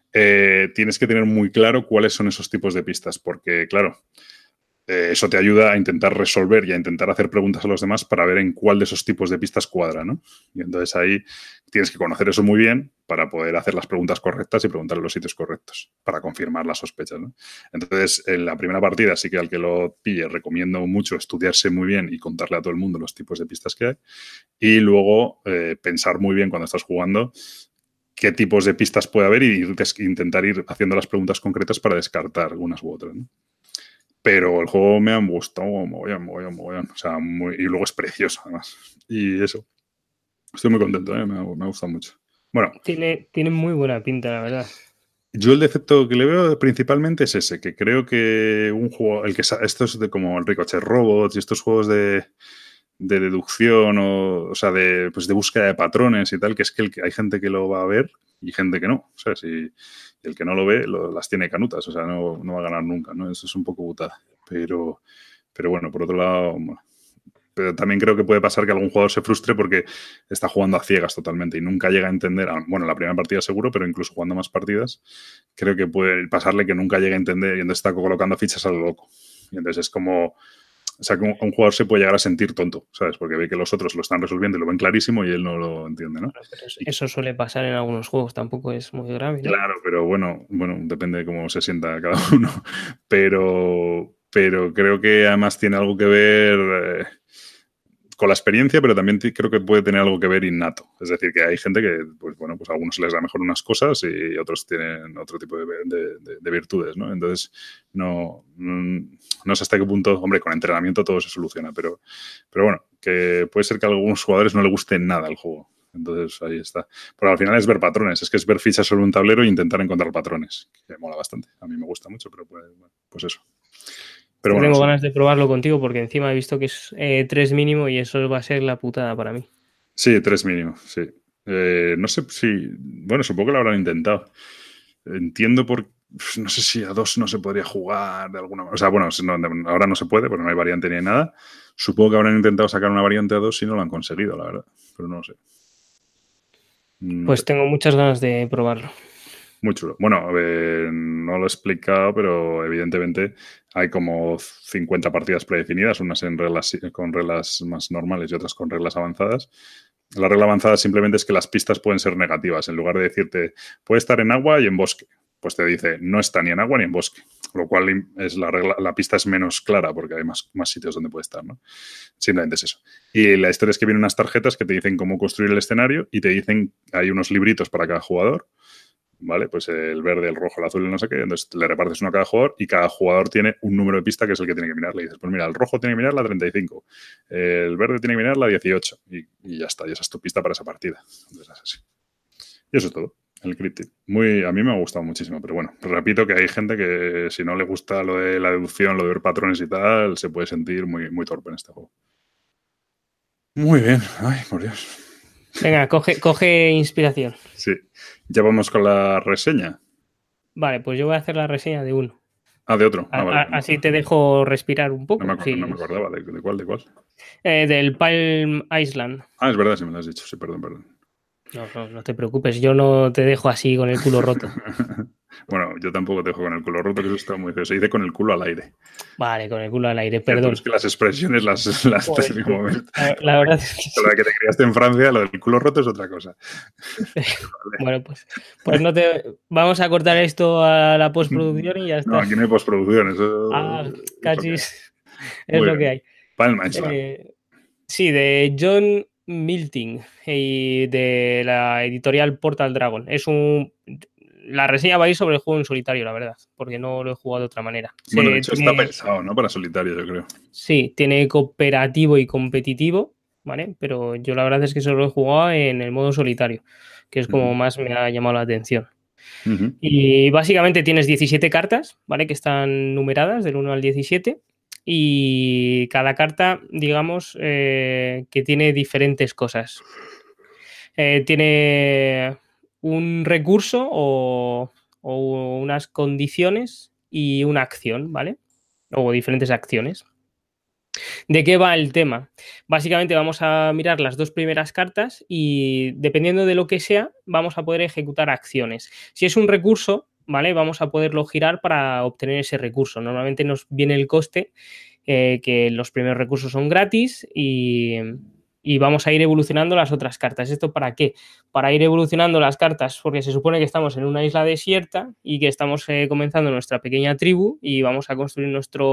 tienes que tener muy claro cuáles son esos tipos de pistas, porque claro, eso te ayuda a intentar resolver y a intentar hacer preguntas a los demás para ver en cuál de esos tipos de pistas cuadra, ¿no? Y entonces ahí tienes que conocer eso muy bien para poder hacer las preguntas correctas y preguntar en los sitios correctos, para confirmar las sospechas, ¿no? Entonces, en la primera partida sí que al que lo pille recomiendo mucho estudiarse muy bien y contarle a todo el mundo los tipos de pistas que hay. Y luego pensar muy bien cuando estás jugando qué tipos de pistas puede haber y intentar ir haciendo las preguntas concretas para descartar unas u otras, ¿no? Pero el juego me ha gustado mogollón. O sea, y luego es precioso, además. Y eso. Estoy muy contento, ¿eh? Me ha gustado mucho. Bueno. Tiene muy buena pinta, la verdad. Yo el defecto que le veo principalmente es ese, que creo que un juego, esto es de como el Ricochet Robots y estos juegos de deducción o sea, de búsqueda de patrones y tal, que es que hay gente que lo va a ver y gente que no. O sea, si el que no lo ve las tiene canutas, o sea, no va a ganar nunca, ¿no? Eso es un poco putada. Pero bueno, por otro lado, bueno, pero también creo que puede pasar que algún jugador se frustre porque está jugando a ciegas totalmente y nunca llega a entender, bueno, la primera partida seguro, pero incluso jugando más partidas, creo que puede pasarle que nunca llegue a entender y entonces está colocando fichas a lo loco. Y entonces es como, o sea, que un jugador se puede llegar a sentir tonto, ¿sabes? Porque ve que los otros lo están resolviendo y lo ven clarísimo y él no lo entiende, ¿no? Pero eso suele pasar en algunos juegos, tampoco es muy grave, ¿no? Claro, pero bueno, depende de cómo se sienta cada uno. Pero creo que además tiene algo que ver con la experiencia, pero también creo que puede tener algo que ver innato. Es decir, que hay gente que, pues bueno, pues a algunos se les da mejor unas cosas y otros tienen otro tipo de virtudes, ¿no? Entonces, no sé hasta qué punto, hombre, con entrenamiento todo se soluciona, pero bueno, que puede ser que a algunos jugadores no les guste nada el juego. Entonces, ahí está. Pero al final es ver patrones, es que es ver fichas sobre un tablero e intentar encontrar patrones, que mola bastante. A mí me gusta mucho, pero pues eso. Pero bueno, tengo ganas de probarlo contigo porque encima he visto que es 3 mínimo y eso va a ser la putada para mí. sí, 3 mínimo, sí. No sé si. Bueno, supongo que lo habrán intentado. Entiendo por. No sé si a 2 no se podría jugar de alguna manera. O sea, bueno, ahora no se puede porque no hay variante ni hay nada. Supongo que habrán intentado sacar una variante a 2 y no lo han conseguido, la verdad. Pero no lo sé. No Pues sé. tengo muchas ganas de probarlo. Muy chulo. Bueno, no lo he explicado, pero evidentemente hay como 50 partidas predefinidas, unas con reglas más normales y otras con reglas avanzadas. La regla avanzada simplemente es que las pistas pueden ser negativas. En lugar de decirte, puede estar en agua y en bosque, pues te dice, no está ni en agua ni en bosque. Lo cual es la pista es menos clara porque hay más sitios donde puede estar, ¿no? Simplemente es eso. Y la historia es que vienen unas tarjetas que te dicen cómo construir el escenario y te dicen, hay unos libritos para cada jugador. ¿Vale? Pues el verde, el rojo, el azul, el no sé qué. Entonces le repartes uno a cada jugador y cada jugador tiene un número de pista que es el que tiene que mirar. Le dices, pues mira, el rojo tiene que mirar la 35, el verde tiene que mirar la 18 y ya está. Y esa es tu pista para esa partida. Entonces es así. Y eso es todo. El Cryptid. A mí me ha gustado muchísimo, pero bueno, repito que hay gente que si no le gusta lo de la deducción, lo de ver patrones y tal, se puede sentir muy, muy torpe en este juego. Muy bien. Ay, por Dios. Venga, coge inspiración. Sí. Ya vamos con la reseña. Vale, pues yo voy a hacer la reseña de uno. Ah, de otro. Ah, vale. Así te dejo respirar un No me, poco. no me acordaba de cuál, de cuál. Del Palm Island. Ah, es verdad, si me lo has dicho. Sí, perdón, perdón. No te preocupes, yo no te dejo así con el culo roto. Bueno, yo tampoco te dejo con el culo roto, que eso está muy feo. Se dice con el culo al aire. Vale, con el culo al aire, Pero perdón. es que las expresiones las Joder, tengo un momento. la verdad es que Con la sí. que te criaste en Francia, lo del culo roto es otra cosa. Bueno, pues no te. Vamos a cortar esto a la postproducción y ya No, está. aquí no hay postproducción, eso Ah, es lo que hay. cachis. Es Muy lo que bien. hay. Palma Island. Sí, de John Milting y de la editorial Portal Dragon. La reseña va a ir sobre el juego en solitario, la verdad, porque no lo he jugado de otra manera. Bueno, de hecho está pensado, ¿no? Para solitario, yo creo. Sí, tiene cooperativo y competitivo, ¿vale? Pero yo la verdad es que solo he jugado en el modo solitario, que es como más me ha llamado la atención. Y básicamente tienes 17 cartas, ¿vale? Que están numeradas del 1 al 17. Y cada carta, digamos, que tiene diferentes cosas. Tiene un recurso o unas condiciones y una acción, ¿vale? O diferentes acciones. ¿De qué va el tema? Básicamente vamos a mirar las dos primeras cartas y dependiendo de lo que sea, vamos a poder ejecutar acciones. Si es un recurso, ¿vale? Vamos a poderlo girar para obtener ese recurso. Normalmente nos viene el coste, que los primeros recursos son gratis y vamos a ir evolucionando las otras cartas. ¿Esto para qué? Para ir evolucionando las cartas, porque se supone que estamos en una isla desierta y que estamos comenzando nuestra pequeña tribu y vamos a construir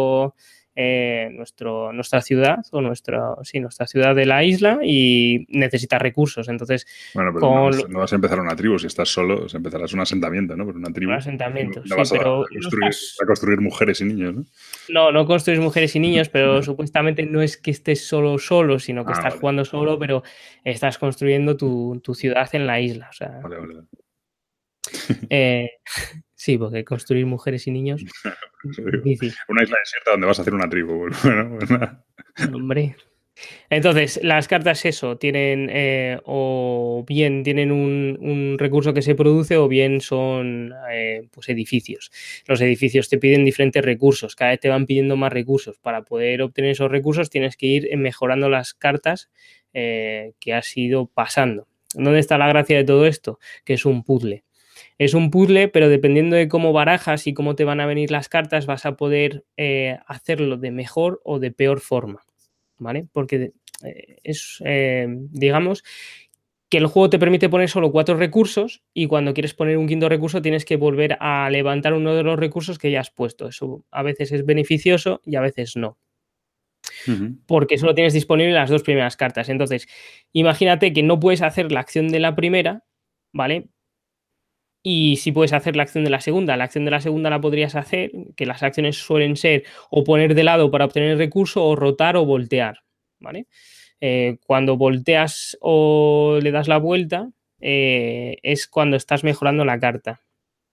nuestra ciudad o nuestra ciudad de la isla y necesita recursos. Entonces, Bueno, pero no vas a empezar una tribu. Si estás solo, empezarás un asentamiento, ¿no? Pero una tribu. asentamientos, No sí, vas pero a construir mujeres y niños, ¿no? no construyes mujeres y niños, pero supuestamente no es que estés solo, sino que Ah, estás vale. jugando solo, pero estás construyendo tu ciudad en la isla. O sea, Vale. eh, sí, porque construir mujeres y niños, difícil. Una isla desierta donde vas a hacer una tribu. Bueno, pues nada. Hombre. Entonces, las cartas eso, tienen o bien tienen un recurso que se produce o bien son pues edificios. Los edificios te piden diferentes recursos, cada vez te van pidiendo más recursos. Para poder obtener esos recursos tienes que ir mejorando las cartas que has ido pasando. ¿Dónde está la gracia de todo esto? Que es un puzzle. Es un puzzle, pero dependiendo de cómo barajas y cómo te van a venir las cartas, vas a poder hacerlo de mejor o de peor forma. ¿Vale? Porque digamos, que el juego te permite poner solo 4 recursos y cuando quieres poner un quinto recurso tienes que volver a levantar uno de los recursos que ya has puesto. Eso a veces es beneficioso y a veces no. Porque solo tienes disponible las dos primeras cartas. Entonces, imagínate que no puedes hacer la acción de la primera, ¿vale? Y si puedes hacer la acción de la segunda. La acción de la segunda la podrías hacer, que las acciones suelen ser o poner de lado para obtener el recurso o rotar o voltear, ¿vale? Cuando volteas o le das la vuelta es cuando estás mejorando la carta.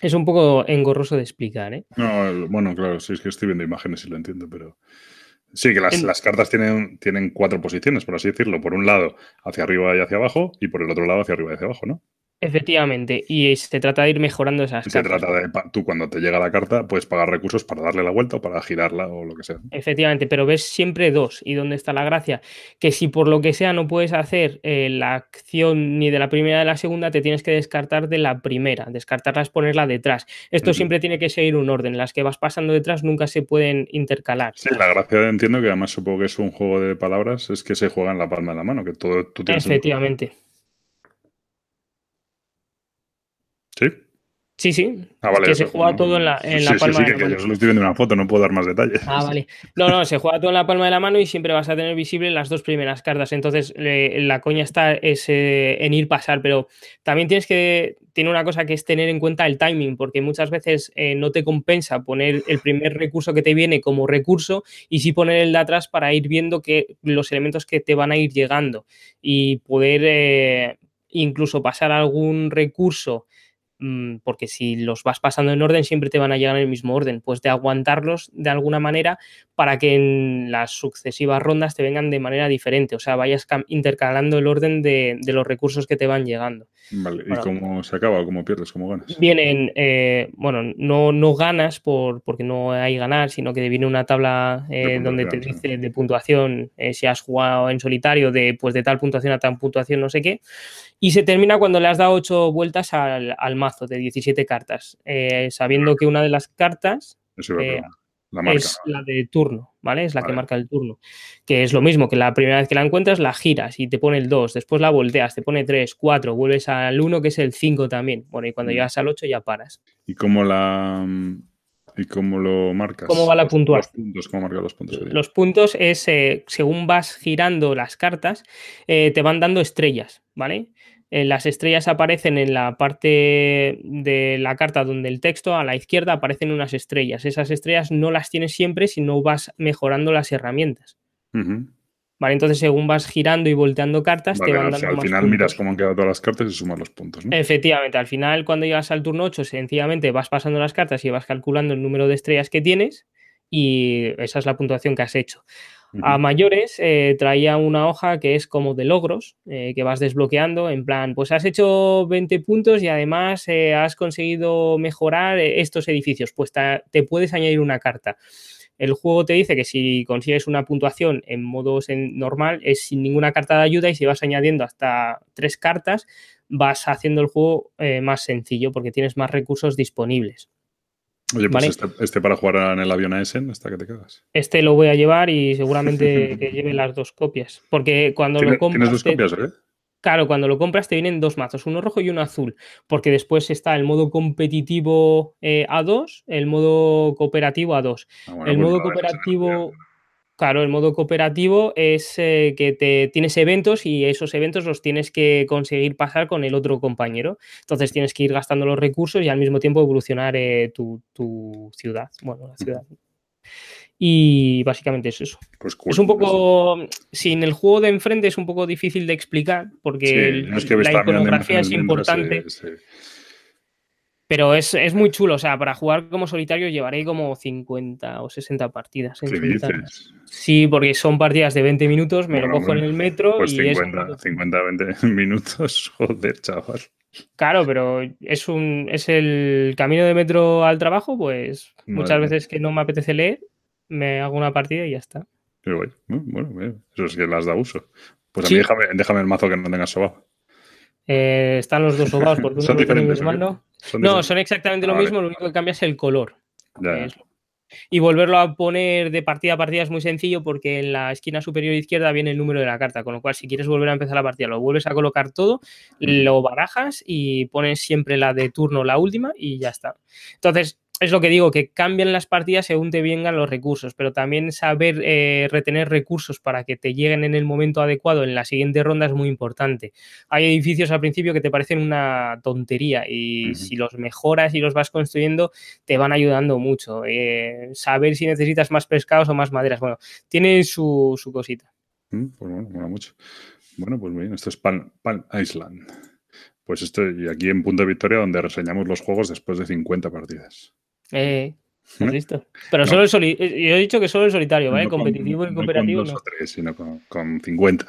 Es un poco engorroso de explicar, ¿eh? No, bueno, claro, sí, es que estoy viendo imágenes y lo entiendo, pero... Sí, que En- las cartas tienen 4 posiciones, por así decirlo. Por un lado, hacia arriba y hacia abajo, y por el otro lado, hacia arriba y hacia abajo, ¿no? Efectivamente, y se trata de ir mejorando esas Y se cartas. trata de, tú cuando te llega la carta, puedes pagar recursos para darle la vuelta o para girarla o lo que sea, ¿no? Efectivamente, pero ves siempre dos. ¿Y dónde está la gracia? Que si por lo que sea no puedes hacer la acción ni de la primera ni de la segunda, te tienes que descartar de la primera. Descartarla es ponerla detrás. Esto Ujú. siempre tiene que seguir un orden. Las que vas pasando detrás nunca se pueden intercalar. Sí, la gracia entiendo que además supongo que es un juego de palabras, es que se juega en la palma de la mano, que todo tú tienes el... Efectivamente. ¿Sí? Sí, sí. Ah, Es vale, que se eso. juega todo en Sí, la sí, palma sí, de la que yo mano. solo estoy viendo una foto, no puedo dar más detalles. Ah, vale. No, no, se juega todo en la palma de la mano y siempre vas a tener visible las dos primeras cartas. Entonces, la coña está en ir pasar, pero también tiene una cosa que es tener en cuenta el timing, porque muchas veces no te compensa poner el primer recurso que te viene como recurso y sí poner el de atrás para ir viendo que los elementos que te van a ir llegando y poder incluso pasar algún recurso porque si los vas pasando en orden siempre te van a llegar en el mismo orden, pues de aguantarlos de alguna manera para que en las sucesivas rondas te vengan de manera diferente, o sea, vayas intercalando el orden de los recursos que te van llegando. Vale, ¿y Bueno, cómo se acaba? ¿Cómo pierdes? ¿Cómo ganas? vienen, bueno, no ganas porque no hay ganar, sino que viene una tabla De donde te puntuación, sí. dice de puntuación, si has jugado en solitario, pues de tal puntuación a tal puntuación, no sé qué, y se termina cuando le has dado 8 vueltas al mazo de 17 cartas, sabiendo que una de las cartas Eso iba a eh, preguntar. La marca, es ¿no? la de turno, ¿vale? Es la que Vale. marca el turno. Que es lo mismo que la primera vez que la encuentras, la giras y te pone el 2, después la volteas, te pone 3, 4, vuelves al 1, que es el 5 también. Bueno, y cuando Mm. llegas al 8 ya paras. ¿Y cómo y cómo lo ¿Cómo marcas? va la Los puntuación? puntos, ¿cómo marcas los puntos? Los puntos es, según vas girando las cartas, te van dando estrellas, ¿vale? Las estrellas aparecen en la parte de la carta donde el texto, a la izquierda, aparecen unas estrellas. Esas estrellas no las tienes siempre si no vas mejorando las herramientas. Ujú. ¿Vale? Entonces, según vas girando y volteando cartas, te Vale, van o sea, dando al más final miras puntos. cómo han quedado todas las cartas y sumas los puntos, ¿no? Efectivamente, al final, cuando llegas al turno 8 sencillamente vas pasando las cartas y vas calculando el número de estrellas que tienes y esa es la puntuación que has hecho. A Ujú. mayores, traía una hoja que es como de logros, que vas desbloqueando, en plan, pues has hecho 20 puntos y además has conseguido mejorar estos edificios, pues te puedes añadir una carta. El juego te dice que si consigues una puntuación en modo normal es sin ninguna carta de ayuda y si vas añadiendo hasta 3 cartas vas haciendo el juego más sencillo porque tienes más recursos disponibles. Oye, pues ¿Vale? este para jugar en el avión a Essen, hasta que te cagas. Este lo voy a llevar y seguramente que lleve las dos copias. Porque cuando lo ¿Tienes compras, dos copias o qué? claro, cuando lo compras te vienen dos mazos, uno rojo y uno azul. Porque después está el modo competitivo A2, el modo cooperativo A2. Ah, bueno, El pues modo nada, déjaselo al tío. cooperativo, claro, el modo cooperativo es que tienes eventos y esos eventos los tienes que conseguir pasar con el otro compañero. Entonces tienes que ir gastando los recursos y al mismo tiempo evolucionar tu ciudad. Bueno, la Ujú. ciudad. Y básicamente es eso. Pues Es cool. un poco, sin el juego de enfrente es un poco difícil de explicar Sí, porque yo es que la estaba mirando iconografía imágenes es mientras. importante, pero es muy chulo. O sea, para jugar como solitario llevaré como 50 o 60 partidas en ¿Qué solitario. dices? Sí, porque son partidas de 20 minutos, me lo Bueno, cojo en hombre, el metro pues y eso. 20 minutos. Joder, chaval. Claro, pero es el camino de metro al trabajo, pues Madre muchas mía, veces que no me apetece leer, me hago una partida y ya está. qué guay. Bueno, bien, eso es que las da uso. Pues a mí Sí, déjame el mazo que no tengas sobado. están los dos sobaos porque uno ¿Son lo tiene mi diferentes o qué? hermano. Son No, diferentes. son exactamente Ah, lo vale. mismo, lo único que cambia es el color. Ya, ya. Es- Y volverlo a poner de partida a partida es muy sencillo porque en la esquina superior izquierda viene el número de la carta, con lo cual si quieres volver a empezar la partida, lo vuelves a colocar todo, Ujú. lo barajas y pones siempre la de turno, la última y ya está. Entonces, es lo que digo, que cambian las partidas según te vengan los recursos, pero también saber retener recursos para que te lleguen en el momento adecuado en la siguiente ronda es muy importante. Hay edificios al principio que te parecen una tontería y Ujú. si los mejoras y los vas construyendo te van ayudando mucho. Saber si necesitas más pescados o más maderas. Bueno, tiene su cosita. Pues bueno, mola mucho. Bueno, pues bien, esto es Pan Island. Pues estoy aquí en Punto de Victoria, donde reseñamos los juegos después de 50 partidas. ¿Has visto? Pero No, solo yo he dicho que solo el solitario, ¿vale? no con, Competitivo y no con cooperativo 2 o no. 3, sino con 50.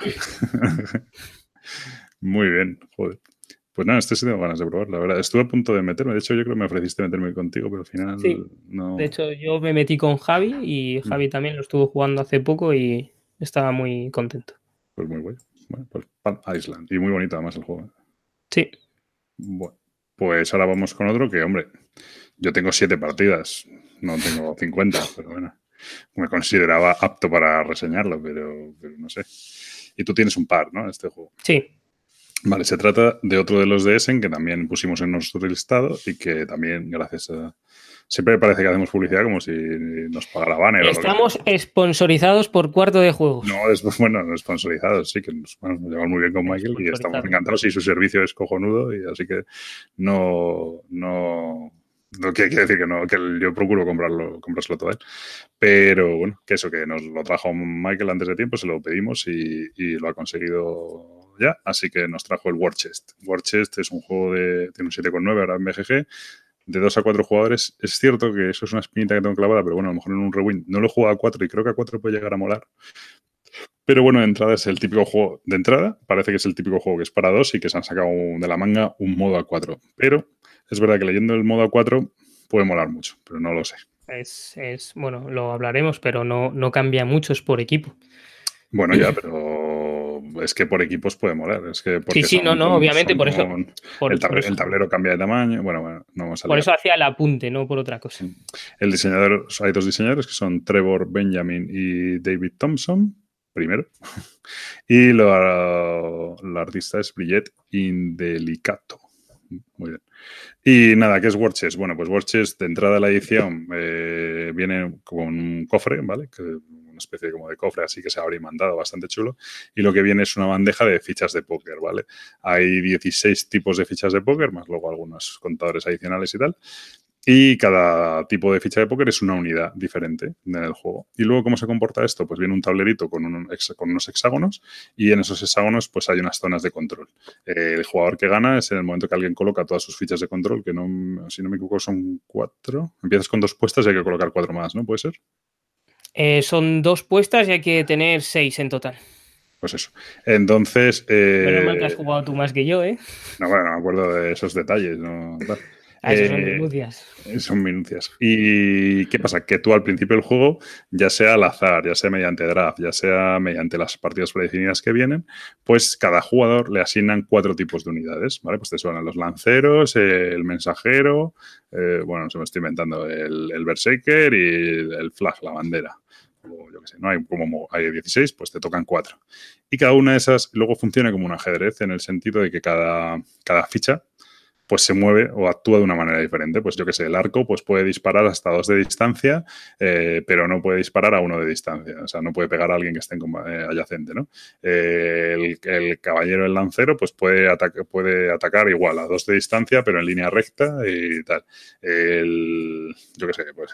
Muy bien, joder. Pues nada, este sí tengo ganas de probar, la verdad. Estuve a punto de meterme. De hecho, yo creo que me ofreciste meterme contigo, pero al final Sí. no. De hecho, yo me metí con Javi y Javi también lo estuvo jugando hace poco y estaba muy contento. Pues muy guay. Bueno, pues Palm Island. Y muy bonito además el juego. Sí. Bueno, pues ahora vamos con otro que, hombre, yo tengo 7 partidas. No tengo 50, pero bueno. Me consideraba apto para reseñarlo, pero no sé. Y tú tienes un par, ¿no? Este juego. Sí. Vale, se trata de otro de los de Essen que también pusimos en nuestro listado y que también, gracias a. Siempre parece que hacemos publicidad como si nos pagara Banner o lo que Estamos sponsorizados por Cuarto de Juegos. sea. No, bueno, no sponsorizados, sí, que nos llevamos muy bien con Michael y estamos encantados y su servicio es cojonudo y así que no quiere decir que no, que yo procuro comprárselo todo a él. Pero bueno, que eso, que nos lo trajo Michael antes de tiempo, se lo pedimos y lo ha conseguido ya, así que nos trajo el War Chest. War Chest es un juego tiene un 7,9 ahora en BGG, de 2 a 4 jugadores. Es cierto que eso es una espinita que tengo clavada, pero bueno, a lo mejor en un rewind no lo he jugado a 4 y creo que a 4 puede llegar a molar. Pero bueno, de entrada es el típico juego de entrada, parece que es el típico juego que es para 2 y que se han sacado de la manga un modo a 4. Pero es verdad que leyendo el modo a 4 puede molar mucho, pero no lo sé. Bueno, lo hablaremos, pero no cambia mucho, es por equipo. Bueno, ya, pero es que por equipos puede molar. Es que porque sí, obviamente, por eso. El tablero cambia de tamaño. Bueno, no vamos a Por liar. eso hacía el apunte, no por otra cosa. El diseñador, hay 2 diseñadores que son Trevor Benjamin y David Thompson, primero. Y la artista es Brigitte Indelicato. Muy bien. Y nada, ¿qué es War Chest? Bueno, pues War Chest, de entrada a la edición, viene con un cofre, ¿vale? Una especie como de cofre así que se abre imantado, bastante chulo. Y lo que viene es una bandeja de fichas de póker, ¿vale? Hay 16 tipos de fichas de póker, más luego algunos contadores adicionales y tal. Y cada tipo de ficha de póker es una unidad diferente en el juego. Y luego, ¿cómo se comporta esto? Pues viene un tablerito con unos hexágonos y en esos hexágonos pues hay unas zonas de control. El jugador que gana es en el momento que alguien coloca todas sus fichas de control, que no, si no me equivoco son 4. Empiezas con 2 puestas y hay que colocar 4 más, ¿no? ¿Puede ser? Son 2 puestas y hay que tener 6 en total. Pues eso. Entonces. Menos mal que has jugado tú más que yo, ¿eh? No, bueno, no me acuerdo de esos detalles, ¿no? Eso son minucias. Son minucias. ¿Y qué pasa? Que tú al principio del juego, ya sea al azar, ya sea mediante draft, ya sea mediante las partidas predefinidas que vienen, pues cada jugador le asignan 4 tipos de unidades, ¿vale? Pues te suenan los lanceros, el mensajero, bueno, se me estoy inventando, el berserker y el flag, la bandera. O yo qué sé, no hay como hay 16, pues te tocan 4. Y cada una de esas luego funciona como un ajedrez en el sentido de que cada ficha pues se mueve o actúa de una manera diferente. Pues yo que sé, el arco pues puede disparar hasta 2 de distancia, pero no puede disparar a 1 de distancia. O sea, no puede pegar a alguien que esté adyacente, ¿no? El caballero, el lancero, pues puede atacar igual a 2 de distancia, pero en línea recta y tal. Yo que sé, pues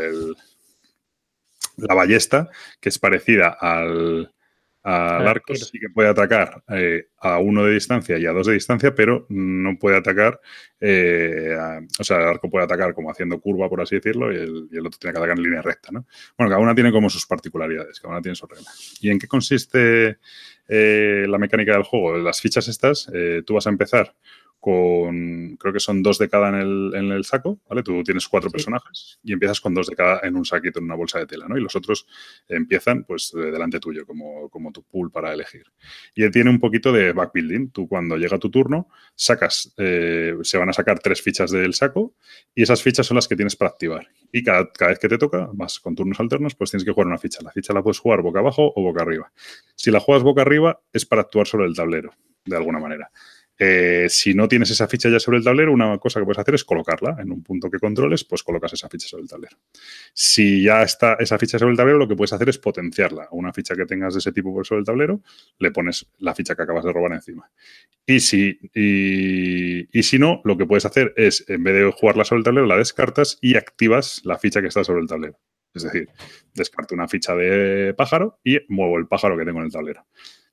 la ballesta, que es parecida al arco, sí que puede atacar a 1 de distancia y a 2 de distancia, pero no puede atacar, o sea, el arco puede atacar como haciendo curva, por así decirlo, y el otro tiene que atacar en línea recta, ¿no? Bueno, cada una tiene como sus particularidades, cada una tiene sus reglas. ¿Y en qué consiste la mecánica del juego? Las fichas estas, tú vas a empezar creo que son 2 de cada en el saco, ¿vale? Tú tienes 4 personajes y empiezas con 2 de cada en un saquito, en una bolsa de tela, ¿no? Y los otros empiezan, pues, delante tuyo, como tu pool para elegir. Y tiene un poquito de backbuilding. Tú, cuando llega tu turno, se van a sacar 3 fichas del saco y esas fichas son las que tienes para activar. Y cada vez que te toca, vas con turnos alternos, pues tienes que jugar una ficha. La ficha la puedes jugar boca abajo o boca arriba. Si la juegas boca arriba, es para actuar sobre el tablero, de alguna manera. Si no tienes esa ficha ya sobre el tablero, una cosa que puedes hacer es colocarla en un punto que controles, pues colocas esa ficha sobre el tablero. Si ya está esa ficha sobre el tablero, lo que puedes hacer es potenciarla. A una ficha que tengas de ese tipo sobre el tablero, le pones la ficha que acabas de robar encima. Y si no, lo que puedes hacer es, en vez de jugarla sobre el tablero, la descartas y activas la ficha que está sobre el tablero. Es decir, descarto una ficha de pájaro y muevo el pájaro que tengo en el tablero.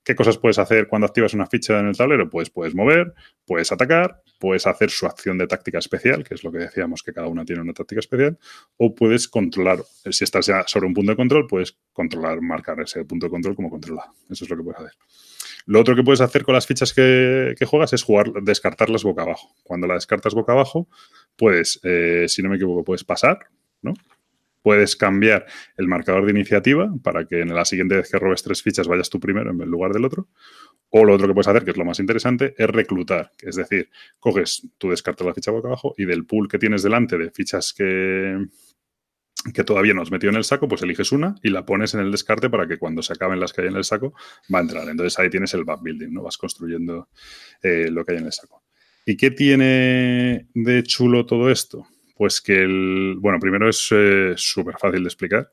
¿Qué cosas puedes hacer cuando activas una ficha en el tablero? Pues puedes mover, puedes atacar, puedes hacer su acción de táctica especial, que es lo que decíamos, que cada una tiene una táctica especial, o puedes controlar. Si estás ya sobre un punto de control, puedes controlar, marcar ese punto de control como controlado. Eso es lo que puedes hacer. Lo otro que puedes hacer con las fichas que juegas es descartarlas boca abajo. Cuando la descartas boca abajo, puedes, si no me equivoco, puedes pasar, ¿no? Puedes cambiar el marcador de iniciativa para que en la siguiente vez que robes 3 fichas vayas tú primero en lugar del otro. O lo otro que puedes hacer, que es lo más interesante, es reclutar. Es decir, tú descartas la ficha boca abajo y del pool que tienes delante de fichas que todavía no has metido en el saco, pues eliges una y la pones en el descarte para que cuando se acaben las que hay en el saco va a entrar. Entonces ahí tienes el backbuilding, ¿no? Vas construyendo lo que hay en el saco. ¿Y qué tiene de chulo todo esto? Pues que bueno, primero es súper fácil de explicar.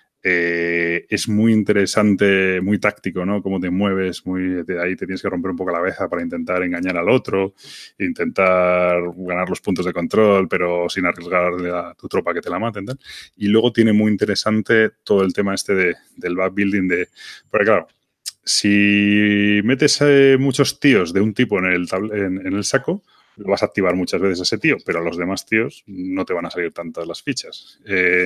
Es muy interesante, muy táctico, ¿no? Cómo te mueves, ahí te tienes que romper un poco la cabeza para intentar engañar al otro, intentar ganar los puntos de control, pero sin arriesgarle a tu tropa que te la maten, tal. Y luego tiene muy interesante todo el tema del backbuilding porque claro, si metes muchos tíos de un tipo en el saco, lo vas a activar muchas veces a ese tío, pero a los demás tíos no te van a salir tantas las fichas.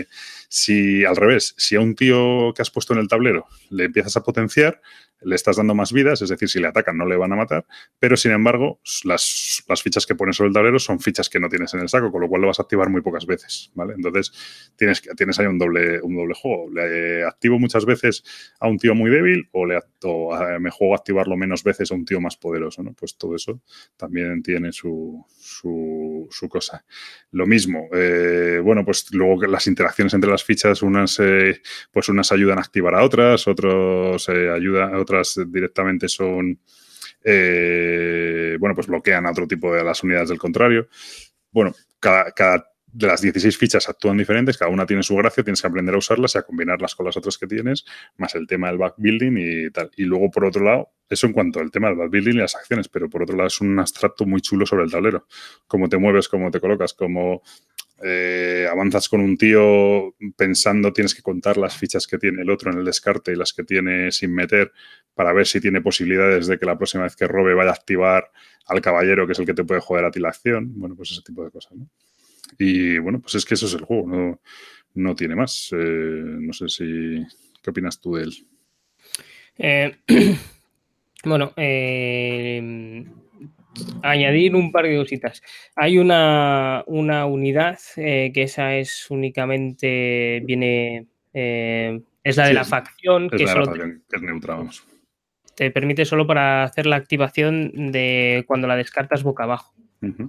Si al revés, si a un tío que has puesto en el tablero le empiezas a potenciar, le estás dando más vidas, es decir, si le atacan no le van a matar, pero sin embargo las fichas que pones sobre el tablero son fichas que no tienes en el saco, con lo cual lo vas a activar muy pocas veces, ¿vale? Entonces tienes ahí un doble juego. Le activo muchas veces a un tío muy débil o me juego a activarlo menos veces a un tío más poderoso, ¿no? Pues todo eso también tiene su cosa. Lo mismo, bueno, pues luego las interacciones entre las fichas, unas ayudan a activar a otras, otras directamente son, bueno, pues bloquean a otro tipo de las unidades del contrario. Bueno, cada de las 16 fichas actúan diferentes, cada una tiene su gracia, tienes que aprender a usarlas y a combinarlas con las otras que tienes, más el tema del backbuilding y tal. Y luego, por otro lado, eso en cuanto al tema del backbuilding y las acciones, pero por otro lado es un abstracto muy chulo sobre el tablero. Cómo te mueves, cómo te colocas, cómo avanzas con un tío pensando, tienes que contar las fichas que tiene el otro en el descarte y las que tiene sin meter para ver si tiene posibilidades de que la próxima vez que robe vaya a activar al caballero, que es el que te puede joder a ti la acción. Bueno, pues ese tipo de cosas, ¿no? Y bueno, pues es que eso es el juego, no tiene más. No sé ¿qué opinas tú de él? Bueno, añadir un par de cositas. Hay una unidad que esa es únicamente es la de la facción, es que la de la solo facción, que es neutra, vamos. Te permite solo para hacer la activación de cuando la descartas boca abajo. Uh-huh.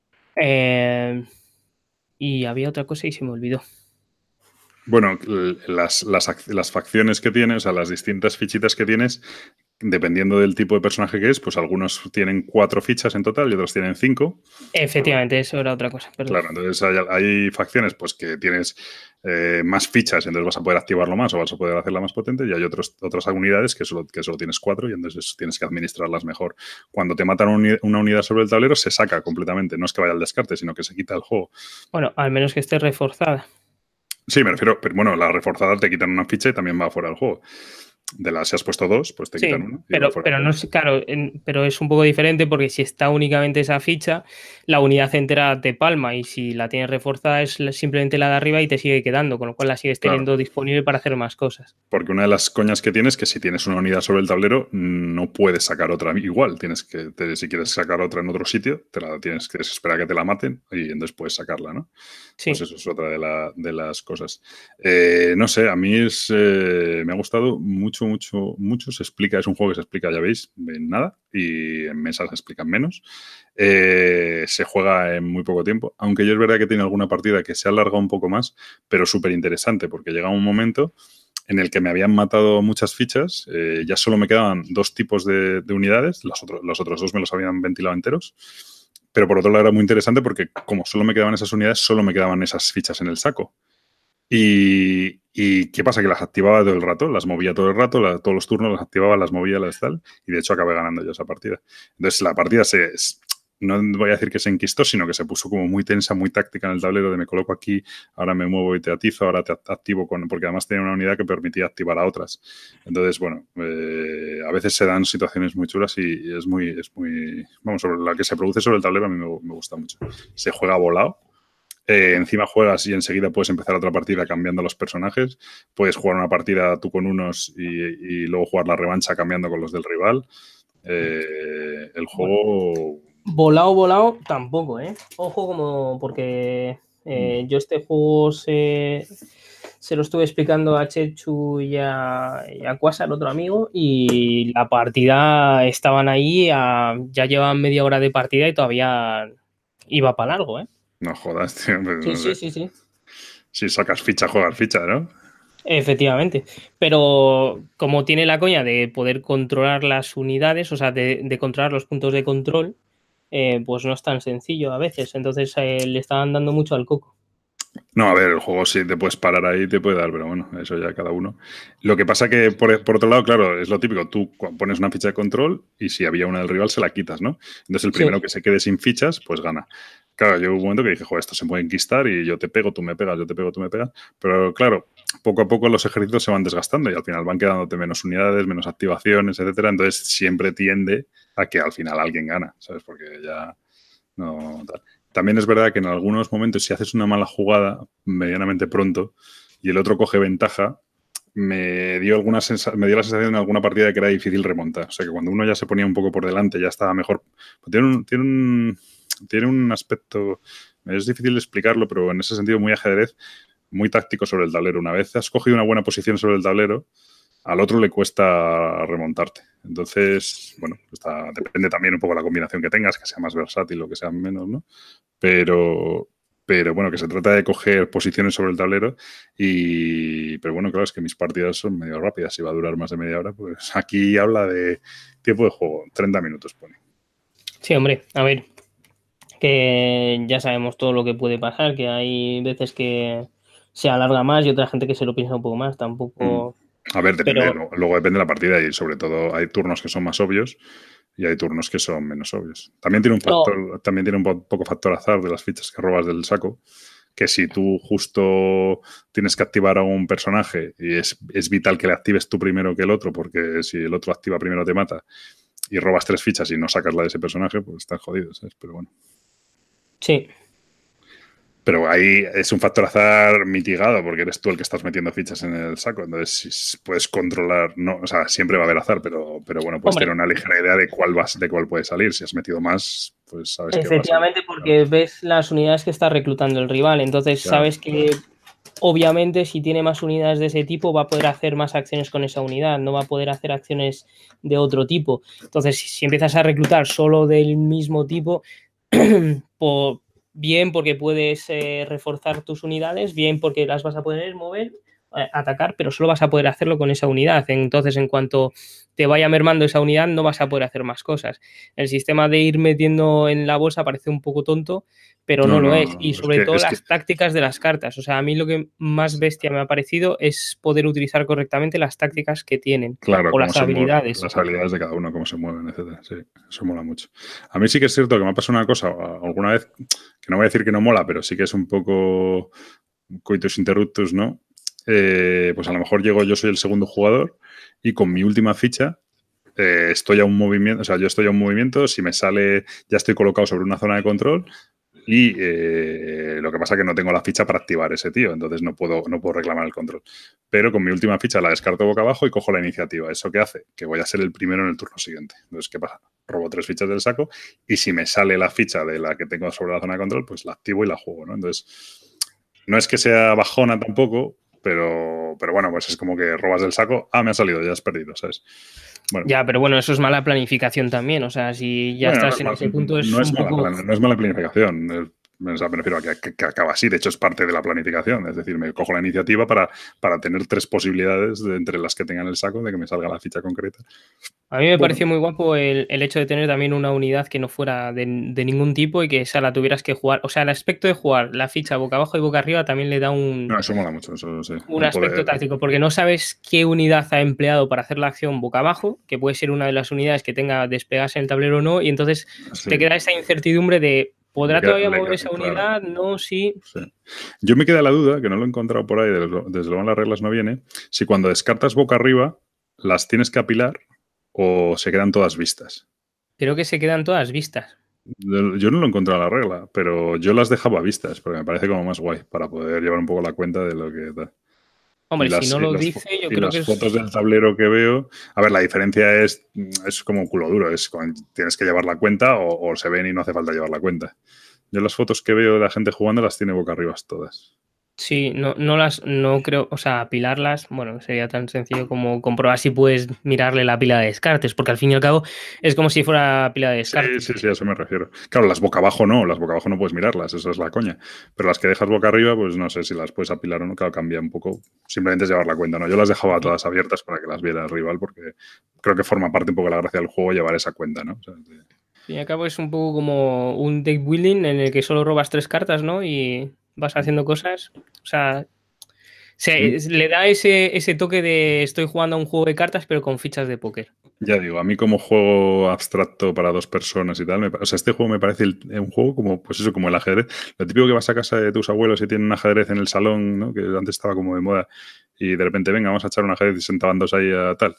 Y había otra cosa y se me olvidó. Bueno, las facciones que tienes, o sea, las distintas fichitas que tienes, dependiendo del tipo de personaje que es, pues algunos tienen 4 fichas en total y otros tienen 5. Efectivamente, eso era otra cosa. Perdón. Claro, entonces hay facciones pues que tienes más fichas, entonces vas a poder activarlo más o vas a poder hacerla más potente, y hay otras unidades que solo tienes 4 y entonces tienes que administrarlas mejor. Cuando te matan una unidad sobre el tablero, se saca completamente, no es que vaya al descarte, sino que se quita el juego. Bueno, al menos que esté reforzada. Sí, me refiero, pero bueno, la reforzada te quitan una ficha y también va fuera del juego. Si has puesto 2, pues te quitan una. Pero no es claro, pero es un poco diferente porque si está únicamente esa ficha, la unidad entera te palma, y si la tienes reforzada es simplemente la de arriba y te sigue quedando, con lo cual la sigues teniendo disponible para hacer más cosas. Porque una de las coñas que tienes es que si tienes una unidad sobre el tablero, no puedes sacar otra igual. Si quieres sacar otra en otro sitio, tienes que esperar a que te la maten y entonces puedes sacarla, ¿no? Sí. Pues eso es otra de las cosas. No sé, a mí me ha gustado mucho. Se explica, es un juego que se explica, ya veis, en nada, y en mesa se explican menos. Se juega en muy poco tiempo, aunque yo es verdad que tiene alguna partida que se ha alargado un poco más, pero súper interesante, porque llega un momento en el que me habían matado muchas fichas, ya solo me quedaban 2 tipos de unidades, los otros 2 me los habían ventilado enteros, pero por otro lado era muy interesante porque como solo me quedaban esas unidades, solo me quedaban esas fichas en el saco. ¿Y qué pasa? Que las activaba todo el rato, las movía todo el rato, todos los turnos las activaba, las movía, las tal, y de hecho acabé ganando yo esa partida. Entonces la partida no voy a decir que se enquistó, sino que se puso como muy tensa, muy táctica en el tablero de me coloco aquí, ahora me muevo y te atizo, ahora te activo, porque además tenía una unidad que permitía activar a otras. Entonces, bueno, a veces se dan situaciones muy chulas y es muy, vamos, sobre la que se produce sobre el tablero a mí me gusta mucho. Se juega volado. Encima juegas y enseguida puedes empezar otra partida cambiando los personajes. Puedes jugar una partida tú con unos y luego jugar la revancha cambiando con los del rival. El juego... Volado tampoco, ¿eh? Ojo, como porque yo este juego se lo estuve explicando a Chechu y a Quasar, otro amigo, y la partida estaban ahí, ya llevaban media hora de partida y todavía iba para largo, ¿eh? No jodas, tío. Sí. Si sacas ficha, juegas ficha, ¿no? Efectivamente, pero como tiene la coña de poder controlar las unidades, o sea, de controlar los puntos de control, pues no es tan sencillo a veces, entonces le estaban dando mucho al coco. No, a ver, el juego sí te puedes parar ahí, te puede dar, pero bueno, eso ya cada uno. Lo que pasa que, por otro lado, claro, es lo típico, tú pones una ficha de control y si había una del rival se la quitas, ¿no? Entonces el primero que se quede sin fichas, pues gana. Claro, yo hubo un momento que dije, joder, esto se puede enquistar y yo te pego, tú me pegas, yo te pego, tú me pegas. Pero claro, poco a poco los ejércitos se van desgastando y al final van quedándote menos unidades, menos activaciones, etcétera. Entonces siempre tiende a que al final alguien gana, ¿sabes? Porque ya no... También es verdad que en algunos momentos, si haces una mala jugada medianamente pronto y el otro coge ventaja, me dio la sensación en alguna partida de que era difícil remontar. O sea, que cuando uno ya se ponía un poco por delante, ya estaba mejor. Tiene un aspecto, es difícil explicarlo, pero en ese sentido muy ajedrez, muy táctico sobre el tablero. Una vez has cogido una buena posición sobre el tablero, al otro le cuesta remontarte. Entonces, bueno, depende también un poco de la combinación que tengas, que sea más versátil o que sea menos, ¿no? Pero bueno, que se trata de coger posiciones sobre el tablero pero bueno, claro, es que mis partidas son medio rápidas. Si va a durar más de media hora, pues aquí habla de tiempo de juego, 30 minutos pone. Sí, hombre, a ver, que ya sabemos todo lo que puede pasar, que hay veces que se alarga más y otra gente que se lo piensa un poco más, tampoco... A ver, depende, luego depende de la partida y sobre todo hay turnos que son más obvios y hay turnos que son menos obvios. También tiene un poco factor azar de las fichas que robas del saco, que si tú justo tienes que activar a un personaje y es vital que le actives tú primero que el otro, porque si el otro activa primero te mata y robas 3 fichas y no sacas la de ese personaje, pues estás jodido, ¿sabes? Pero bueno. Sí. Pero ahí es un factor azar mitigado porque eres tú el que estás metiendo fichas en el saco. Entonces puedes controlar, no, o sea, siempre va a haber azar, pero bueno, puedes tener una ligera idea de cuál puede salir. Si has metido más, pues sabes que efectivamente, porque ves las unidades que está reclutando el rival. Entonces sabes que obviamente si tiene más unidades de ese tipo va a poder hacer más acciones con esa unidad, no va a poder hacer acciones de otro tipo. Entonces, si empiezas a reclutar solo del mismo tipo, bien porque puedes reforzar tus unidades, bien porque las vas a poder mover, atacar, pero solo vas a poder hacerlo con esa unidad. Entonces, en cuanto te vaya mermando esa unidad, no vas a poder hacer más cosas. El sistema de ir metiendo en la bolsa parece un poco tonto, pero no lo es. Y sobre todo las tácticas de las cartas. O sea, a mí lo que más bestia me ha parecido es poder utilizar correctamente las tácticas que tienen. Claro, o las habilidades. Las habilidades de cada uno, cómo se mueven, etcétera. Sí, eso mola mucho. A mí sí que es cierto que me ha pasado una cosa alguna vez, que no voy a decir que no mola, pero sí que es un poco coitus interruptus, ¿no? Pues a lo mejor yo soy el segundo jugador y con mi última ficha estoy a un movimiento, o sea, yo estoy a un movimiento, si me sale, ya estoy colocado sobre una zona de control y lo que pasa es que no tengo la ficha para activar ese tío, entonces no puedo reclamar el control. Pero con mi última ficha la descarto boca abajo y cojo la iniciativa. ¿Eso qué hace? Que voy a ser el primero en el turno siguiente. Entonces, ¿qué pasa? Robo 3 fichas del saco y si me sale la ficha de la que tengo sobre la zona de control, pues la activo y la juego, ¿no? Entonces, no es que sea bajona tampoco, pero bueno, pues es como que robas del saco, me ha salido, ya has perdido, ¿sabes? Bueno. Ya, pero bueno, eso es mala planificación también. O sea, si ya estás en ese punto es no es mala planificación. O sea, me refiero a que acaba así. De hecho, es parte de la planificación. Es decir, me cojo la iniciativa para tener 3 posibilidades entre las que tenga en el saco de que me salga la ficha concreta. A mí me Bueno, pareció muy guapo el hecho de tener también una unidad que no fuera de ningún tipo y que esa la tuvieras que jugar. O sea, el aspecto de jugar la ficha boca abajo y boca arriba también le da no, eso mola mucho, eso sí. un El aspecto poder. táctico, porque no sabes qué unidad ha empleado para hacer la acción boca abajo, que puede ser una de las unidades que tenga desplegarse en el tablero o no, y entonces Sí, te queda esa incertidumbre de ¿podrá todavía mover esa claro. unidad? No, sí. Sí. Yo me queda la duda, que no lo he encontrado por ahí, desde luego en las reglas no viene, si cuando descartas boca arriba, las tienes que apilar o se quedan todas vistas. Creo que se quedan todas vistas. Yo no lo he encontrado en la regla, pero yo las dejaba vistas, porque me parece como más guay, para poder llevar un poco la cuenta de lo que da. Y Hombre, si las, no y lo las, dice, yo y creo que las fotos es... del tablero que veo, a ver, la diferencia es como un culo duro, tienes que llevar la cuenta o se ven y no hace falta llevar la cuenta. Yo las fotos que veo de la gente jugando las tiene boca arriba todas. Sí, no creo, o sea, apilarlas, bueno, sería tan sencillo como comprobar si puedes mirarle la pila de descartes, porque al fin y al cabo es como si fuera pila de Sí, sí, descartes. sí, a eso me refiero. Claro, las boca abajo no puedes mirarlas, eso es la coña. Pero las que dejas boca arriba, pues no sé si las puedes apilar o no, claro, cambia un poco. Simplemente es llevar la cuenta, ¿no? Yo las dejaba todas abiertas para que las viera el rival, porque creo que forma parte un poco de la gracia del juego llevar esa cuenta, ¿no? O sea, Al fin y al cabo es un poco como un deck building en el que solo robas 3 cartas, ¿no? Y vas haciendo cosas. O sea, le da ese toque de estoy jugando a un juego de cartas, pero con fichas de póker. ya digo, a mí como juego abstracto para 2 personas y tal, o sea, este juego me parece un juego como, pues eso, como el ajedrez. Lo típico que vas a casa de tus abuelos y tienen un ajedrez en el salón, ¿no? Que antes estaba como de moda, y de repente, venga, vamos a echar un ajedrez y sentaban 2 ahí a tal.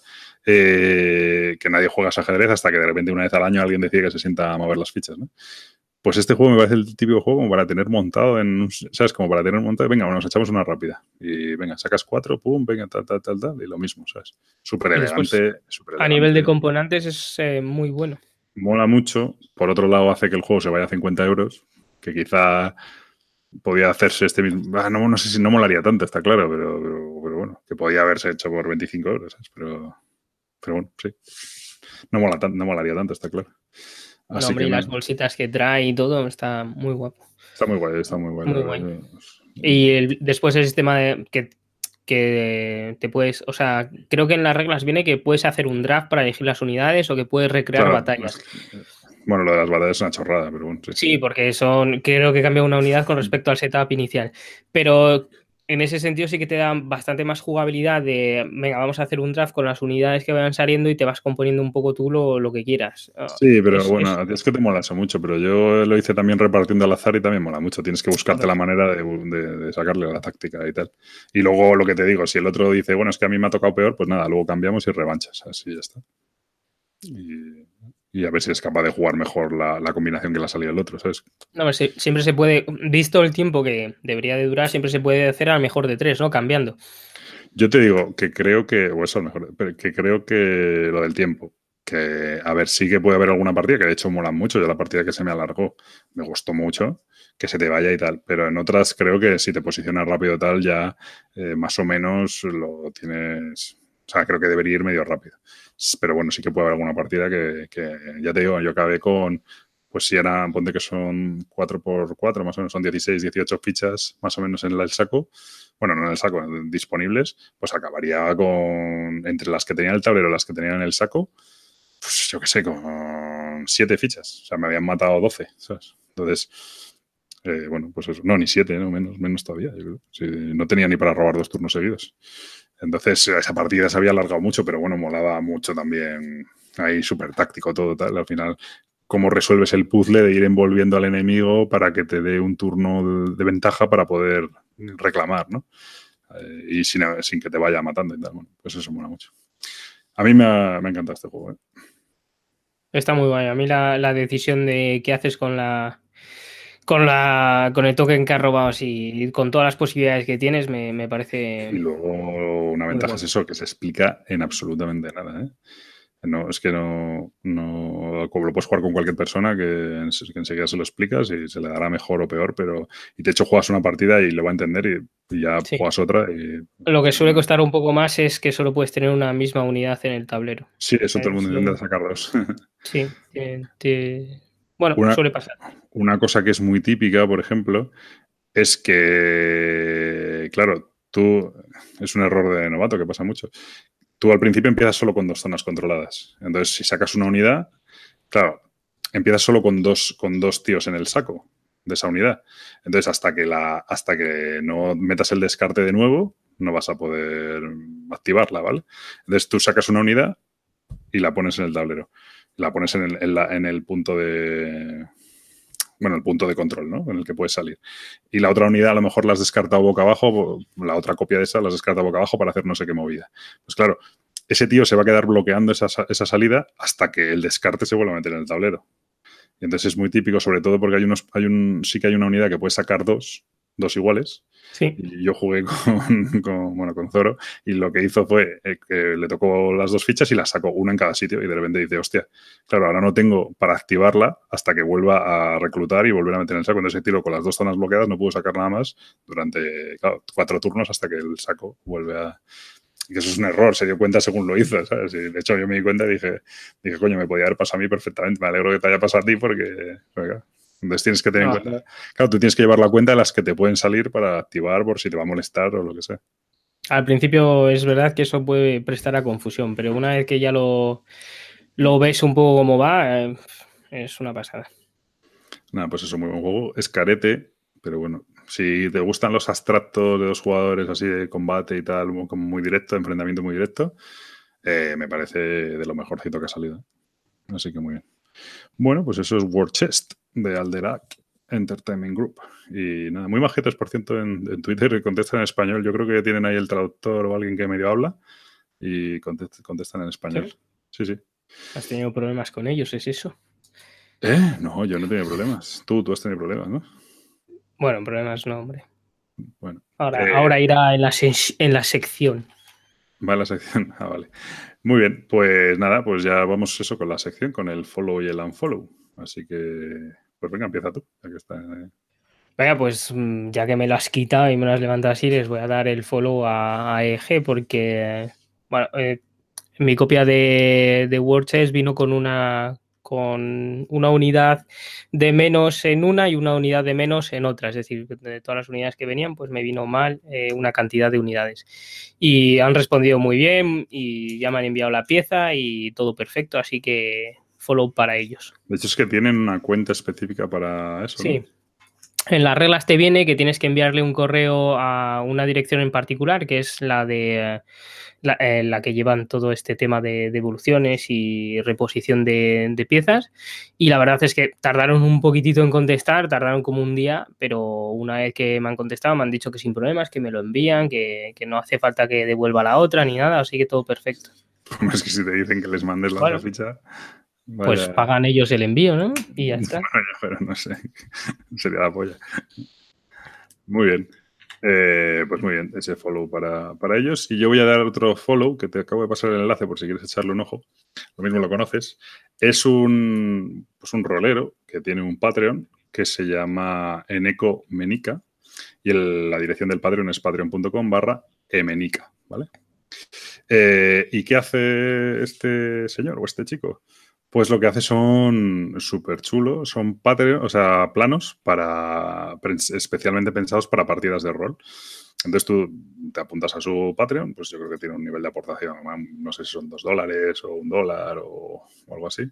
Que nadie juega ese ajedrez hasta que de repente una vez al año alguien decide que se sienta a mover las fichas, ¿no? Pues este juego me parece el típico juego como para tener montado ¿sabes? Como para tener montado, venga, bueno, nos echamos una rápida. Y venga, sacas 4, pum, venga, tal, tal, tal, tal, y lo mismo, ¿sabes? Súper Y después, elegante, súper a nivel de elegante. componentes, es muy bueno. Mola mucho. Por otro lado, hace que el juego se vaya a 50 euros, que quizá podía hacerse este mismo. No sé si no molaría tanto, está claro, pero bueno, que podía haberse hecho por 25 euros, ¿sabes? Pero bueno, sí. No molaría tanto, está claro. No, Así hombre, que y las nada. bolsitas que trae y todo, está muy guapo. Está muy guay, la Muy verdad. guay. Y después el sistema de que te puedes, o sea, creo que en las reglas viene que puedes hacer un draft para elegir las unidades o que puedes recrear Claro, batallas. bueno, lo de las batallas es una chorrada, pero bueno, sí. Sí, porque creo que cambia una unidad con respecto al setup inicial. Pero en ese sentido sí que te dan bastante más jugabilidad de, venga, vamos a hacer un draft con las unidades que vayan saliendo y te vas componiendo un poco tú lo que quieras. Sí, pero bueno, es que te mola eso mucho, pero yo lo hice también repartiendo al azar y también mola mucho. Tienes que buscarte la manera de sacarle la táctica y tal. Y luego lo que te digo, si el otro dice, bueno, es que a mí me ha tocado peor, pues nada, luego cambiamos y revanchas. Así ya está. Y a ver si es capaz de jugar mejor la combinación que le ha salido el otro, ¿sabes? No, siempre se puede, visto el tiempo que debería de durar, siempre se puede hacer al mejor de 3, ¿no? Cambiando. Yo te digo que creo que, o eso a lo mejor, pero que creo que lo del tiempo, que a ver, sí que puede haber alguna partida, que de hecho mola mucho, ya la partida que se me alargó me gustó mucho, que se te vaya y tal, pero en otras creo que si te posicionas rápido tal, ya más o menos lo tienes, o sea, creo que debería ir medio rápido. Pero bueno, sí que puede haber alguna partida que ya te digo, yo acabé con, pues si era, ponte que son 4x4, más o menos son 16, 18 fichas más o menos en el saco, bueno, no en el saco, disponibles, pues acabaría con, entre las que tenía en el tablero y las que tenía en el saco, pues yo qué sé, con 7 fichas. O sea, me habían matado 12, ¿sabes? Entonces, bueno, pues eso. No, ni 7, ¿no? Menos todavía, yo creo. Sí, no tenía ni para robar 2 turnos seguidos. Entonces, esa partida se había alargado mucho, pero bueno, molaba mucho también. Ahí súper táctico todo, tal. Al final, cómo resuelves el puzzle de ir envolviendo al enemigo para que te dé un turno de ventaja para poder reclamar, ¿no? Y sin que te vaya matando y tal. Bueno, pues eso mola mucho. A mí me ha encantado este juego, ¿eh? Está muy guay. A mí la decisión de qué haces con el token que has robado y con todas las posibilidades que tienes me Y parece luego una muy ventaja es guapo. eso, que se explica en absolutamente nada, ¿eh? No, es que como lo puedes jugar con cualquier persona que enseguida se lo explicas y se le dará mejor o peor, pero y de hecho juegas una partida y lo va a entender y ya Sí. juegas otra y Lo que suele costar un poco más es que solo puedes tener una misma unidad en el tablero. sí, eso todo el mundo intenta sacar dos. Sí, Bueno, Una, suele pasar. una cosa que es muy típica, por ejemplo, es que, claro, es un error de novato que pasa mucho. Tú al principio empiezas solo con 2 zonas controladas. Entonces, si sacas una unidad, claro, empiezas solo con dos tíos en el saco de esa unidad. Entonces, hasta que no metas el descarte de nuevo, no vas a poder activarla, ¿vale? Entonces, tú sacas una unidad y la pones en el tablero. La pones en el punto de, bueno, el punto de control, ¿no? En el que puedes salir. Y la otra unidad a lo mejor la has descartado boca abajo, la otra copia de esa la has descartado boca abajo para hacer no sé qué movida. Pues claro, ese tío se va a quedar bloqueando esa salida hasta que el descarte se vuelva a meter en el tablero. Y entonces es muy típico, sobre todo porque sí que hay una unidad que puede sacar dos iguales. Sí. Y yo jugué con Zoro y lo que hizo fue que le tocó las 2 fichas y las sacó una en cada sitio y de repente dice, hostia, claro, ahora no tengo para activarla hasta que vuelva a reclutar y volver a meter en el saco. Entonces ese tiro con las 2 zonas bloqueadas no pudo sacar nada más durante, claro, 4 turnos hasta que el saco vuelve a... Y que eso es un error, se dio cuenta según lo hizo, ¿sabes? Y de hecho yo me di cuenta y dije, coño, me podía haber pasado a mí perfectamente. Me alegro que te haya pasado a ti porque claro, entonces tienes que tener en Ah, cuenta, claro, tú tienes que llevar la cuenta de las que te pueden salir para activar por si te va a molestar o lo que sea. al principio es verdad que eso puede prestar a confusión, pero una vez que ya lo ves un poco cómo va, es una pasada. Nada, pues eso, muy buen juego. Es carete, pero bueno, si te gustan los abstractos de 2 jugadores así de combate y tal, como muy directo, enfrentamiento muy directo, me parece de lo mejorcito que ha salido. Así que muy bien. Bueno, pues eso es War Chest de Alderac Entertainment Group. Y nada, muy majetes, por cierto, en Twitter y contestan en español. Yo creo que tienen ahí el traductor o alguien que medio habla y contestan en español. ¿Sí? Sí, sí. ¿Has tenido problemas con ellos? ¿Es eso? No, yo no he tenido problemas. Tú has tenido problemas, ¿no? Bueno, problemas no, hombre. Bueno. Ahora irá en la sección. Va la sección. Ah, vale. Muy bien, pues nada, pues ya vamos eso con la sección, con el follow y el unfollow. Así que, pues venga, empieza tú, ya que está. Venga, pues ya que me lo has quitado y me lo has levantado así, les voy a dar el follow a EG porque, bueno, mi copia de WordChess vino con una unidad de menos en una y una unidad de menos en otra. Es decir, de todas las unidades que venían, pues me vino mal una cantidad de unidades. Y han respondido muy bien y ya me han enviado la pieza y todo perfecto, así que follow para ellos. De hecho, es que tienen una cuenta específica para eso, ¿no? Sí. En las reglas te viene que tienes que enviarle un correo a una dirección en particular, que es la de la que llevan todo este tema de devoluciones y reposición de piezas. Y la verdad es que tardaron un poquitito en contestar, tardaron como un día, pero una vez que me han contestado me han dicho que sin problemas, que me lo envían, que no hace falta que devuelva la otra ni nada, así que todo perfecto. Es que si te dicen que les mandes la otra Bueno, ficha, pues vaya. pagan ellos el envío, ¿no? Y ya está. Bueno, pero no sé, sería la polla. Muy bien. Pues muy bien, ese follow para ellos. Y yo voy a dar otro follow, que te acabo de pasar el enlace por si quieres echarle un ojo. Lo mismo lo conoces. Es un rolero que tiene un Patreon que se llama Eneco Menica. Y la dirección del Patreon es patreon.com/emenica, ¿vale? ¿Y qué hace este señor o este chico? Pues lo que hace son súper chulos, son Patreon, o sea, planos especialmente pensados para partidas de rol. Entonces tú te apuntas a su Patreon, pues yo creo que tiene un nivel de aportación, no sé si son $2 o $1 o algo así.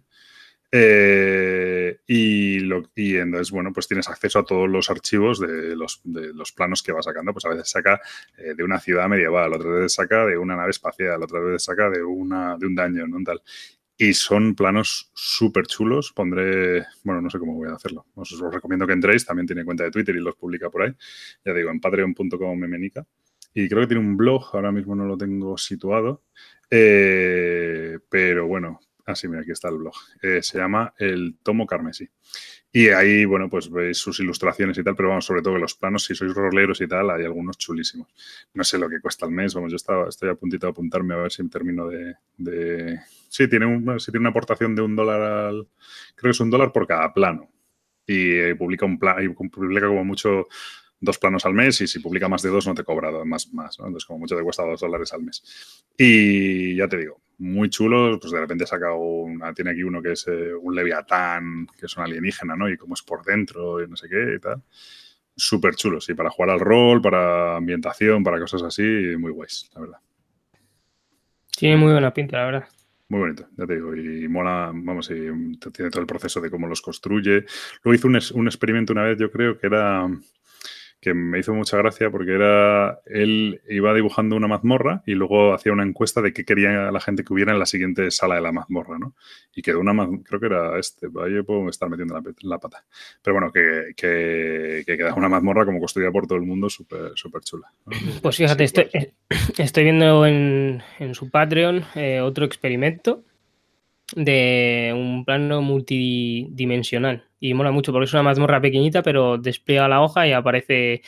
Y entonces, bueno, pues tienes acceso a todos los archivos de los planos que va sacando. Pues a veces saca de una ciudad medieval, otras veces saca de una nave espacial, otras veces saca de un dungeon, ¿no? Tal. Y son planos súper chulos. Pondré, bueno, no sé cómo voy a hacerlo. Os lo recomiendo que entréis. También tiene cuenta de Twitter y los publica por ahí. Ya digo, en patreon.com/memenica. Y creo que tiene un blog, ahora mismo no lo tengo situado. Pero bueno, sí, mira, aquí está el blog. Se llama El Tomo Carmesí. Y ahí, bueno, pues veis sus ilustraciones y tal, pero vamos, sobre todo que los planos, si sois roleros y tal, hay algunos chulísimos. No sé lo que cuesta al mes, vamos, yo estoy a puntito de apuntarme a ver si termino de... Sí, tiene una aportación de $1 creo que es $1 por cada plano. Y publica publica como mucho 2 planos al mes y si publica más de 2 no te cobra más, ¿no? Entonces como mucho te cuesta $2 al mes. Y ya te digo, muy chulos, pues de repente ha sacado tiene aquí uno que es un Leviatán, que es un alienígena, ¿no? Y cómo es por dentro y no sé qué y tal. Súper chulos, sí, para jugar al rol, para ambientación, para cosas así, muy guays, la verdad. Tiene muy buena pinta, la verdad. Muy bonito, ya te digo, y mola, vamos, y tiene todo el proceso de cómo los construye. Luego hizo un experimento una vez, yo creo, que me hizo mucha gracia porque él iba dibujando una mazmorra y luego hacía una encuesta de qué quería la gente que hubiera en la siguiente sala de la mazmorra, ¿no? Y quedó creo que era ahí puedo estar metiendo la pata. Pero bueno, que quedaba una mazmorra como construida por todo el mundo, súper chula, ¿no? Pues fíjate, estoy viendo en su Patreon otro experimento de un plano multidimensional y mola mucho porque es una mazmorra pequeñita pero despliega la hoja y aparece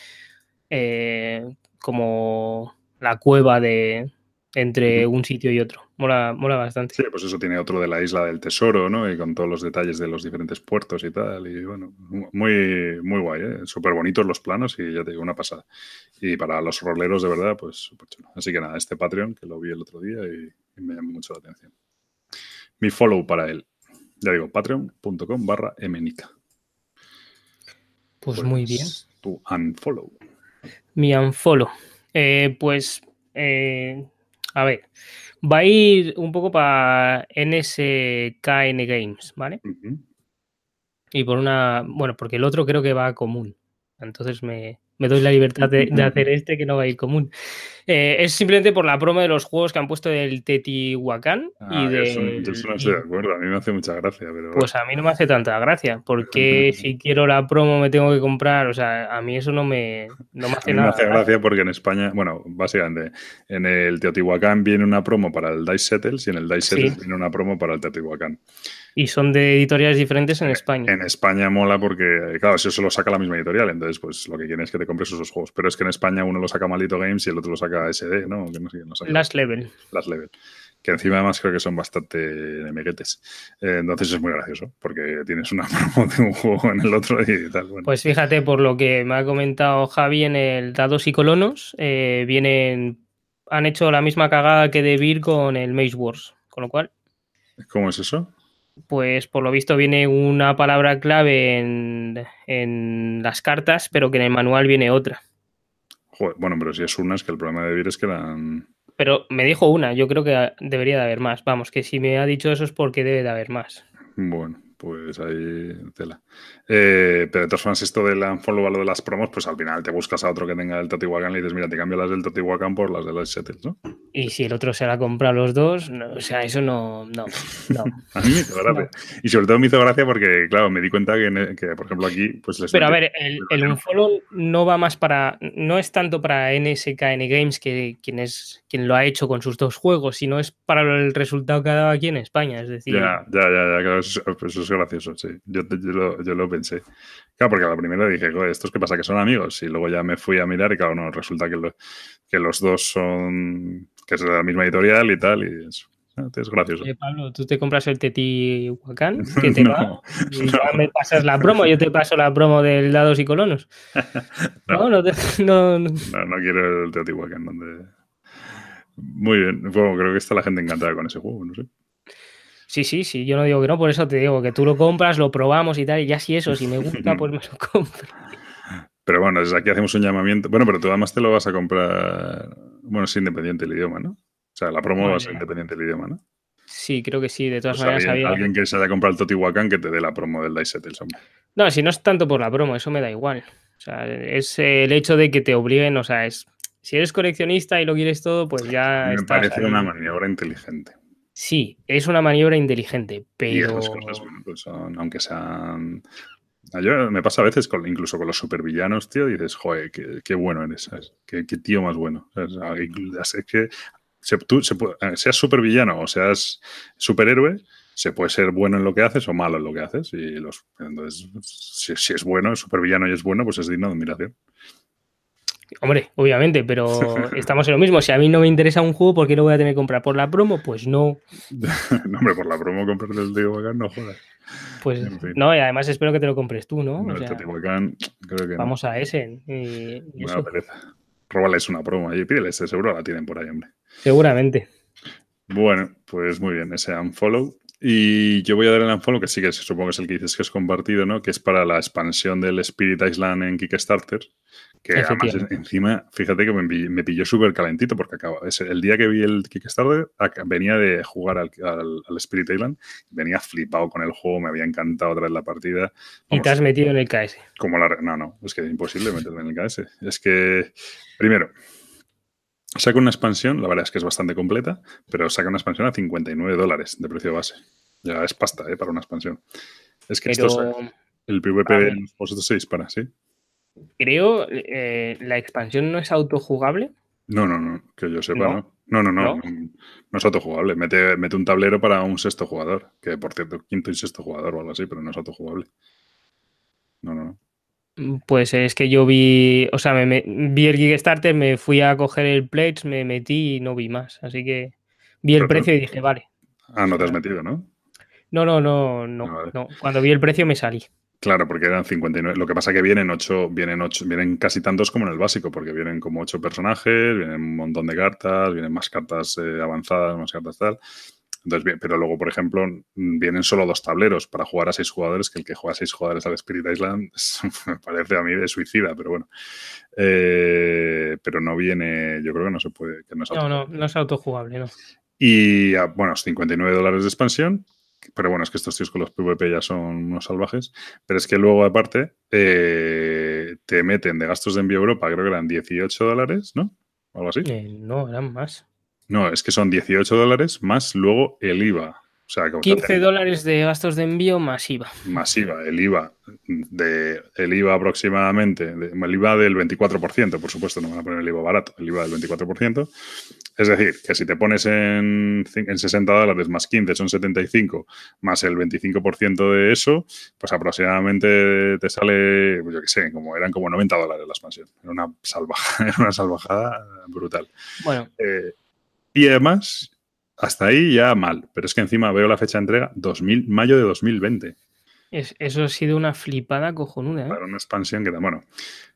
como la cueva entre un sitio y otro. Mola bastante. Sí, pues eso tiene otro de la isla del tesoro, ¿no? Y con todos los detalles de los diferentes puertos y tal. Y bueno, muy guay, ¿eh? Súper bonitos los planos y ya te digo, una pasada. Y para los roleros, de verdad, pues súper chulo. Así que nada, este Patreon, que lo vi el otro día y me llamó mucho la atención. Mi follow para él. Ya digo, patreon.com/mnica. Pues muy bien. Tu unfollow. Mi unfollow. A ver, va a ir un poco para NSKN Games, ¿vale? Y porque el otro creo que va a común. Entonces me doy la libertad de hacer que no va a ir común. Es simplemente por la promo de los juegos que han puesto del Teotihuacán y yo eso no estoy de acuerdo, a mí me hace mucha gracia. Pero pues a mí no me hace tanta gracia, porque si quiero la promo me tengo que comprar, o sea, a mí eso no me hace a mí nada. Me hace gracia porque en España, bueno, básicamente, en el Teotihuacán viene una promo para el Dice Settles y en el Dice Settles viene una promo para el Teotihuacán. Y son de editoriales diferentes en España. En España mola porque, claro, si eso lo saca la misma editorial, entonces pues lo que quieren es que te compres esos juegos. Pero es que en España uno lo saca Malito Games y el otro lo saca SD, ¿no? Que no sé quién lo saca. Last Level. Que encima además creo que son bastante meguetes. Entonces es muy gracioso porque tienes una promo de un juego en el otro y tal. Bueno. Pues fíjate, por lo que me ha comentado Javi en el Dados y Colonos, han hecho la misma cagada que de Beer con el Maze Wars, con lo cual... ¿Cómo es eso? Pues por lo visto viene una palabra clave en las cartas, pero que en el manual viene otra. Joder, bueno, pero si es una, es que el problema de Beer es que eran... Pero me dijo una, yo creo que debería de haber más. Vamos, que si me ha dicho eso es porque debe de haber más. Bueno, pues ahí tela. Pero de todas formas, esto del unfollow a lo de las promos, pues al final te buscas a otro que tenga el Teotihuacán y le dices, mira, te cambio las del Teotihuacán por las de los Settles, ¿no? Y si el otro se la compra a los dos, o sea, eso no. A mí me hizo gracia. No. Y sobre todo me hizo gracia porque, claro, me di cuenta que por ejemplo, aquí, pues les... Pero a ver, el unfollow no va más para... No es tanto para NSKN Games, que quien lo ha hecho con sus dos juegos, sino es para el resultado que ha dado aquí en España, es decir... Ya, claro, eso es gracioso, sí. Yo lo pensé. Claro, porque a la primera dije, ¿estos qué pasa? ¿Que son amigos? Y luego ya me fui a mirar y claro, no, resulta que los dos son... que es de la misma editorial y tal, y eso. Es gracioso. Pablo, tú te compras el Teotihuacán, que te va, y ya me pasas la promo, yo te paso la promo del Dados y Colonos. No quiero el Teotihuacán. Muy bien, bueno, creo que está la gente encantada con ese juego, no sé. Sí, yo no digo que no, por eso te digo que tú lo compras, lo probamos y tal, y ya si me gusta, pues me lo compro. Pero bueno, desde aquí hacemos un llamamiento. Bueno, pero tú además te lo vas a comprar. Bueno, es independiente el idioma, ¿no? O sea, la promo va a ser independiente el idioma, ¿no? Sí, creo que sí. De todas maneras, alguien que se haya comprado el Teotihuacán que te dé la promo del Dice Settles, hombre. No, si no es tanto por la promo, eso me da igual. O sea, es el hecho de que te obliguen, o sea, si eres coleccionista y lo quieres todo, pues ya me parece una maniobra inteligente. Sí, es una maniobra inteligente, pero... Y esas cosas, bueno, pues son, aunque sean... Me pasa a veces, incluso con los supervillanos, tío, dices, joder, qué bueno eres, ¿sabes? Qué tío más bueno. Es que seas supervillano o seas superhéroe, se puede ser bueno en lo que haces o malo en lo que haces. Y entonces, si es bueno, es supervillano y es bueno, pues es digno de admiración. Hombre, obviamente, pero estamos en lo mismo. Si a mí no me interesa un juego, ¿por qué lo voy a tener que comprar? ¿Por la promo? Pues no. No, hombre, por la promo comprarte el Teotihuacán, no jodas. Pues en fin. No, y además espero que te lo compres tú, ¿no? No, el Teotihuacán, creo que vamos no. a ese. Buena pereza. Róbales una promo ahí, pídeles, seguro la tienen por ahí, hombre. Seguramente. Bueno, pues muy bien, ese unfollow. Y yo voy a dar el unfollow, que sí que supongo que es el que dices que es compartido, ¿no? Que es para la expansión del Spirit Island en Kickstarter. Que además Efectivamente. encima, fíjate que me pilló súper calentito porque el día que vi el Kickstarter venía de jugar al Spirit Island, venía flipado con el juego, me había encantado otra vez la partida. Y te has Vamos, metido en el KS. no, es que es imposible meterme en el KS. Es que, primero, saca una expansión, la verdad es que es bastante completa, pero saca una expansión a $59 de precio base. Ya es pasta, para una expansión. Es que esto es Pero, el PvP a de ver, vosotros 6 para, ¿sí? creo la expansión no es autojugable, No, que yo sepa, ¿no? no. No ¿No? es autojugable. Mete un tablero para un sexto jugador, que por cierto, quinto y sexto jugador o algo así, pero no es autojugable. No. Pues es que yo vi, o sea, vi el Kickstarter, me fui a coger el Pledge, me metí y no vi más. Así que vi el Pero precio y dije, vale. no te has Ah, metido, ¿no? no. Vale. Cuando vi el precio me salí. Claro, porque eran 59. Lo que pasa que vienen casi tantos como en el básico, porque vienen como 8 personajes, vienen un montón de cartas, vienen más cartas avanzadas, más cartas tal. Entonces, bien, pero luego, por ejemplo, vienen solo 2 tableros para jugar a 6 jugadores, que el que juega a 6 jugadores al Spirit Island me parece a mí de suicida, pero bueno. Pero no viene, yo creo que no se puede, que no es No es autojugable, no. y bueno, $59 de expansión, pero bueno, es que estos tíos con los PvP ya son unos salvajes, pero es que luego aparte te meten de gastos de envío a Europa, creo que eran $18, ¿no? Algo así. No, eran más. No, es que son $18 más luego el IVA. O sea, que $15 de gastos de envío masiva. masiva, el IVA aproximadamente, el IVA del 24%, por supuesto, no van a poner el IVA barato, el IVA del 24%. Es decir, que si te pones en $60 más 15 son 75, más el 25% de eso, pues aproximadamente te sale, pues yo qué sé, eran como $90 la expansión. Era una salvajada brutal. Bueno. Y además, hasta ahí ya mal, pero es que encima veo la fecha de entrega mayo de 2020. Eso ha sido una flipada cojonuda, ¿eh? Para una expansión que, bueno,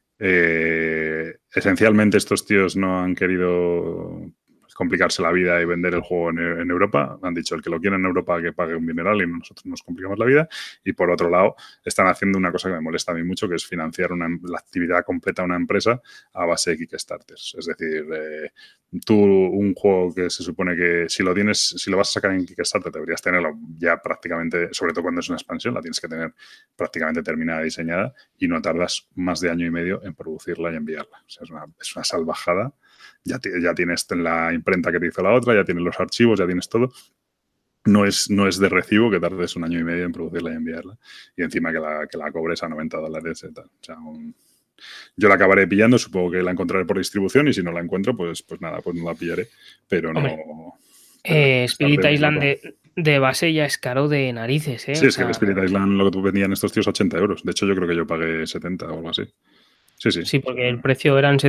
esencialmente estos tíos no han querido complicarse la vida y vender el juego en Europa. Han dicho, el que lo quiera en Europa que pague un mineral y nosotros nos complicamos la vida. Y por otro lado, están haciendo una cosa que me molesta a mí mucho, que es financiar la actividad completa de una empresa a base de Kickstarters. Es decir, tú un juego que se supone que si lo vas a sacar en Kickstarter deberías tenerlo ya prácticamente, sobre todo cuando es una expansión, la tienes que tener prácticamente terminada, diseñada, y no tardas más de año y medio en producirla y enviarla. O sea, es una salvajada. Ya tienes la imprenta que te hizo la otra, ya tienes los archivos, ya tienes todo. No es de recibo que tardes un año y medio en producirla y enviarla. Y encima que la cobres a $90 y tal. O sea, yo la acabaré pillando, supongo que la encontraré por distribución y si no la encuentro, pues nada, pues no la pillaré. Pero Hombre, no... Spirit Island de base ya es caro de narices, ¿eh? Sí, es que el Spirit Island lo que vendían estos tíos 80 euros. De hecho, yo creo que yo pagué 70 o algo así. Sí. Sí, porque el precio eran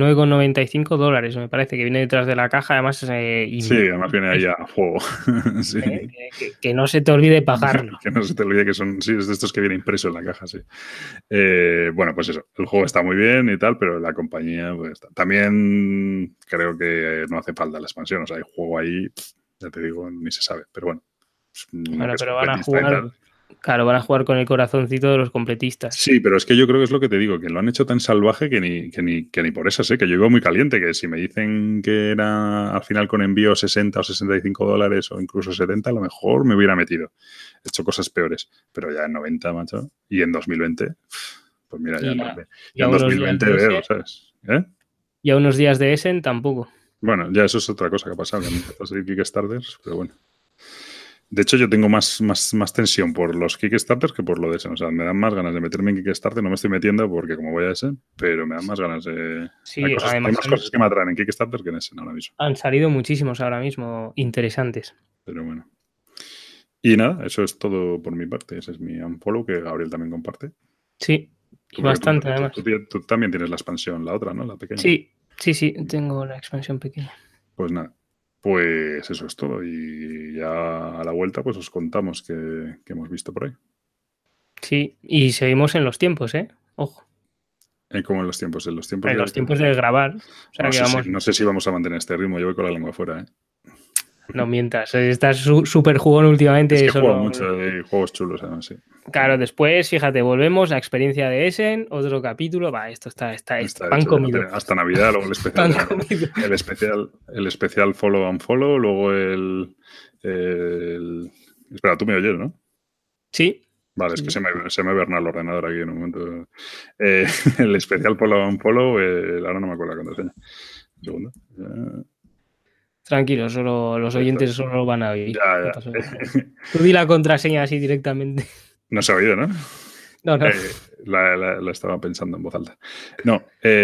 $79,95, me parece, que viene detrás de la caja, además. Sí, además viene ahí a juego. Sí. Que no se te olvide pagarlo. Que no se te olvide que es de estos que viene impreso en la caja, sí. Bueno, pues eso, el juego está muy bien y tal, pero la compañía, pues también creo que no hace falta la expansión. O sea, hay juego ahí, ya te digo, ni se sabe, pero bueno. Bueno, Es pero van a completista y jugar. tal. Claro, van a jugar con el corazoncito de los completistas. Sí, pero es que yo creo que es lo que te digo, que lo han hecho tan salvaje que ni por eso sé, que yo iba muy caliente, que si me dicen que era al final con envío 60 o $65 o incluso 70, a lo mejor me hubiera metido. He hecho cosas peores, pero ya en 90, macho, y en 2020, pues mira, ya en 2020 veo, ¿sabes? Y a unos días de Essen tampoco. Bueno, ya eso es otra cosa que ha pasado, que han empezado a salir Kickstarters, pero bueno. De hecho, yo tengo más tensión por los Kickstarters que por lo de ese. O sea, me dan más ganas de meterme en Kickstarter. No me estoy metiendo porque como voy a ese, pero me dan más ganas de... Sí, hay además más cosas que me atraen en Kickstarter que en ese ahora mismo. han salido muchísimos ahora mismo interesantes. Pero bueno. Y nada, eso es todo por mi parte. Ese es mi unfollow que Gabriel también comparte. Sí, y bastante además. Tú también tienes la expansión, la otra, ¿no? La pequeña. Sí, tengo la expansión pequeña. Pues nada, pues eso es todo. Y ya a la vuelta pues os contamos que hemos visto por ahí. Sí, y seguimos en los tiempos, ¿eh? Ojo. ¿Cómo en los tiempos? En los tiempos de grabar. O sea, no, que vamos... no sé si vamos a mantener este ritmo. Yo voy con la lengua afuera, ¿eh? No mientas, estás súper jugón últimamente. Es que eso juego no... mucho de juegos chulos, además, sí. Claro, después, fíjate, volvemos a experiencia de Essen, otro capítulo. Va, esto está pan Hecho, comido. hasta Navidad, luego el especial Follow and Follow, luego Espera, tú me oyes, ¿no? Sí. Vale, sí, es que se me verna el ordenador aquí en un momento. El especial Follow and Follow, ahora no me acuerdo la contraseña. Un segundo. Tranquilo, solo los oyentes solo lo van a oír. Ya. No pasa nada. Tú di la contraseña así directamente. No se ha oído, ¿no? No. La estaba pensando en voz alta. No,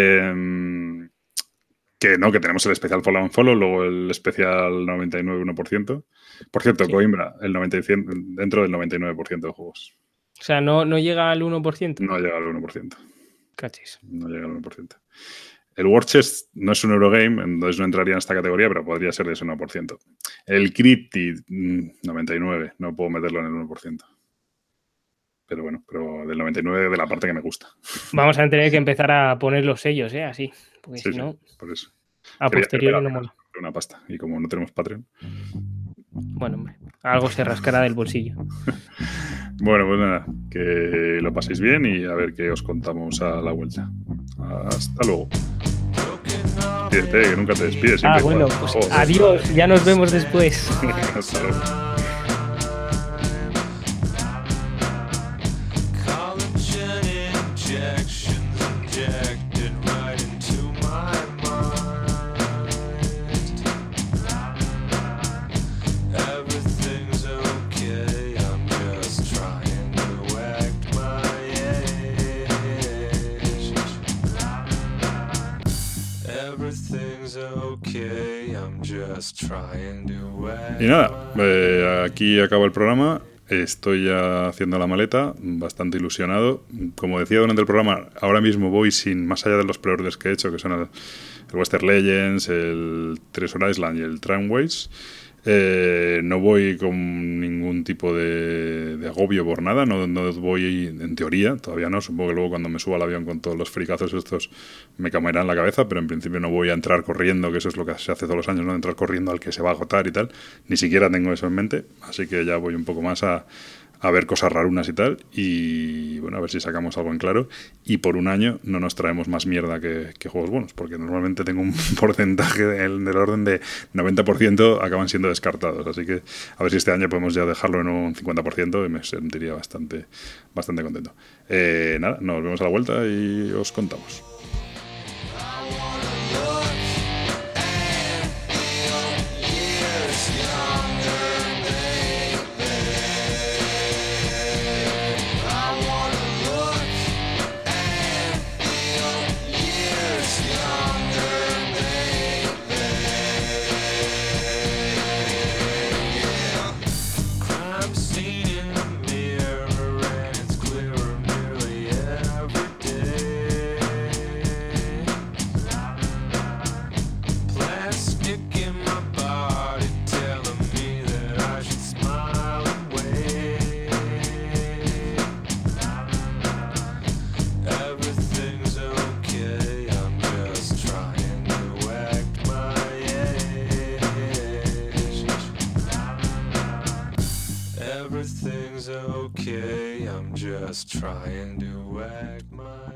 que tenemos el especial Follow and Follow, luego el especial 99 1%. Por cierto, sí. Coimbra, dentro del 99% de juegos. O sea, no llega al 1%. No llega al 1%. Cachis. No llega al 1%. El War Chest no es un Eurogame, entonces no entraría en esta categoría, pero podría ser de ese 1%. El Cryptid, 99, no puedo meterlo en el 1%. Pero bueno, del 99 de la parte que me gusta. Vamos a tener que empezar a poner los sellos, así. Porque sí, si no, por eso. a posteriori no mola. Una pasta. Y como no tenemos Patreon. Bueno, hombre, algo se rascará del bolsillo. Bueno, pues nada, que lo paséis bien y a ver qué os contamos a la vuelta. Hasta luego. Despídete, que nunca te despides. Bueno, pues adiós, ya nos vemos después. Hasta luego. Y nada, aquí acaba el programa. Estoy ya haciendo la maleta, bastante ilusionado. Como decía durante el programa, ahora mismo voy sin más allá de los pre-orders que he hecho, que son el Western Legends, el Treasure Island y el Tramways. No voy con ningún tipo de agobio por nada, no voy en teoría, todavía no, supongo que luego cuando me suba al avión con todos los fricazos estos me camerán la cabeza, pero en principio no voy a entrar corriendo, que eso es lo que se hace todos los años, no entrar corriendo al que se va a agotar y tal, ni siquiera tengo eso en mente, así que ya voy un poco más a ver cosas rarunas y tal, y bueno, a ver si sacamos algo en claro, y por un año no nos traemos más mierda que juegos buenos, porque normalmente tengo un porcentaje del orden de 90% acaban siendo descartados, así que a ver si este año podemos ya dejarlo en un 50% y me sentiría bastante contento. Nada, nos vemos a la vuelta y os contamos. Everything's okay, I'm just trying to act my